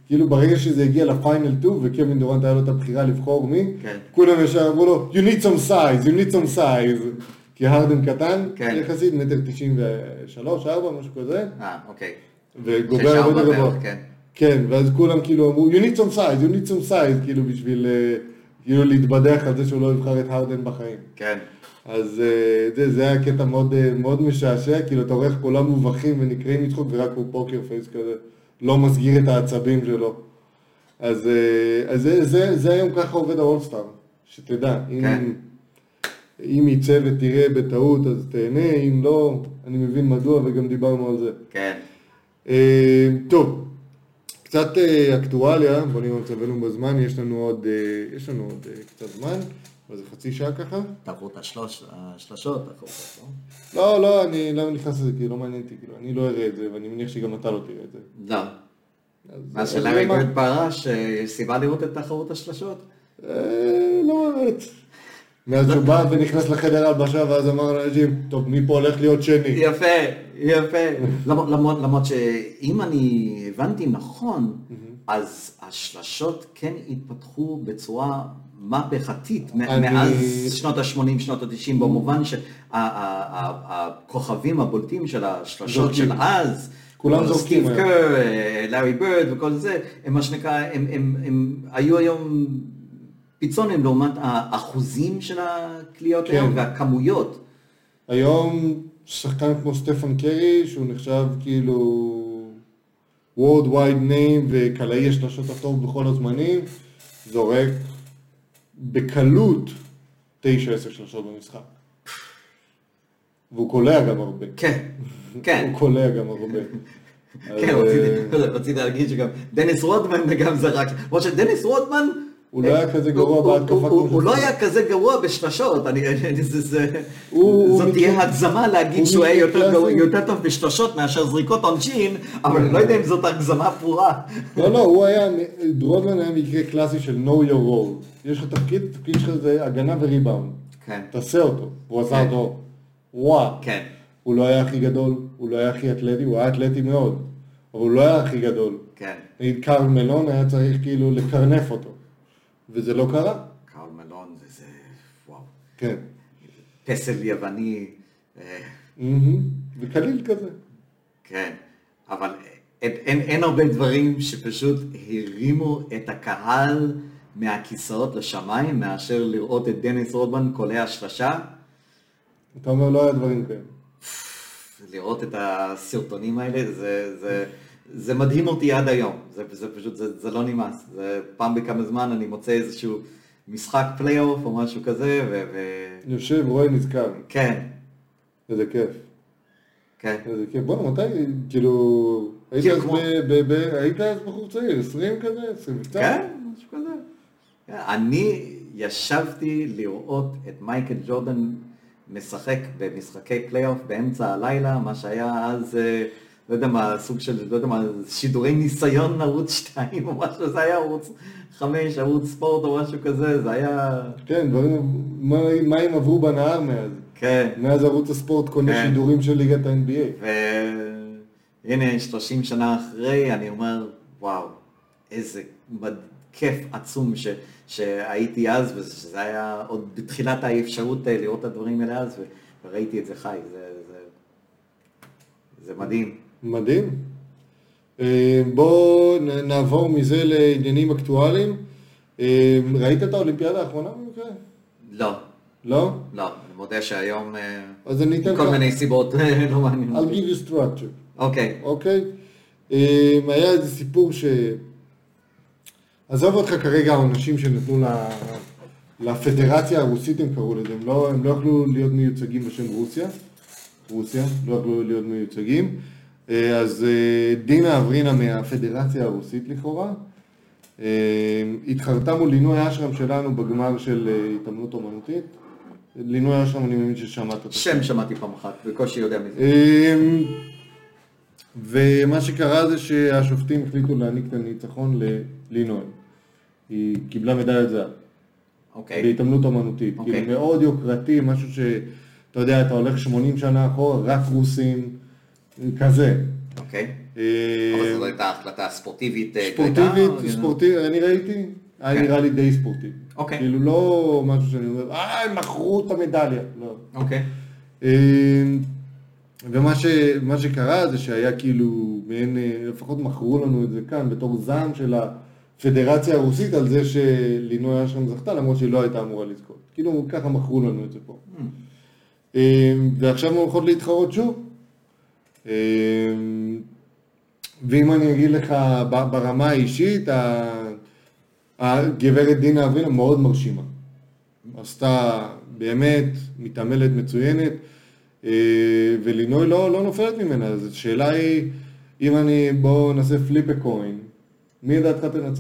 כאילו ברגע שזה הגיע לפיינל 2 וקווין דורנט היה לו את הבחירה לבחור מי, כן. כולם ישר אמרו לו, you need some size, כי הרדן קטן, כן. יחסית 1.93, 4, משהו כזה, אוקיי. וגובר הרבה גבוה. כן. כן, ואז כולם כאילו אמרו, you need some size, כאילו בשביל כאילו להתבדח על זה שהוא לא יבחר את הרדן בחיים. כן. אז זה היה קטע מאוד, מאוד משעשע, כאילו אתה רואה איך כולם מובכים ונקראים מצחוק ורק הוא פוקר פייס כזה, לא מסגיר את העצבים שלו. אז זה היום ככה עובד האולסטאר, שתדע, אם יצא ותראה בטעות אז תהנה, אם לא, אני מבין מדוע וגם דיברנו על זה. כן. טוב, קצת אקטואליה, בוא נראה מצבנו בזמן, יש לנו עוד קצת זמן. אבל זה חצי שעה ככה? תחרות השלשות, לא? לא, אני לא נכנס לזה, כי לא מעניין אותי, כאילו, אני לא אראה את זה, ואני מניח שגם אתה לא תראה את זה. לא. מה שלארי ברד פרש, יש סיבה לראות את תחרות השלשות? לא באמת. מאז שהוא בא ונכנס לחדר הלבשה, ואז אמר לאנשים, טוב, מי פה הולך להיות שני? יפה. למרות שאם אני הבנתי נכון, אז השלשות כן התפתחו בצורה מהפכתית מאז שנות ה-80, שנות ה-90, במובן שהכוכבים הבולטים של השלשות של אז, כולם זורקים, סטיב קר, לארי ברד וכל זה, הם מה שנקרא, הם היו היום פיצונים לעומת האחוזים של הקליות היום והכמויות. היום שחקן כמו סטפן קרי, שהוא נחשב כאילו worldwide name וקלעי השלשות הטוב בכל הזמנים, זורק בקלות 9-10 שלשות במשחק. והוא קולע גם הרבה. כן. הוא קולע גם הרבה. כן, רציתי להגיד שגם דניס רודמן גם זרק. למרות שדניס רודמן הוא לא היה כזה גרוע בהתקפה. הוא לא היה כזה גרוע בשלשות. זאת תהיה הגזמה להגיד שהוא היה יותר טוב בשלשות מאשר זריקות עונשין, אבל אני לא יודע אם זאת הגזמה פורה. לא, הוא היה, רודמן היה מקרה קלאסי של know your role. יש לך תפקיד שלך זה הגנה וריבאונד. תעשה אותו. הוא עשה אותו. וואו. הוא לא היה הכי גדול, הוא לא היה הכי אתלטי, הוא היה אתלטי מאוד. אבל הוא לא היה הכי גדול. נגיד קארל מלון היה צריך כאילו לקרנף אותו. וזה לא קרה. קארל מלון זה וואו. כן. פסל יווני. וקליל כזה. כן. אבל אין הרבה דברים שפשוט הרימו את הקהל מהכיסאות לשמיים, מאשר לראות את דניס רודמן קולע שלשה. אתה אומר לא היה דברים כאלה. לראות את הסרטונים האלה, זה מדהים אותי עד היום. זה פשוט, זה לא נמאס. זה פעם בכמה זמן אני מוצא איזשהו משחק פלייאוף או משהו כזה, יושב, רואה נזכר. כן. איזה כיף. כן. איזה כיף. בוא, מתי, כאילו, היית אז בחור צעיר, 20 כזה, 20 קצת? כן, משהו כזה. אני ישבתי לראות את מייקל ג'ורדן משחק במשחקי פלייאוף באמצע הלילה, מה שהיה אז, לא יודע מה, סוג של, לא יודע מה, שידורי ניסיון ערוץ 2 או משהו, זה היה ערוץ 5, ערוץ ספורט או משהו כזה, זה היה... כן, דברים, מה הם עברו בנהר מאז? כן. מאז ערוץ הספורט קונה שידורים של ליגת ה-NBA. והנה, 30 שנה אחרי, אני אומר, וואו, איזה כיף עצום שהייתי אז, וזה היה עוד בתחילת האפשרות לראות את הדברים האלה אז, וראיתי את זה חי, זה מדהים. מדהים. בואו נעבור מזה לעניינים אקטואליים. ראית את האולימפיאדה האחרונה במקרה? לא. לא? לא, אני מודה שהיום, אז אני אתן כל מיני סיבות לא מעניין. I'll give you structure. אוקיי. אוקיי? היה איזה סיפור עזוב אותך כרגע העונשים שנתנו לפדרציה הרוסית, הם קראו לזה, הם לא יכלו להיות מיוצגים בשם רוסיה, לא יכלו להיות מיוצגים, אז דינה אברינה מהפדרציה הרוסית לכאורה, התחרתה מול לינוי אשרם שלנו בגמר של התעמלות אומנותית, לינוי אשרם אני מאמין ששמעת את שם שמעתי פעם אחת, בקושי יודע מזה. ומה שקרה זה שהשופטים החליטו להעניק את הניצחון ללינוי. היא קיבלה מדליית זהב. אוקיי. בהתעמלות אומנותית. אוקיי. כאילו מאוד יוקרתי, משהו שאתה יודע, אתה הולך 80 שנה אחורה, רק רוסים, כזה. אוקיי. אה, אבל זו הייתה החלטה ספורטיבית ספורטיבית, אני ראיתי, היה נראה לי די ספורטיבי. אוקיי. כאילו לא משהו שאני אומר, הם מכרו את המדליה, לא. אוקיי. ומה שקרה זה שהיה כאילו, לפחות מכרו לנו את זה כאן בתור זעם של הפדרציה הרוסית על זה שלינוי אשרם זכתה, למרות שהיא לא הייתה אמורה לזכות. כאילו ככה מכרו לנו את זה פה. ועכשיו הן הולכות להתחרות שוב. ואם אני אגיד לך ברמה האישית, הגברת דינה אברינה מאוד מרשימה. עשתה באמת מתעמלת מצוינת, ולינוי לא נופלת ממנה. אז השאלה היא, בואו נעשה פליפ קוין, מי לדעתך תנצח?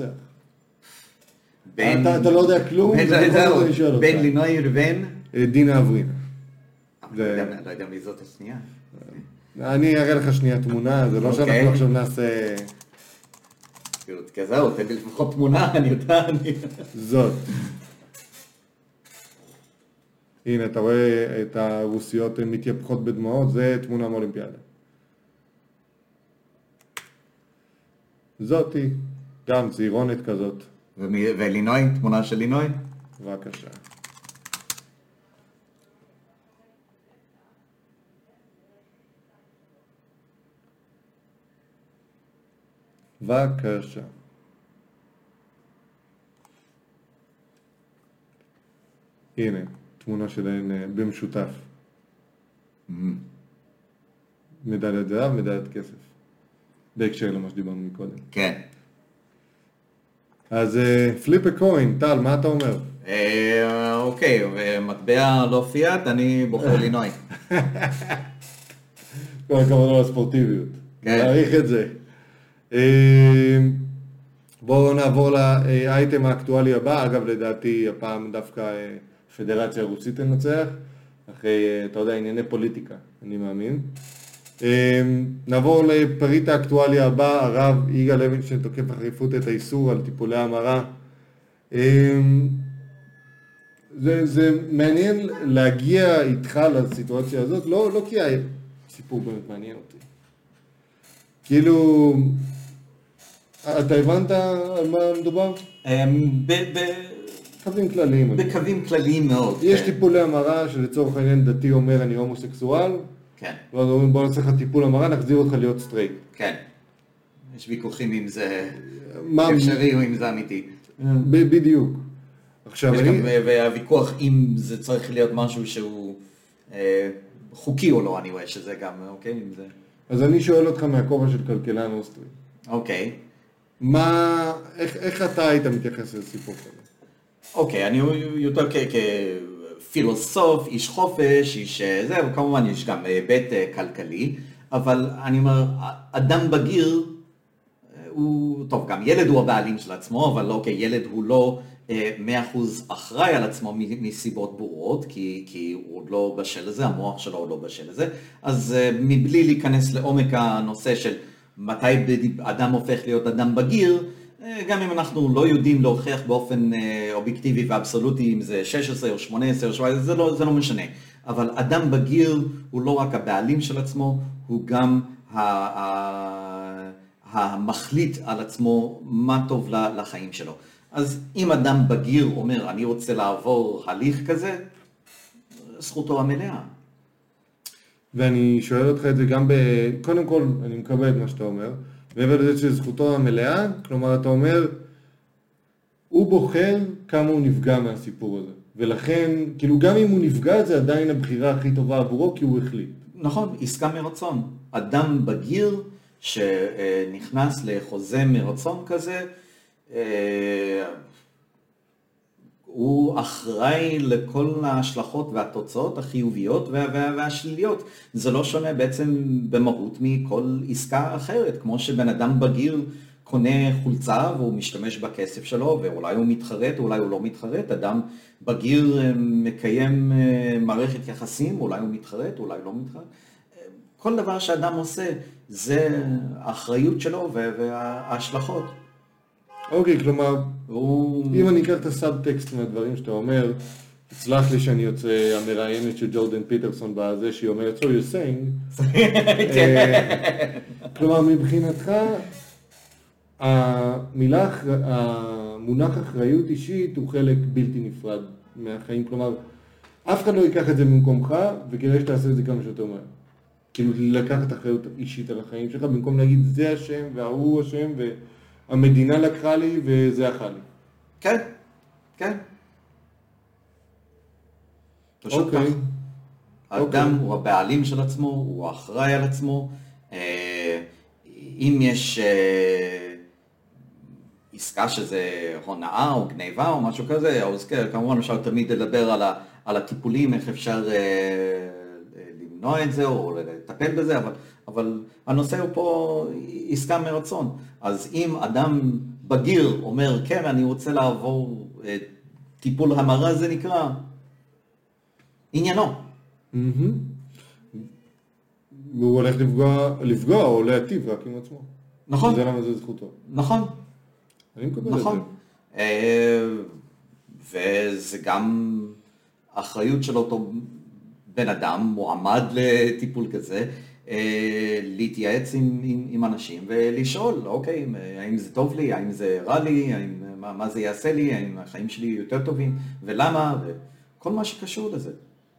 אתה לא יודע כלום, בין לינוי לבין? דינה אברינה. לא יודע מי זאת השנייה. אני אראה לך שנייה תמונה, זה לא שאנחנו עכשיו נעשה... כזהו, תן לי לפחות תמונה, אני יודע. זאת. הנה, אתה רואה את הרוסיות מתייפחות בדמעות, זה תמונה מאולימפיאדה. זאתי, גם צעירונת כזאת. ולינוי, תמונה של לינוי? בבקשה. בבקשה. הנה, תמונה שלהן במשותף. מדליית זהב, מדליית כסף. בהקשר למה שדיברנו מקודם. כן. אז פליפ קוין, טל, מה אתה אומר? אוקיי, מטבע לא פיאט, אני בוחר לינוי. כל הכבוד על הספורטיביות. להעריך את זה. בואו נעבור לאייטם האקטואלי הבא. אגב, לדעתי, הפעם דווקא פדרציה הרוסית תנצח, אחרי, אתה יודע, ענייני פוליטיקה, אני מאמין. נעבור לפריט האקטואליה הבא, הרב יגאל לוינשטיין תוקף בחריפות את האיסור על טיפולי המרה. זה מעניין להגיע איתך לסיטואציה הזאת, לא כי הסיפור באמת מעניין אותי. כאילו, אתה הבנת על מה מדובר? בקווים כלליים. בקווים כלליים מאוד. יש טיפולי המרה שלצורך העניין דתי אומר אני הומוסקסואל. כן. ואז אומרים בוא נעשה לך טיפול המרה, נחזיר אותך להיות סטרייט. כן. יש ויכוחים אם זה אפשרי או אם זה אמיתי. בדיוק. עכשיו והוויכוח אם זה צריך להיות משהו שהוא חוקי או לא, אני רואה שזה גם, אוקיי? אם זה... אז אני שואל אותך מהכובע של כלכלן אוסטרי. אוקיי. איך אתה היית מתייחס לסיפור כזה? אוקיי, אני יותר כפילוסוף, איש חופש, איש זה, וכמובן יש גם היבט כלכלי, אבל אני אומר, אדם בגיר, טוב, גם ילד הוא הבעלים של עצמו, אבל אוקיי, ילד הוא לא 100% אחראי על עצמו מסיבות ברורות, כי הוא עוד לא בשל לזה, המוח שלו עוד לא בשל לזה, אז מבלי להיכנס לעומק הנושא של מתי אדם הופך להיות אדם בגיר, גם אם אנחנו לא יודעים להוכיח באופן אובייקטיבי ואבסולוטי אם זה 16 או 18 או 17, זה לא משנה. אבל אדם בגיר הוא לא רק הבעלים של עצמו, הוא גם המחליט על עצמו מה טוב לחיים שלו. אז אם אדם בגיר אומר, אני רוצה לעבור הליך כזה, זכותו המלאה. ואני שואל אותך את זה גם קודם כל, אני מקבל את מה שאתה אומר, מעבר לזה שזכותו המלאה, כלומר אתה אומר, הוא בוחר כמה הוא נפגע מהסיפור הזה. ולכן, כאילו גם אם הוא נפגע, זה עדיין הבחירה הכי טובה עבורו, כי הוא החליט. נכון, עסקה מרצון. אדם בגיר שנכנס לחוזה מרצון כזה, הוא אחראי לכל ההשלכות והתוצאות החיוביות והשליליות. זה לא שונה בעצם במהות מכל עסקה אחרת, כמו שבן אדם בגיר קונה חולצה והוא משתמש בכסף שלו, ואולי הוא מתחרט, אולי הוא לא מתחרט. אדם בגיר מקיים מערכת יחסים, אולי הוא מתחרט, אולי לא מתחרט. כל דבר שאדם עושה זה האחריות שלו וההשלכות. אוקיי, כלומר, אם אני אקח את הסאבטקסט מהדברים שאתה אומר, תסלח לי שאני יוצא המראיינת של ג'ורדן פיטרסון בזה, שהיא אומרת, so you're saying, כלומר, מבחינתך, המונח אחריות אישית הוא חלק בלתי נפרד מהחיים, כלומר, אף אחד לא ייקח את זה במקומך, וכדאי שתעשה את זה כמה שיותר מהר. כאילו, לקחת אחריות אישית על החיים שלך, במקום להגיד, זה השם, והוא השם, והמדינה לקחה לי, וזה אכל לי. כן, כן. פשוט כך. האדם הוא הבעלים של עצמו, הוא האחראי על עצמו. אם יש עסקה שזה הונאה או גניבה או משהו כזה, אז כמובן אפשר תמיד לדבר על הטיפולים, איך אפשר למנוע את זה או לטפל בזה, אבל הנושא הוא פה עסקה מרצון. אז אם אדם בגיר אומר, כן, אני רוצה לעבור טיפול המרה, זה נקרא עניינו. והוא הולך לפגוע או להטיב רק עם עצמו. נכון. זה למה זה זכותו. נכון. אני מקבל את זה. נכון. וזה גם אחריות של אותו בן אדם, מועמד לטיפול כזה, להתייעץ עם אנשים ולשאול, אוקיי, האם זה טוב לי, האם זה רע לי, מה זה יעשה לי, האם החיים שלי יותר טובים, ולמה, וכל מה שקשור לזה.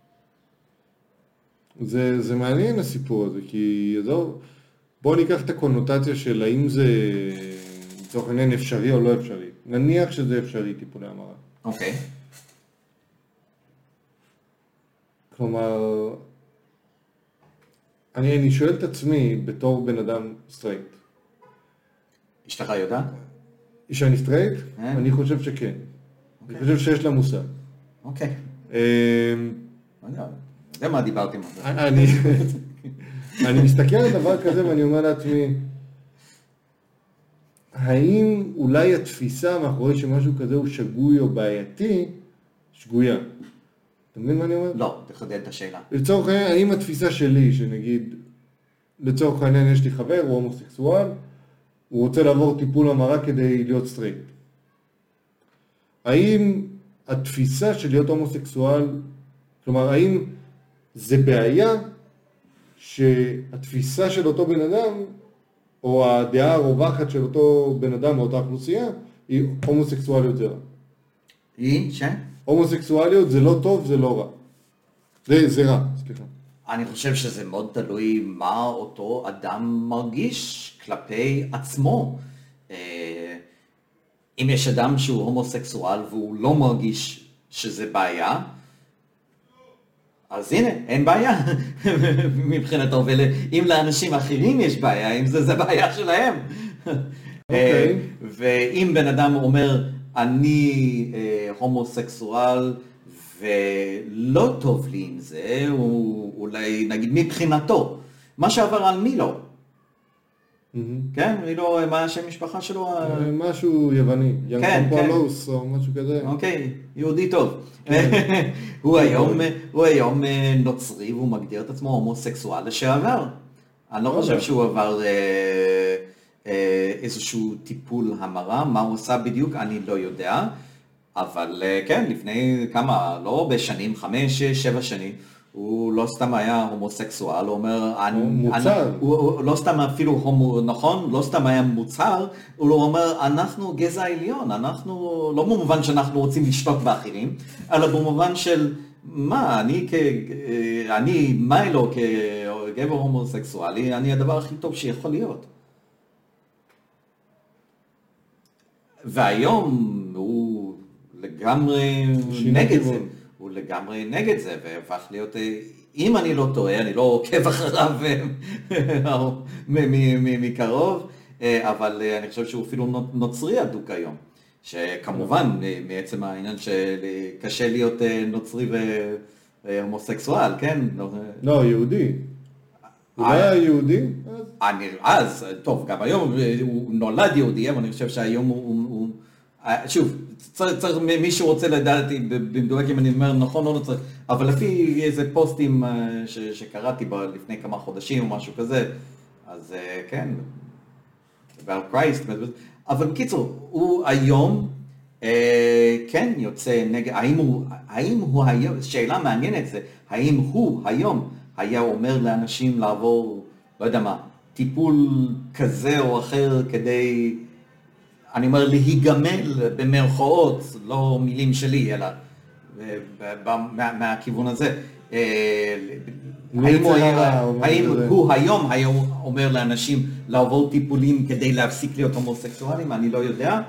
זה מעניין הסיפור הזה, כי בואו ניקח את הקונוטציה של האם זה לצורך העניין אפשרי או לא אפשרי. נניח שזה אפשרי, טיפולי המרה. אוקיי. כלומר, אני שואל את עצמי בתור בן אדם סטרייט. אשתך יודעת? שאני סטרייט? אני חושב שכן. אני חושב שיש לה מושג. אוקיי. זה מה דיברתי עם זה. אני מסתכל על דבר כזה ואני אומר לעצמי, האם אולי התפיסה מאחורי שמשהו כזה הוא שגוי או בעייתי, שגויה? אתה מבין מה אני אומר? לא, תחדד את השאלה. לצורך העניין, האם התפיסה שלי, שנגיד, לצורך העניין יש לי חבר, הוא הומוסקסואל, הוא רוצה לעבור טיפול המרה כדי להיות סטרייט. האם התפיסה של להיות הומוסקסואל, כלומר, האם זה בעיה שהתפיסה של אותו בן אדם, או הדעה הרווחת של אותו בן אדם או אותה אוכלוסייה, היא הומוסקסואליות זה רע? היא הומוסקסואליות זה לא טוב, זה לא רע. זה רע, סליחה. אני חושב שזה מאוד תלוי מה אותו אדם מרגיש כלפי עצמו. אם יש אדם שהוא הומוסקסואל והוא לא מרגיש שזה בעיה, אז הנה, אין בעיה מבחינתו, ואם לאנשים אחרים יש בעיה, אם זה בעיה שלהם. ואם בן אדם אומר, אני הומוסקסואל ולא טוב לי עם זה, הוא אולי נגיד מבחינתו, מה שעבר על מילו. כן? מילו, מה השם משפחה שלו? משהו יווני, ינקופולוס או משהו כזה. אוקיי, יהודי טוב. הוא היום נוצרי והוא מגדיר את עצמו הומוסקסואל לשעבר. אני לא חושב שהוא עבר איזשהו טיפול המרה, מה הוא עשה בדיוק, אני לא יודע. אבל כן, לפני כמה, לא בשנים, 5, 7 שנים, הוא לא סתם היה הומוסקסואל, הוא אומר, הוא לא סתם אפילו נכון, לא סתם היה מוצר, הוא אומר, אנחנו גזע עליון, אנחנו, לא במובן שאנחנו רוצים לשלוט באחרים, אלא במובן של, מה, אני מיילו כגבר הומוסקסואלי, אני הדבר הכי טוב שיכול להיות. והיום הוא לגמרי נגד זה. הוא לגמרי נגד זה, והפך להיות, אם אני לא טועה, אני לא עוקב אחריו מקרוב, אבל אני חושב שהוא אפילו נוצרי אדוק היום. שכמובן, מעצם העניין שקשה להיות נוצרי והומוסקסואל, כן? לא, יהודי. הוא היה יהודי? אז, טוב, גם היום הוא נולד יהודי, אבל אני חושב שהיום הוא שוב, צריך מי שרוצה לדעת במדויק אם אני אומר נכון או לא צריך, אבל לפי איזה פוסטים שקראתי לפני כמה חודשים או משהו כזה, אז כן, ועל קרייסט, אבל בקיצור, הוא היום כן, יוצא נגד, האם הוא היום, שאלה מעניינת זה, האם הוא היום היה אומר לאנשים לעבור, לא יודע מה, טיפול כזה או אחר כדי, אני אומר להיגמל במרכאות, לא מילים שלי, אלא מהכיוון הזה. האם הוא היום היה אומר לאנשים לעבור טיפולים כדי להפסיק להיות הומוסקסואלים? אני לא יודע.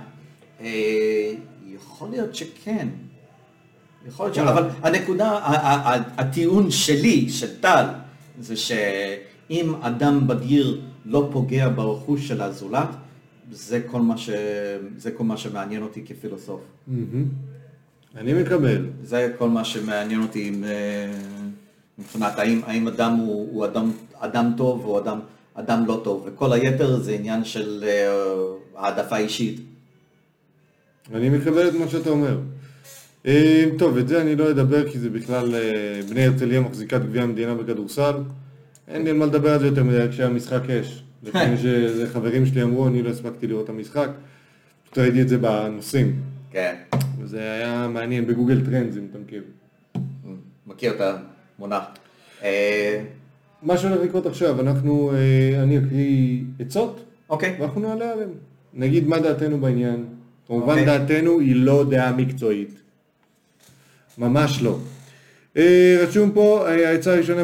יכול להיות שכן. יכול להיות אבל הנקודה, הטיעון שלי, של טל, זה שאם אדם בגיר לא פוגע ברכוש של הזולת, זה כל מה שמעניין אותי כפילוסוף. אני מקבל. זה כל מה שמעניין אותי מבחינת האם אדם הוא אדם טוב או אדם לא טוב, וכל היתר זה עניין של העדפה אישית. אני מקבל את מה שאתה אומר. טוב, את זה אני לא אדבר כי זה בכלל בני הרצליה מחזיקת גביע המדינה בכדורסל. אין לי על מה לדבר על זה יותר מדי כשהמשחק יש. לפני שחברים שלי אמרו, אני לא הספקתי לראות את המשחק. פשוט ראיתי את זה בנושאים. כן. וזה היה מעניין בגוגל טרנדס, אם אתה מכיר. מכיר את המונח. מה שהולך לקרות עכשיו, אני אקריא עצות, אוקיי. ואנחנו נעלה עליהם. נגיד מה דעתנו בעניין. כמובן דעתנו היא לא דעה מקצועית. ממש לא. רשום פה, העצה הראשונה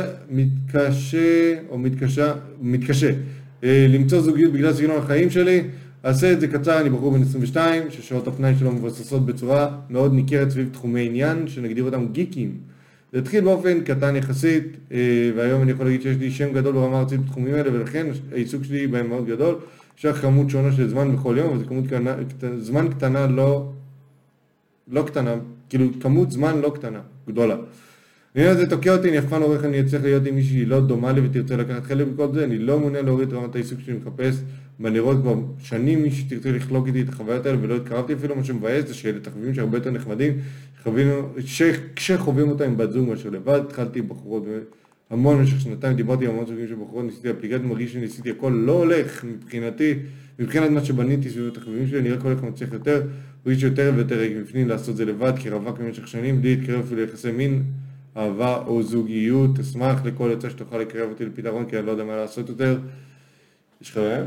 מתקשה למצוא זוגיות בגלל סגנון החיים שלי. אעשה את זה קצר, אני בחור בן 22, ששעות הפנאי שלו מבוססות בצורה מאוד ניכרת סביב תחומי עניין, שנגדיר אותם גיקים. זה התחיל באופן קטן יחסית, והיום אני יכול להגיד שיש לי שם גדול ברמה ארצית בתחומים האלה, ולכן העיסוק שלי בהם מאוד גדול. יש לך כמות שונה של זמן בכל יום, אבל זו כמות זמן קטנה לא קטנה, כאילו כמות זמן לא קטנה, גדולה. העניין הזה תוקע אותי, אני אף פעם לא רואה איך אני אצליח להיות עם מישהי לא דומה לי ותרצה לקחת חלק בכל זה, אני לא מעוניין להוריד רמת העיסוק שלי מחפש, בנראות כבר שנים מישהי תרצה לחלוק איתי את החוויות האלה ולא התקרבתי אפילו. מה שמבאס זה שאלה תחביבים שהרבה יותר נחמדים, כשחווים אותם עם בת זוג משהו לבד. התחלתי עם בחורות המון במשך שנתיים, דיברתי עם המון סוגים של בחורות, ניסיתי אפליקציה, מרגיש שניסיתי הכל, לא הולך מבחינת מה שבניתי סביב התחביבים שלי, נראה כל כך מצליח יותר, מרגיש יותר ויותר בפנים לעשות זה לבד, כי רווק במשך שנים, בלי להתקרב אפילו ליחסי מין, אהבה או זוגיות. אשמח לכל עצה שתוכל לקרב אותי לפתרון, כי אני לא יודע מה לעשות יותר. יש לך רעיון?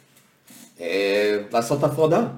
לעשות הפרדה.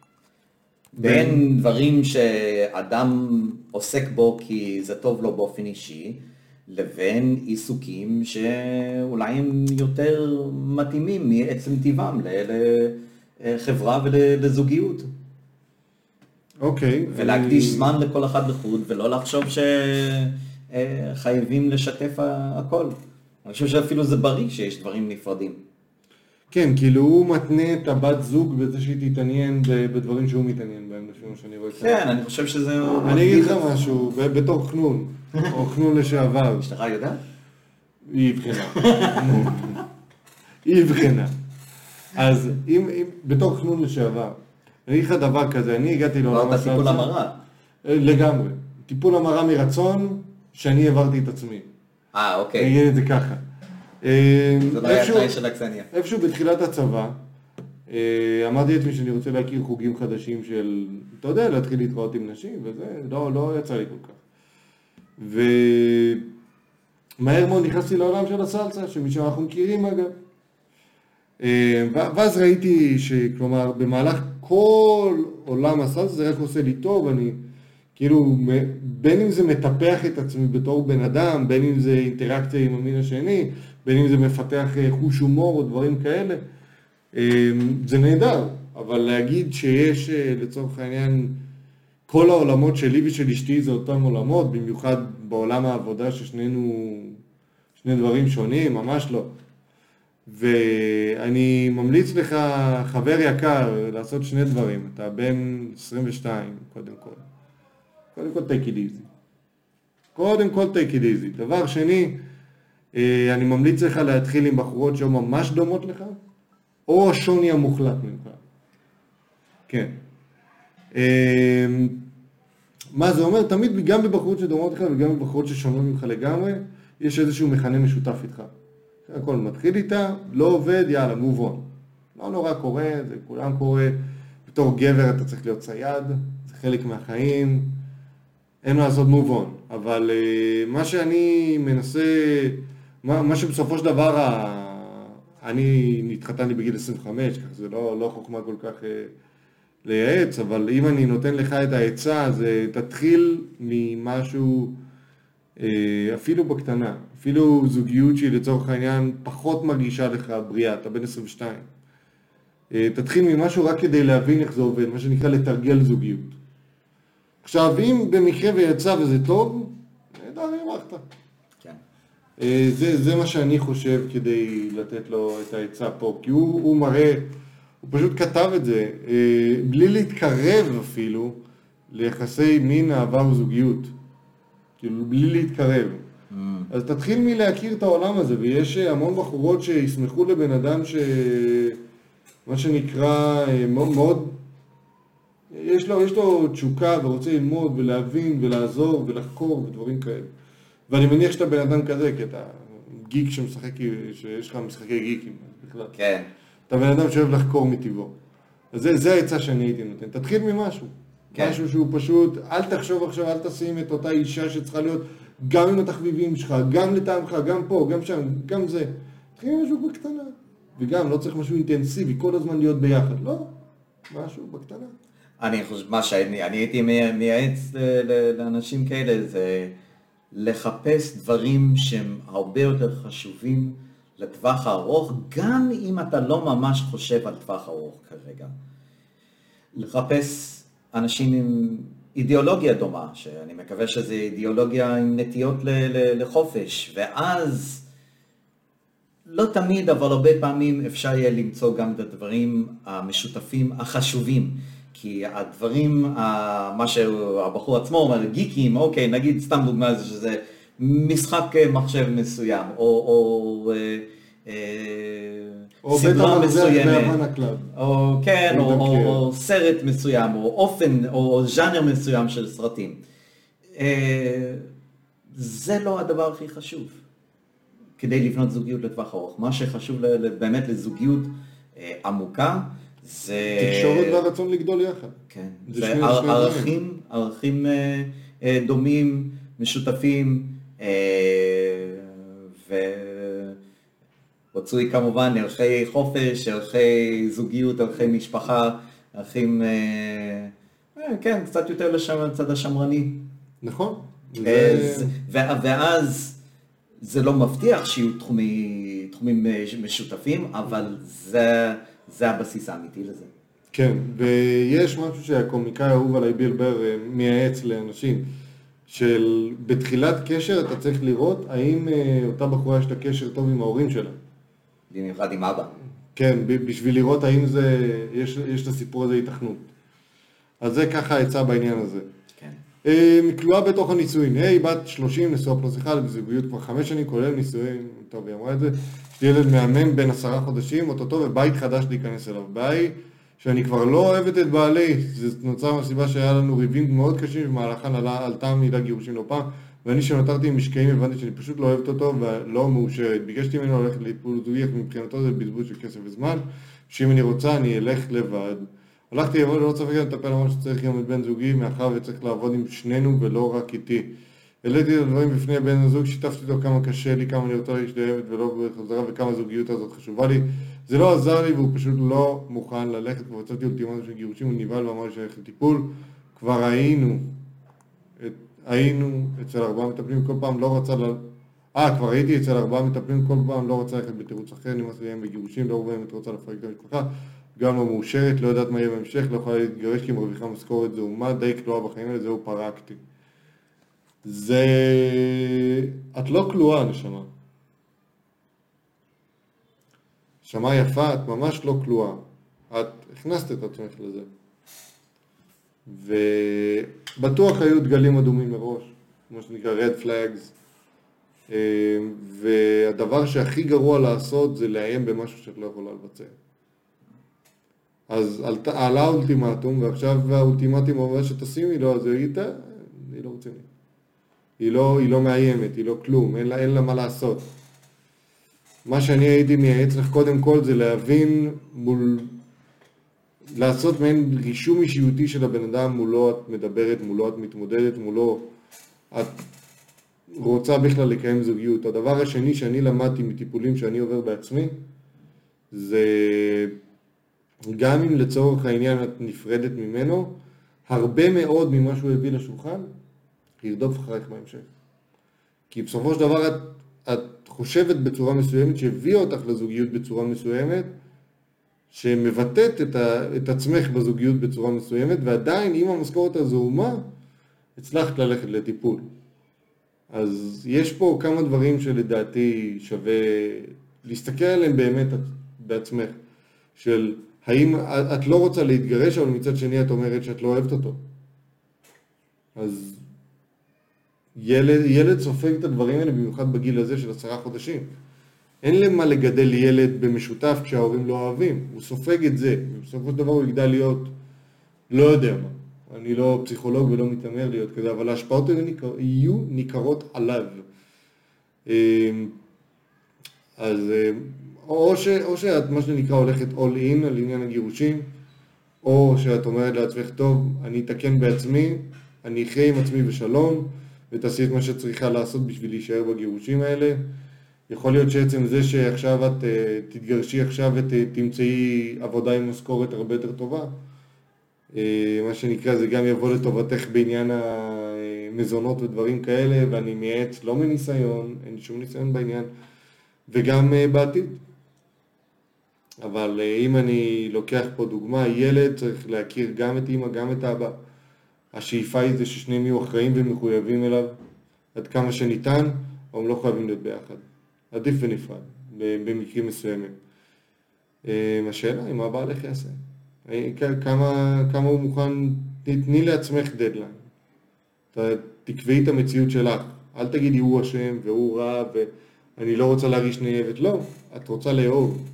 בין דברים שאדם עוסק בו כי זה טוב לו באופן אישי, לבין עיסוקים שאולי הם יותר מתאימים מעצם טבעם לחברה ולזוגיות. אוקיי. ולהקדיש זמן לכל אחד לחוד, ולא לחשוב שחייבים לשתף הכל. אני חושב שאפילו זה בריא שיש דברים נפרדים. כן, כאילו הוא מתנה את הבת זוג בזה שהיא תתעניין בדברים שהוא מתעניין בהם, לפי מה שאני רואה. כן, אני חושב שזה... אני אגיד לך משהו, בתור חנון, או חנון לשעבר. אשתך יודעת? היא הבחינה. היא הבחינה. אז בתור חנון לשעבר, אני אגיד לך דבר כזה, אני הגעתי לעולם הסלסה. טיפול המרה. לגמרי. טיפול המרה מרצון, שאני העברתי את עצמי. אוקיי. אני אגיד את זה ככה. זה לא היה תנאי של הקסניה. איפשהו בתחילת הצבא, אמרתי לעצמי שאני רוצה להכיר חוגים חדשים של, אתה יודע, להתחיל להתראות עם נשים, וזה לא יצא לי כל כך. ומהר מאוד נכנסתי לעולם של הסלסה, שמשם אנחנו מכירים אגב. ואז ראיתי שכלומר, במהלך כל עולם הסלסה זה רק עושה לי טוב, אני כאילו, בין אם זה מטפח את עצמי בתור בן אדם, בין אם זה אינטראקציה עם המין השני, בין אם זה מפתח חוש הומור או דברים כאלה, זה נהדר. אבל להגיד שיש לצורך העניין, כל העולמות שלי ושל אשתי זה אותם עולמות, במיוחד בעולם העבודה ששנינו, שני דברים שונים, ממש לא. ואני ממליץ לך, חבר יקר, לעשות שני דברים. אתה בן 22, קודם כל, take it easy. קודם כל, take it easy. דבר שני, אני ממליץ לך להתחיל עם בחורות שהן ממש דומות לך, או השוני המוחלט ממך. כן. מה זה אומר? תמיד גם בבחורות שדומות לך וגם בבחורות ששונות ממך לגמרי, יש איזשהו מכנה משותף איתך. הכל מתחיל איתה, לא עובד, יאללה, move on. לא נורא קורה, זה כולם קורה. בתור גבר אתה צריך להיות צייד, זה חלק מהחיים, אין מה לעשות move on, אבל מה שאני מנסה, מה שבסופו של דבר, אני התחתנתי בגיל 25, כך זה לא חוכמה כל כך לייעץ, אבל אם אני נותן לך את העצה, זה תתחיל ממשהו, אפילו בקטנה, אפילו זוגיות שהיא לצורך העניין פחות מרגישה לך בריאה, אתה בן 22. תתחיל ממשהו רק כדי להבין איך זה עובד, מה שנקרא לתרגל זוגיות. עכשיו, אם במקרה ויצא וזה טוב, נהדר, הרווחת. כן. זה מה שאני חושב כדי לתת לו את העצה פה, כי הוא מראה, הוא פשוט כתב את זה, בלי להתקרב אפילו ליחסי מין, אהבה וזוגיות. כאילו, בלי להתקרב. אז תתחיל מלהכיר את העולם הזה, ויש המון בחורות שישמחו לבן אדם מה שנקרא מאוד, יש לו תשוקה ורוצה ללמוד ולהבין ולעזור ולחקור ודברים כאלה. ואני מניח שאתה בן אדם כזה, כי אתה גיק שמשחק, שיש לך משחקי גיקים בכלל. כן. אתה בן אדם שאוהב לחקור מטבעו. אז זה העצה שאני הייתי נותן. תתחיל ממשהו. כן. משהו שהוא פשוט, אל תחשוב עכשיו, אל תשים את אותה אישה שצריכה להיות גם עם התחביבים שלך, גם לטעמך, גם פה, גם שם, גם זה. תתחיל משהו בקטנה. וגם לא צריך משהו אינטנסיבי, כל הזמן להיות ביחד. לא, משהו בקטנה. אני חושב, מה שאני הייתי מייעץ לאנשים כאלה זה לחפש דברים שהם הרבה יותר חשובים לטווח הארוך, גם אם אתה לא ממש חושב על טווח ארוך כרגע. לחפש אנשים עם אידיאולוגיה דומה, שאני מקווה שזה אידיאולוגיה עם נטיות לחופש, ואז לא תמיד, אבל הרבה פעמים אפשר יהיה למצוא גם את הדברים המשותפים החשובים. כי הדברים, מה שהבחור עצמו אומר, גיקים, אוקיי, נגיד סתם דוגמה זה שזה משחק מחשב מסוים, או סדרה מסוימת, או כן, או סרט מסוים, או אופן, או ז'אנר מסוים של סרטים. זה לא הדבר הכי חשוב כדי לבנות זוגיות לטווח ארוך. מה שחשוב באמת לזוגיות עמוקה, זה תקשורת והרצון לגדול יחד. כן, זה ערכים דומים, משותפים, ורצוי כמובן ערכי חופש, ערכי זוגיות, ערכי משפחה, ערכים, כן, קצת יותר לצד השמרני. נכון. ואז זה לא מבטיח שיהיו תחומים משותפים, אבל זה הבסיס האמיתי לזה. כן, ויש משהו שהקומיקאי האהוב עליי ביל בר מייעץ לאנשים, של בתחילת קשר אתה צריך לראות האם אותה בחורה יש לה קשר טוב עם ההורים שלה. במיוחד עם אבא. כן, בשביל לראות האם יש לסיפור הזה התכנות. אז זה ככה העצה בעניין הזה. כן. כלואה בתוך הנישואין. היי, בת 30, נשואה פלוס אחד, בזוגיות כבר 5 שנים, כולל נישואין, טוב, היא אמרה את זה. יש לי ילד מהמם בין 10 חודשים, אותו ובית חדש להיכנס אליו. בעי, שאני כבר לא אוהבת את בעלי, זה נוצר מהסיבה שהיה לנו ריבים מאוד קשים, במהלכן עלתה המילה גירושים לא פעם, ואני שנותרתי עם משקעים הבנתי שאני פשוט לא אוהבת אותו ולא מאושרת. ביקשתי ממנו ללכת לטיפול זוגי, מבחינתו זה בזבוז של כסף וזמן, שאם אני רוצה אני אלך לבד. הלכתי לבוא ללא ספק לטפל אמר שצריך גם את בן זוגי, מאחר וצריך לעבוד עם שנינו ולא רק איתי. העליתי את הדברים בפני בן הזוג, שיתפתי אותו כמה קשה לי, כמה אני רוצה להשתלבת ולא בחזרה וכמה הזוגיות הזאת חשובה לי. זה לא עזר לי והוא פשוט לא מוכן ללכת, כבר יצאתי אולטימטום של גירושים, הוא ניבל ואמר לי שאני הולך לטיפול. כבר היינו אצל 4 מטפלים, כל פעם לא רצה כבר הייתי אצל 4 מטפלים, כל פעם לא רצה ללכת בתירוץ אחר, נמאס לי הם בגירושים, לא באמת רוצה לפרק את המשפחה, גם לא מאושרת, לא יודעת מה יהיה בהמשך, לא יכולה להתגרש כי מרוויחה משכורת זעומה, די כלואה בחיים האלה, זהו פרקתי. את לא כלואה, נשמה. נשמה יפה, את ממש לא כלואה. את הכנסת את עצמך לזה. ובטוח היו דגלים אדומים מראש, כמו שנקרא red flags. והדבר שהכי גרוע לעשות זה לאיים במשהו שאת לא יכולה לבצע. אז עלה האולטימטום, ועכשיו האולטימטום אומר שתשימי לו, אז הוא יגיד, אני לא רוצה. היא לא מאיימת, היא לא כלום, אין לה מה לעשות. מה שאני הייתי מייעץ לך קודם כל זה להבין לעשות מעין רישום אישיותי של הבן אדם, מולו את מדברת, מולו את מתמודדת, מולו את רוצה בכלל לקיים זוגיות. הדבר השני שאני למדתי מטיפולים שאני עובר בעצמי, זה גם אם לצורך העניין את נפרדת ממנו, הרבה מאוד ממה שהוא הביא לשולחן, ירדוף אחריך בהמשך. כי בסופו של דבר את חושבת בצורה מסוימת שהביאה אותך לזוגיות בצורה מסוימת, שמבטאת את עצמך בזוגיות בצורה מסוימת, ועדיין עם המשכורת הזעומה, הצלחת ללכת לטיפול. אז יש פה כמה דברים שלדעתי שווה להסתכל עליהם באמת בעצמך, של האם את לא רוצה להתגרש, אבל מצד שני את אומרת שאת לא אוהבת אותו. אז ילד סופג את הדברים האלה, במיוחד בגיל הזה של 10 חודשים. אין למה לגדל ילד במשותף כשההורים לא אוהבים, הוא סופג את זה, ובסופו של דבר הוא יגדל להיות, לא יודע מה, אני לא פסיכולוג ולא מתאמר להיות כזה, אבל ההשפעות האלה יהיו ניכרות עליו. אז או שאת מה שנקרא הולכת all in על עניין הגירושים, או שאת אומרת לעצמך, טוב, אני אתקן בעצמי, אני אחיה עם עצמי בשלום, ותעשי את מה שצריכה לעשות בשביל להישאר בגירושים האלה. יכול להיות שעצם זה שעכשיו את תתגרשי עכשיו ותמצאי עבודה עם משכורת הרבה יותר טובה, מה שנקרא זה גם יבוא לטובתך בעניין המזונות ודברים כאלה, ואני מייעץ לא מניסיון, אין שום ניסיון בעניין, וגם בעתיד. אבל אם אני לוקח פה דוגמה, ילד צריך להכיר גם את אמא, גם את האבא. השאיפה היא זה ששניהם יהיו אחראים ומחויבים אליו עד כמה שניתן, אבל הם לא חייבים להיות ביחד. עדיף ונפרד, במקרים מסוימים. השאלה, אם הבעל איך יעשה? כמה הוא מוכן, תתני לעצמך דדליין. תקבעי את המציאות שלך. אל תגידי הוא אשם והוא רע ואני לא רוצה להרגיש נאהבת. לא, את רוצה לאהוב.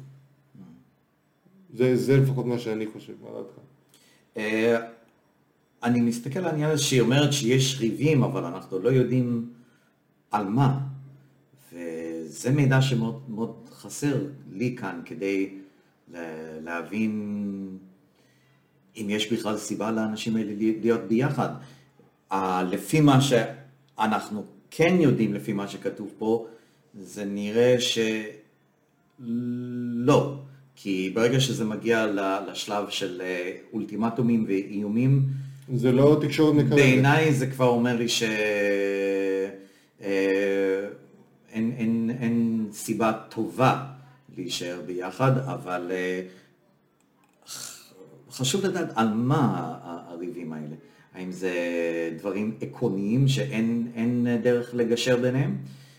זה לפחות מה שאני חושב, מה דעתך? אני מסתכל על העניין הזה שהיא אומרת שיש ריבים, אבל אנחנו לא יודעים על מה. וזה מידע שמאוד מאוד חסר לי כאן כדי להבין אם יש בכלל סיבה לאנשים האלה להיות ביחד. לפי מה שאנחנו כן יודעים, לפי מה שכתוב פה, זה נראה שלא. כי ברגע שזה מגיע לשלב של אולטימטומים ואיומים, זה לא תקשורת מקרבת. בעיניי זה כבר אומר לי אין סיבה טובה להישאר ביחד, אבל חשוב לדעת על מה הריבים האלה. האם זה דברים עקרוניים שאין דרך לגשר ביניהם?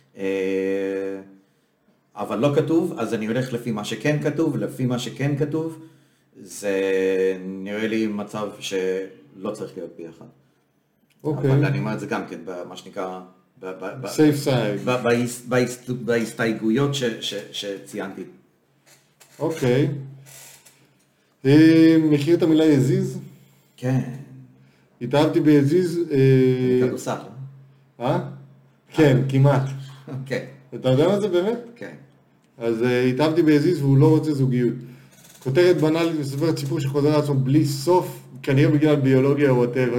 אבל לא כתוב, אז אני הולך לפי מה שכן כתוב, לפי מה שכן כתוב, זה נראה לי מצב שלא צריך להיות ביחד. אוקיי. אבל אני אומר את זה גם כן, במה שנקרא, safe side. בהסתייגויות שציינתי. אוקיי. מכיר את המילה יזיז? כן. התאהבתי ביזיז. כדורסל. כן, כמעט. כן. אתה יודע מה זה באמת? כן. אז התאהבתי ביזיז והוא לא רוצה זוגיות. כותרת בנאלית מספרת סיפור שחוזר לעצמו בלי סוף, כנראה בגלל ביולוגיה או whatever.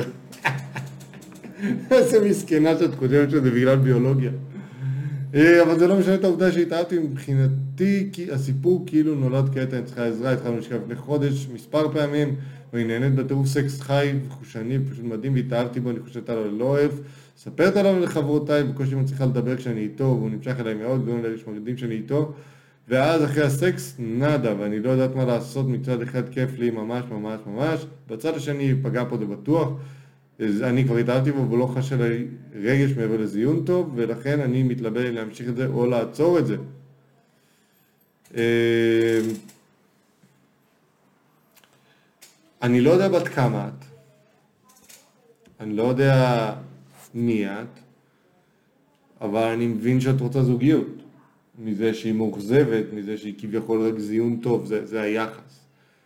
איזה מסכנה שאת חושבת שזה בגלל ביולוגיה. אבל זה לא משנה את העובדה שהתאהבתי מבחינתי, כי הסיפור כאילו נולד כעת, אני צריכה עזרה, התחלנו לשכב לפני חודש, מספר פעמים, והיא נהנית בטירוף סקס חי וחושני, פשוט מדהים, והתאהבתי בו, אני חושבת עליו ללא אוהב. ספרת עליו לחברותיי, בקושי מצליחה לדבר כשאני איתו, והוא נמשך אליי מאוד, גורם להרגיש מגדים שאני איתו. ואז אחרי הסקס, נדה, ואני לא יודעת מה לעשות, מצד אחד כיף לי ממש ממש ממש, בצד השני פגע פה זה בטוח, אז אני כבר התאהבתי בו ולא חש עליי רגש מעבר לזיון טוב, ולכן אני מתלבט להמשיך את זה או לעצור את זה. אני לא יודע בת כמה את, אני לא יודע מי את, אבל אני מבין שאת רוצה זוגיות. מזה שהיא מאוכזבת, מזה שהיא כביכול רק זיון טוב, זה היחס.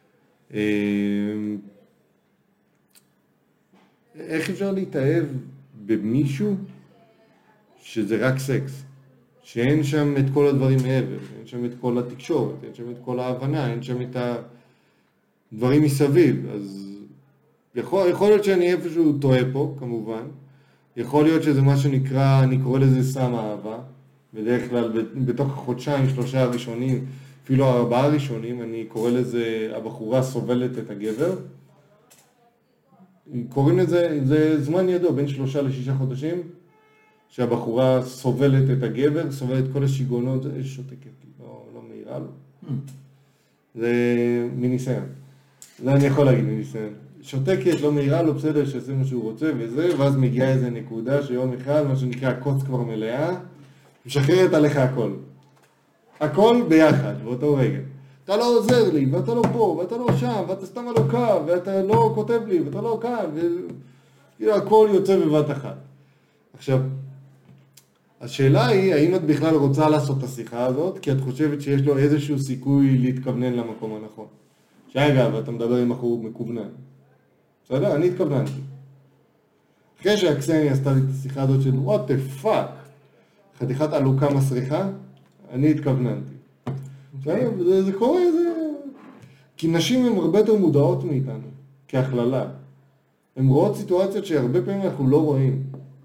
איך אפשר להתאהב במישהו שזה רק סקס? שאין שם את כל הדברים מעבר, אין שם את כל התקשורת, אין שם את כל ההבנה, אין שם את דברים מסביב, אז יכול להיות שאני איפשהו טועה פה, כמובן. יכול להיות שזה מה שנקרא, אני קורא לזה סם אהבה. בדרך כלל בתוך החודשיים, 3 הראשונים, אפילו 4 הראשונים, אני קורא לזה, הבחורה סובלת את הגבר. קוראים לזה, זה זמן ידוע, בין 3 ל-6 חודשים, שהבחורה סובלת את הגבר, סובלת כל השיגעונות, שותקת, לא מהירה לו. זה מניסיון. זה אני יכול להגיד מניסיון. שותקת, לא מהירה לו, בסדר, שעושה מה שהוא רוצה וזה, ואז מגיעה איזה נקודה שיום אחד, מה שנקרא, הקוץ כבר מלאה, משחררת עליך הכל. הכל ביחד, באותו רגע. אתה לא עוזר לי, ואתה לא פה, ואתה לא שם, ואתה סתם על הקו, ואתה לא כותב לי, ואתה לא כאן, וכאילו הכל יוצא בבת אחת. עכשיו, השאלה היא, האם את בכלל רוצה לעשות את השיחה הזאת, כי את חושבת שיש לו איזשהו סיכוי להתכוונן למקום הנכון. שאגב, אתה מדבר עם בחור מקוונן. בסדר? אני התכווננתי. אחרי שהקסניה עשתה לי את השיחה הזאת של what the fuck, חתיכת עלוקה מסריחה, אני התכווננתי. בסדר? זה קורה, כי נשים הן הרבה יותר מודעות מאיתנו, כהכללה. הן רואות סיטואציות שהרבה פעמים אנחנו לא רואים.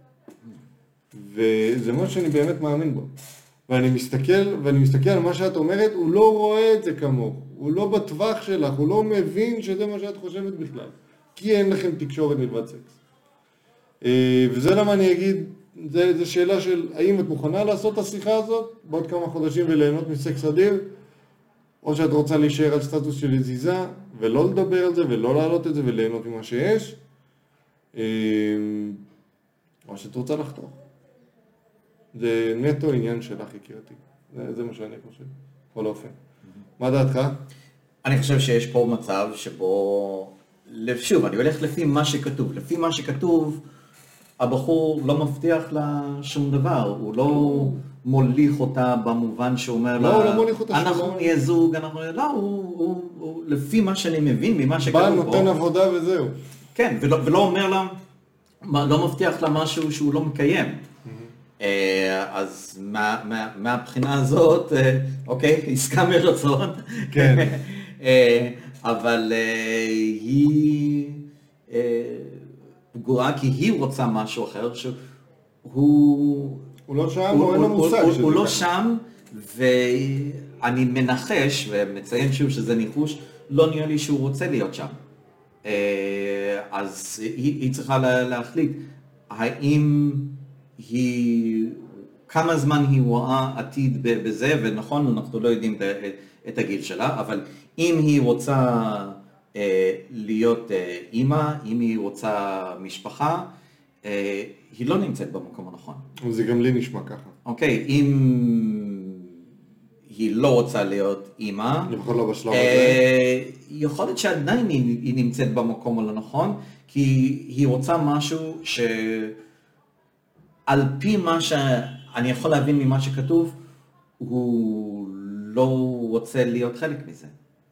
וזה מה שאני באמת מאמין בו. ואני מסתכל על מה שאת אומרת, הוא לא רואה את זה כמוך. הוא לא בטווח שלך, הוא לא מבין שזה מה שאת חושבת בכלל. כי אין לכם תקשורת מלבד סקס. וזה למה אני אגיד, זו שאלה של האם את מוכנה לעשות את השיחה הזאת בעוד כמה חודשים וליהנות מסקס אדיר, או שאת רוצה להישאר על סטטוס של הזיזה, ולא לדבר על זה, ולא להעלות את זה, וליהנות ממה שיש, או שאת רוצה לחתוך. זה נטו עניין שלך, יקירתי. זה מה שאני חושב, בכל אופן. מה דעתך? אני חושב שיש פה מצב שבו, שוב, אני הולך לפי מה שכתוב. לפי מה שכתוב, הבחור לא מבטיח לה שום דבר. הוא לא מוליך אותה במובן שאומר לה, הוא לא מוליך אותה אנחנו נהיה זוג, לא, הוא לפי מה שאני מבין, ממה שכתוב בא, פה. נותן עבודה וזהו. כן, ולא אומר לה, לא מבטיח לה משהו שהוא לא מקיים. אז מהבחינה הזאת, אוקיי, עסקה מרצון. כן. אבל היא פגועה כי היא רוצה משהו אחר, שהוא לא שם, או אין לו מושג. הוא לא שם, ואני מנחש, ומציין שוב שזה ניחוש, לא נראה לי שהוא רוצה להיות שם. אז היא צריכה להחליט, האם כמה זמן היא רואה עתיד בזה, ונכון, אנחנו לא יודעים את הגיל שלה, אבל אם היא רוצה להיות אימא, אם היא רוצה משפחה, היא לא נמצאת במקום הנכון. זה גם לי נשמע ככה. אוקיי, אם היא לא רוצה להיות אימא, לפחות לא בשלב הזה. יכול להיות שעדיין היא נמצאת במקום הלא נכון, כי היא רוצה משהו על פי מה שאני יכול להבין ממה שכתוב, הוא לא רוצה להיות חלק מזה.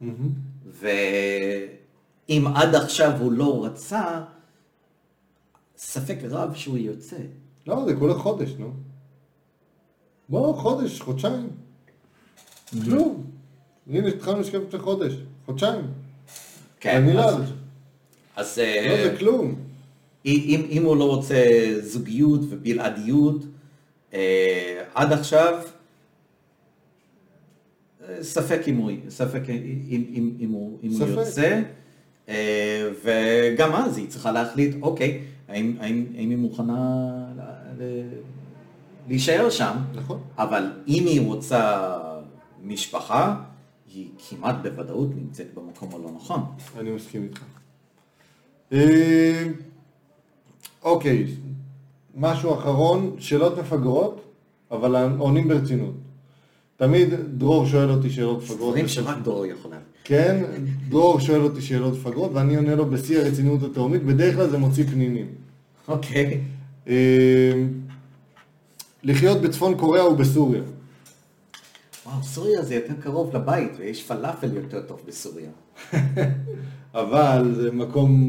ואם עד עכשיו הוא לא רצה, ספק רב שהוא יוצא. לא, זה כולה חודש, נו. בוא, חודש, חודשיים. כלום. הנה, התחלנו לשכב חודש, חודשיים. כן, אז לא, זה כלום. אם הוא לא רוצה זוגיות ובלעדיות, עד עכשיו, ספק אם הוא יוצא, וגם אז היא צריכה להחליט, אוקיי, האם היא מוכנה להישאר שם, נכון. אבל אם היא רוצה משפחה, היא כמעט בוודאות נמצאת במקום הלא נכון. אני מסכים איתך. אוקיי, משהו אחרון, שאלות מפגרות, אבל עונים ברצינות. תמיד דרור שואל אותי שאלות מפגרות. דברים שרק דרור יכול להבין. כן, דרור שואל אותי שאלות מפגרות, ואני עונה לו בשיא הרצינות התאומית, בדרך כלל זה מוציא פנינים. אוקיי. לחיות בצפון קוריאה או בסוריה? וואו, סוריה זה יותר קרוב לבית, ויש פלאפל יותר טוב בסוריה. אבל זה מקום...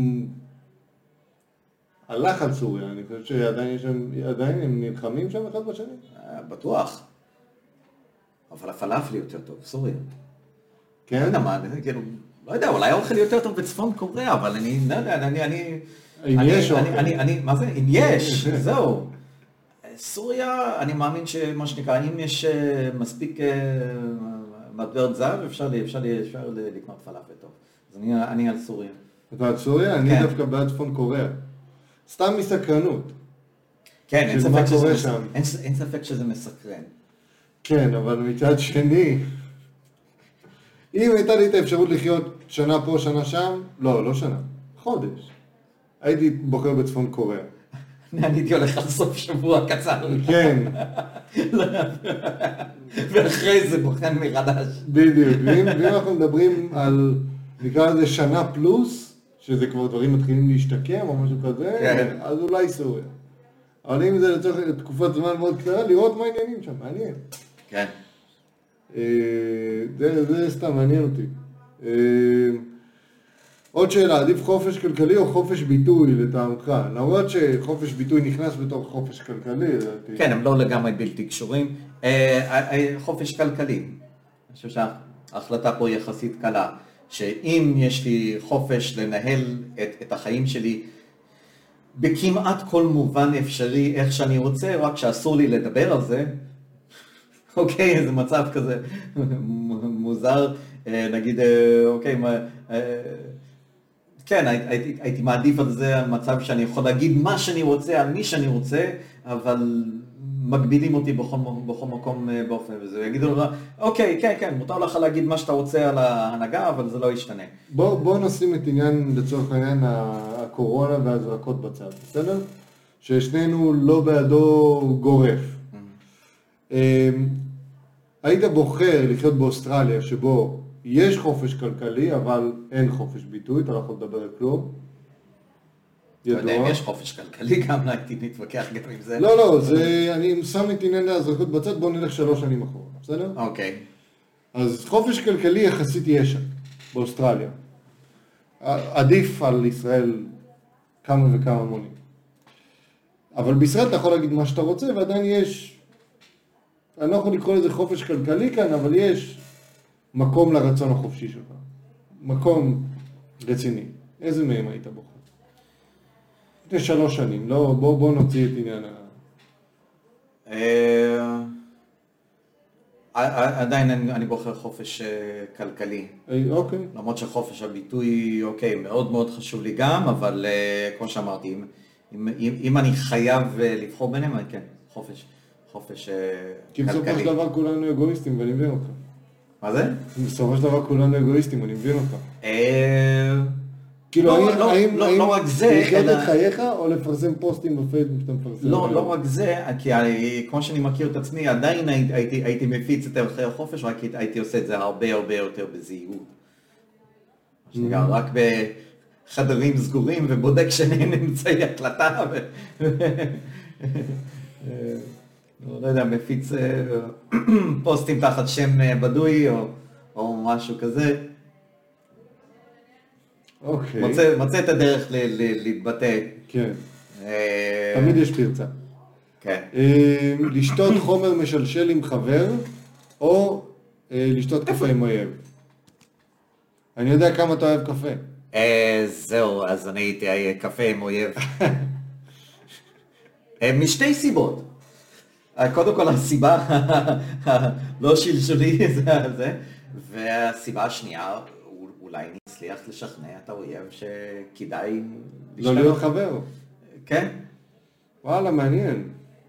הלך על סוריה, אני חושב שעדיין הם נלחמים שם אחד בשני. בטוח. אבל הפלאפל יותר טוב, סוריה. כן? לא יודע מה, כאילו, לא יודע, אולי האוכל יותר טוב בצפון קוריאה, אבל אני לא יודע, אם יש אוכל. מה זה? אם יש, זהו. סוריה, אני מאמין שמה שנקרא, אם יש מספיק מטבעות זהב, אפשר לקנות פלאפל טוב. אז אני על סוריה. אתה על סוריה? אני דווקא בעד צפון קוריאה. סתם מסקרנות. כן, אין ספק שזה מסקרן. כן, אבל מצד שני, אם הייתה לי את האפשרות לחיות שנה פה, שנה שם, לא שנה, חודש. הייתי בוחר בצפון קוריאה. אני הייתי הולך על סוף שבוע קצר. כן. ואחרי זה בוחן מחדש. בדיוק. ואם אנחנו מדברים על, נקרא לזה שנה פלוס, שזה כבר דברים מתחילים להשתקם או משהו כזה, כן. אז אולי סוריה. אבל אם זה לצורך תקופת זמן מאוד קצרה, לראות מה העניינים שם, מעניין. כן. זה סתם מעניין אותי. עוד שאלה, עדיף חופש כלכלי או חופש ביטוי לטעמך? למרות שחופש ביטוי נכנס בתור חופש כלכלי. כן, הם לא לגמרי בלתי קשורים. חופש כלכלי. אני חושב שההחלטה פה יחסית קלה, שאם יש לי חופש לנהל את החיים שלי בכמעט כל מובן אפשרי איך שאני רוצה, רק שאסור לי לדבר על זה, אוקיי, זה מצב כזה מוזר, נגיד, אוקיי, כן, הייתי מעדיף על זה, על מצב שאני יכול להגיד מה שאני רוצה, על מי שאני רוצה, אבל מגבילים אותי בכל מקום באופן, וזה יגידו לך, אוקיי, כן, מותר לך להגיד מה שאתה רוצה על ההנהגה, אבל זה לא ישתנה. בוא נשים את עניין, לצורך העניין, הקורונה והזרקות בצד, בסדר? ששנינו לא בעדו גורף. היית בוחר לחיות באוסטרליה, שבו יש חופש כלכלי, אבל אין חופש ביטוי, אתה לא יכול לדבר על כלום. לא יודע אם יש חופש כלכלי, גם הייתי מתווכח גם עם זה. לא, אני שם את עניין האזרחות בצד, בואו נלך 3 שנים אחורה, בסדר? אוקיי. אז חופש כלכלי יחסית יש שם, באוסטרליה. עדיף על ישראל כמה וכמה מונים. אבל בישראל אתה יכול להגיד מה שאתה רוצה, ועדיין יש, אני לא יכול לקרוא לזה חופש כלכלי כאן, אבל יש מקום לרצון החופשי שלך. מקום רציני. איזה מהם היית בוחר? לפני 3 שנים, לא, בוא נוציא את עניין עדיין אני בוחר חופש כלכלי. אוקיי. למרות שחופש הביטוי, אוקיי, מאוד מאוד חשוב לי גם, אבל כמו שאמרתי, אם אני חייב לבחור ביניהם, כן, חופש כלכלי. כי בסופו של דבר כולנו אגואיסטים, ואני מבין אותך. מה זה? בסופו של דבר כולנו אגואיסטים, אני מבין אותך. כאילו, לא רק זה, לחיות את חייך או לפרסם פוסטים בפייסבוק שאתה מפרסם? לא רק זה, כי כמו שאני מכיר את עצמי, עדיין הייתי מפיץ את ערכי החופש, רק הייתי עושה את זה הרבה יותר בזהירות. רק בחדרים סגורים ובודק שאין אמצעי הקלטה, לא יודע, מפיץ פוסטים תחת שם בדוי או משהו כזה. אוקיי. מוצא את הדרך להתבטא. כן. תמיד יש פרצה. כן. לשתות חומר משלשל עם חבר, או לשתות קפה עם אויב. אני יודע כמה אתה אוהב קפה. זהו, אז אני הייתי קפה עם אויב. משתי סיבות. קודם כל הסיבה לא שלשולי זה, והסיבה השנייה, אולי נצליח לשכנע את האויב שכדאי לא להיות חבר. כן. וואלה, מעניין.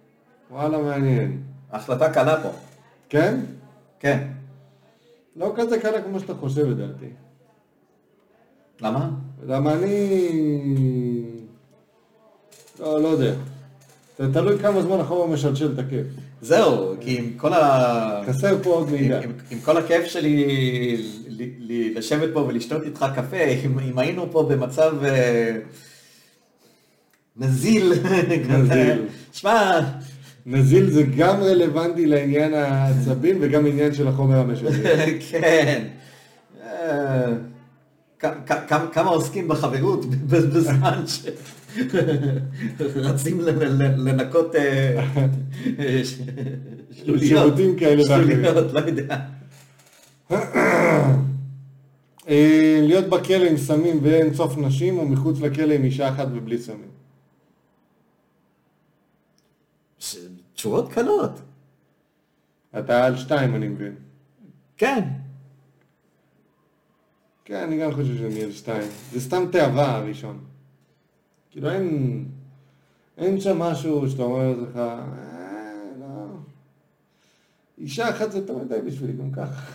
החלטה קלה פה. כן? כן. לא כזה קלה כמו שאתה חושב, לדעתי. למה? למה אני... לא יודע. תלוי כמה זמן החומר משלשל תקף. זהו, כי עם כל חסר פה עוד מידע. עם כל הכיף שלי לשבת פה ולשתות איתך קפה, אם היינו פה במצב נזיל. שמע... נזיל זה גם רלוונטי לעניין העצבים וגם עניין של החומר המשלשל. כן. כמה עוסקים בחברות בזמן שרצים לנקות שירותים כאלה ואחרים. לא יודע. להיות בכלא עם סמים ואין סוף נשים, או מחוץ לכלא עם אישה אחת ובלי סמים. תשובות קלות. אתה על 2, אני מבין. כן. כן, אני גם חושב שאני על 2. זה סתם תאווה הראשון. כאילו אין שם משהו שאתה אומר לך, לא. אישה אחת זה תמיד די בשבילי, גם ככה.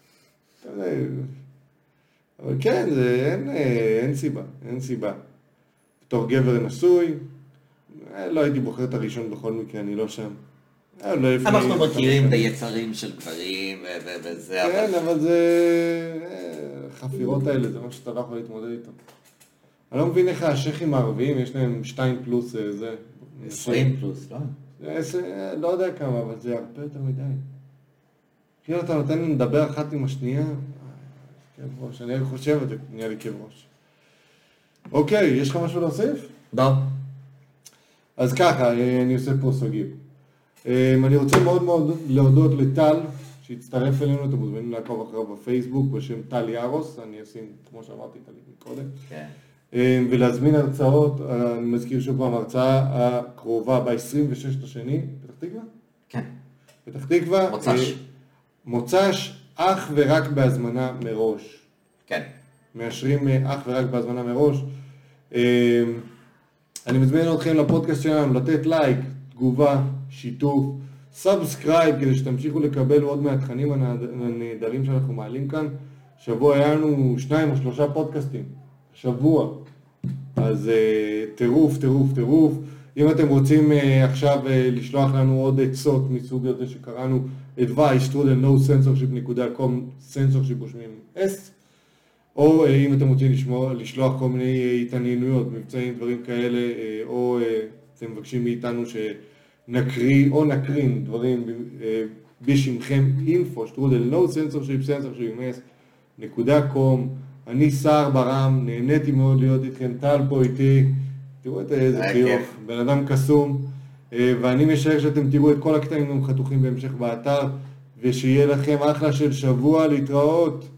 אבל כן, אין סיבה. בתור גבר נשוי, לא הייתי בוחר את הראשון בכל מקרה, אני לא שם. אנחנו מכירים את היצרים של גברים וזה, כן, אבל זה... החפירות האלה, זה מה שאתה לא יכול להתמודד איתו. אני לא מבין איך השייכים הערביים, יש להם 2 פלוס זה. 20 פלוס, לא? לא יודע כמה, אבל זה הרבה יותר מדי. כאילו אתה נותן לי לדבר אחת עם השנייה, כאב ראש, אני חושב את זה, נהיה לי כאב ראש. אוקיי, יש לך משהו להוסיף? לא. אז ככה, אני עושה פה סוגים. אני רוצה מאוד מאוד להודות לטל, שהצטרף אלינו, אתם מוזמנים לעקוב אחריו בפייסבוק, בשם טל יארוס, אני אשים, כמו שאמרתי, טלי מקודם. כן. ולהזמין הרצאות, אני מזכיר שוב פעם, הרצאה הקרובה ב-26 לשני, פתח תקווה? כן. פתח תקווה. מוצ"ש. מוצ"ש, אך ורק בהזמנה מראש. כן. מאשרים אך ורק בהזמנה מראש. אני מזמין אתכם לפודקאסט שלנו, לתת לייק, תגובה, שיתוף, סאבסקרייב, כדי שתמשיכו לקבל עוד מהתכנים הנהדרים שאנחנו מעלים כאן. שבוע היה לנו 2 או 3 פודקאסטים. שבוע. אז טירוף. אם אתם רוצים עכשיו לשלוח לנו עוד עצות מסוג הזה שקראנו advice to the nocensorship.com, censorship רושמים S, או אם אתם רוצים לשלוח כל מיני התעניינויות, מבצעים, דברים כאלה, או אתם מבקשים מאיתנו שנקריא או נקרין דברים בשמכם, info, שטרודל, nocensorship, censorship.com. אני סער ברם, נהניתי מאוד להיות איתכם, טל פה איתי, תראו את איזה חיוך, בן אדם קסום, ואני משער שאתם תראו את כל הקטעים החתוכים בהמשך באתר, ושיהיה לכם אחלה של שבוע, להתראות.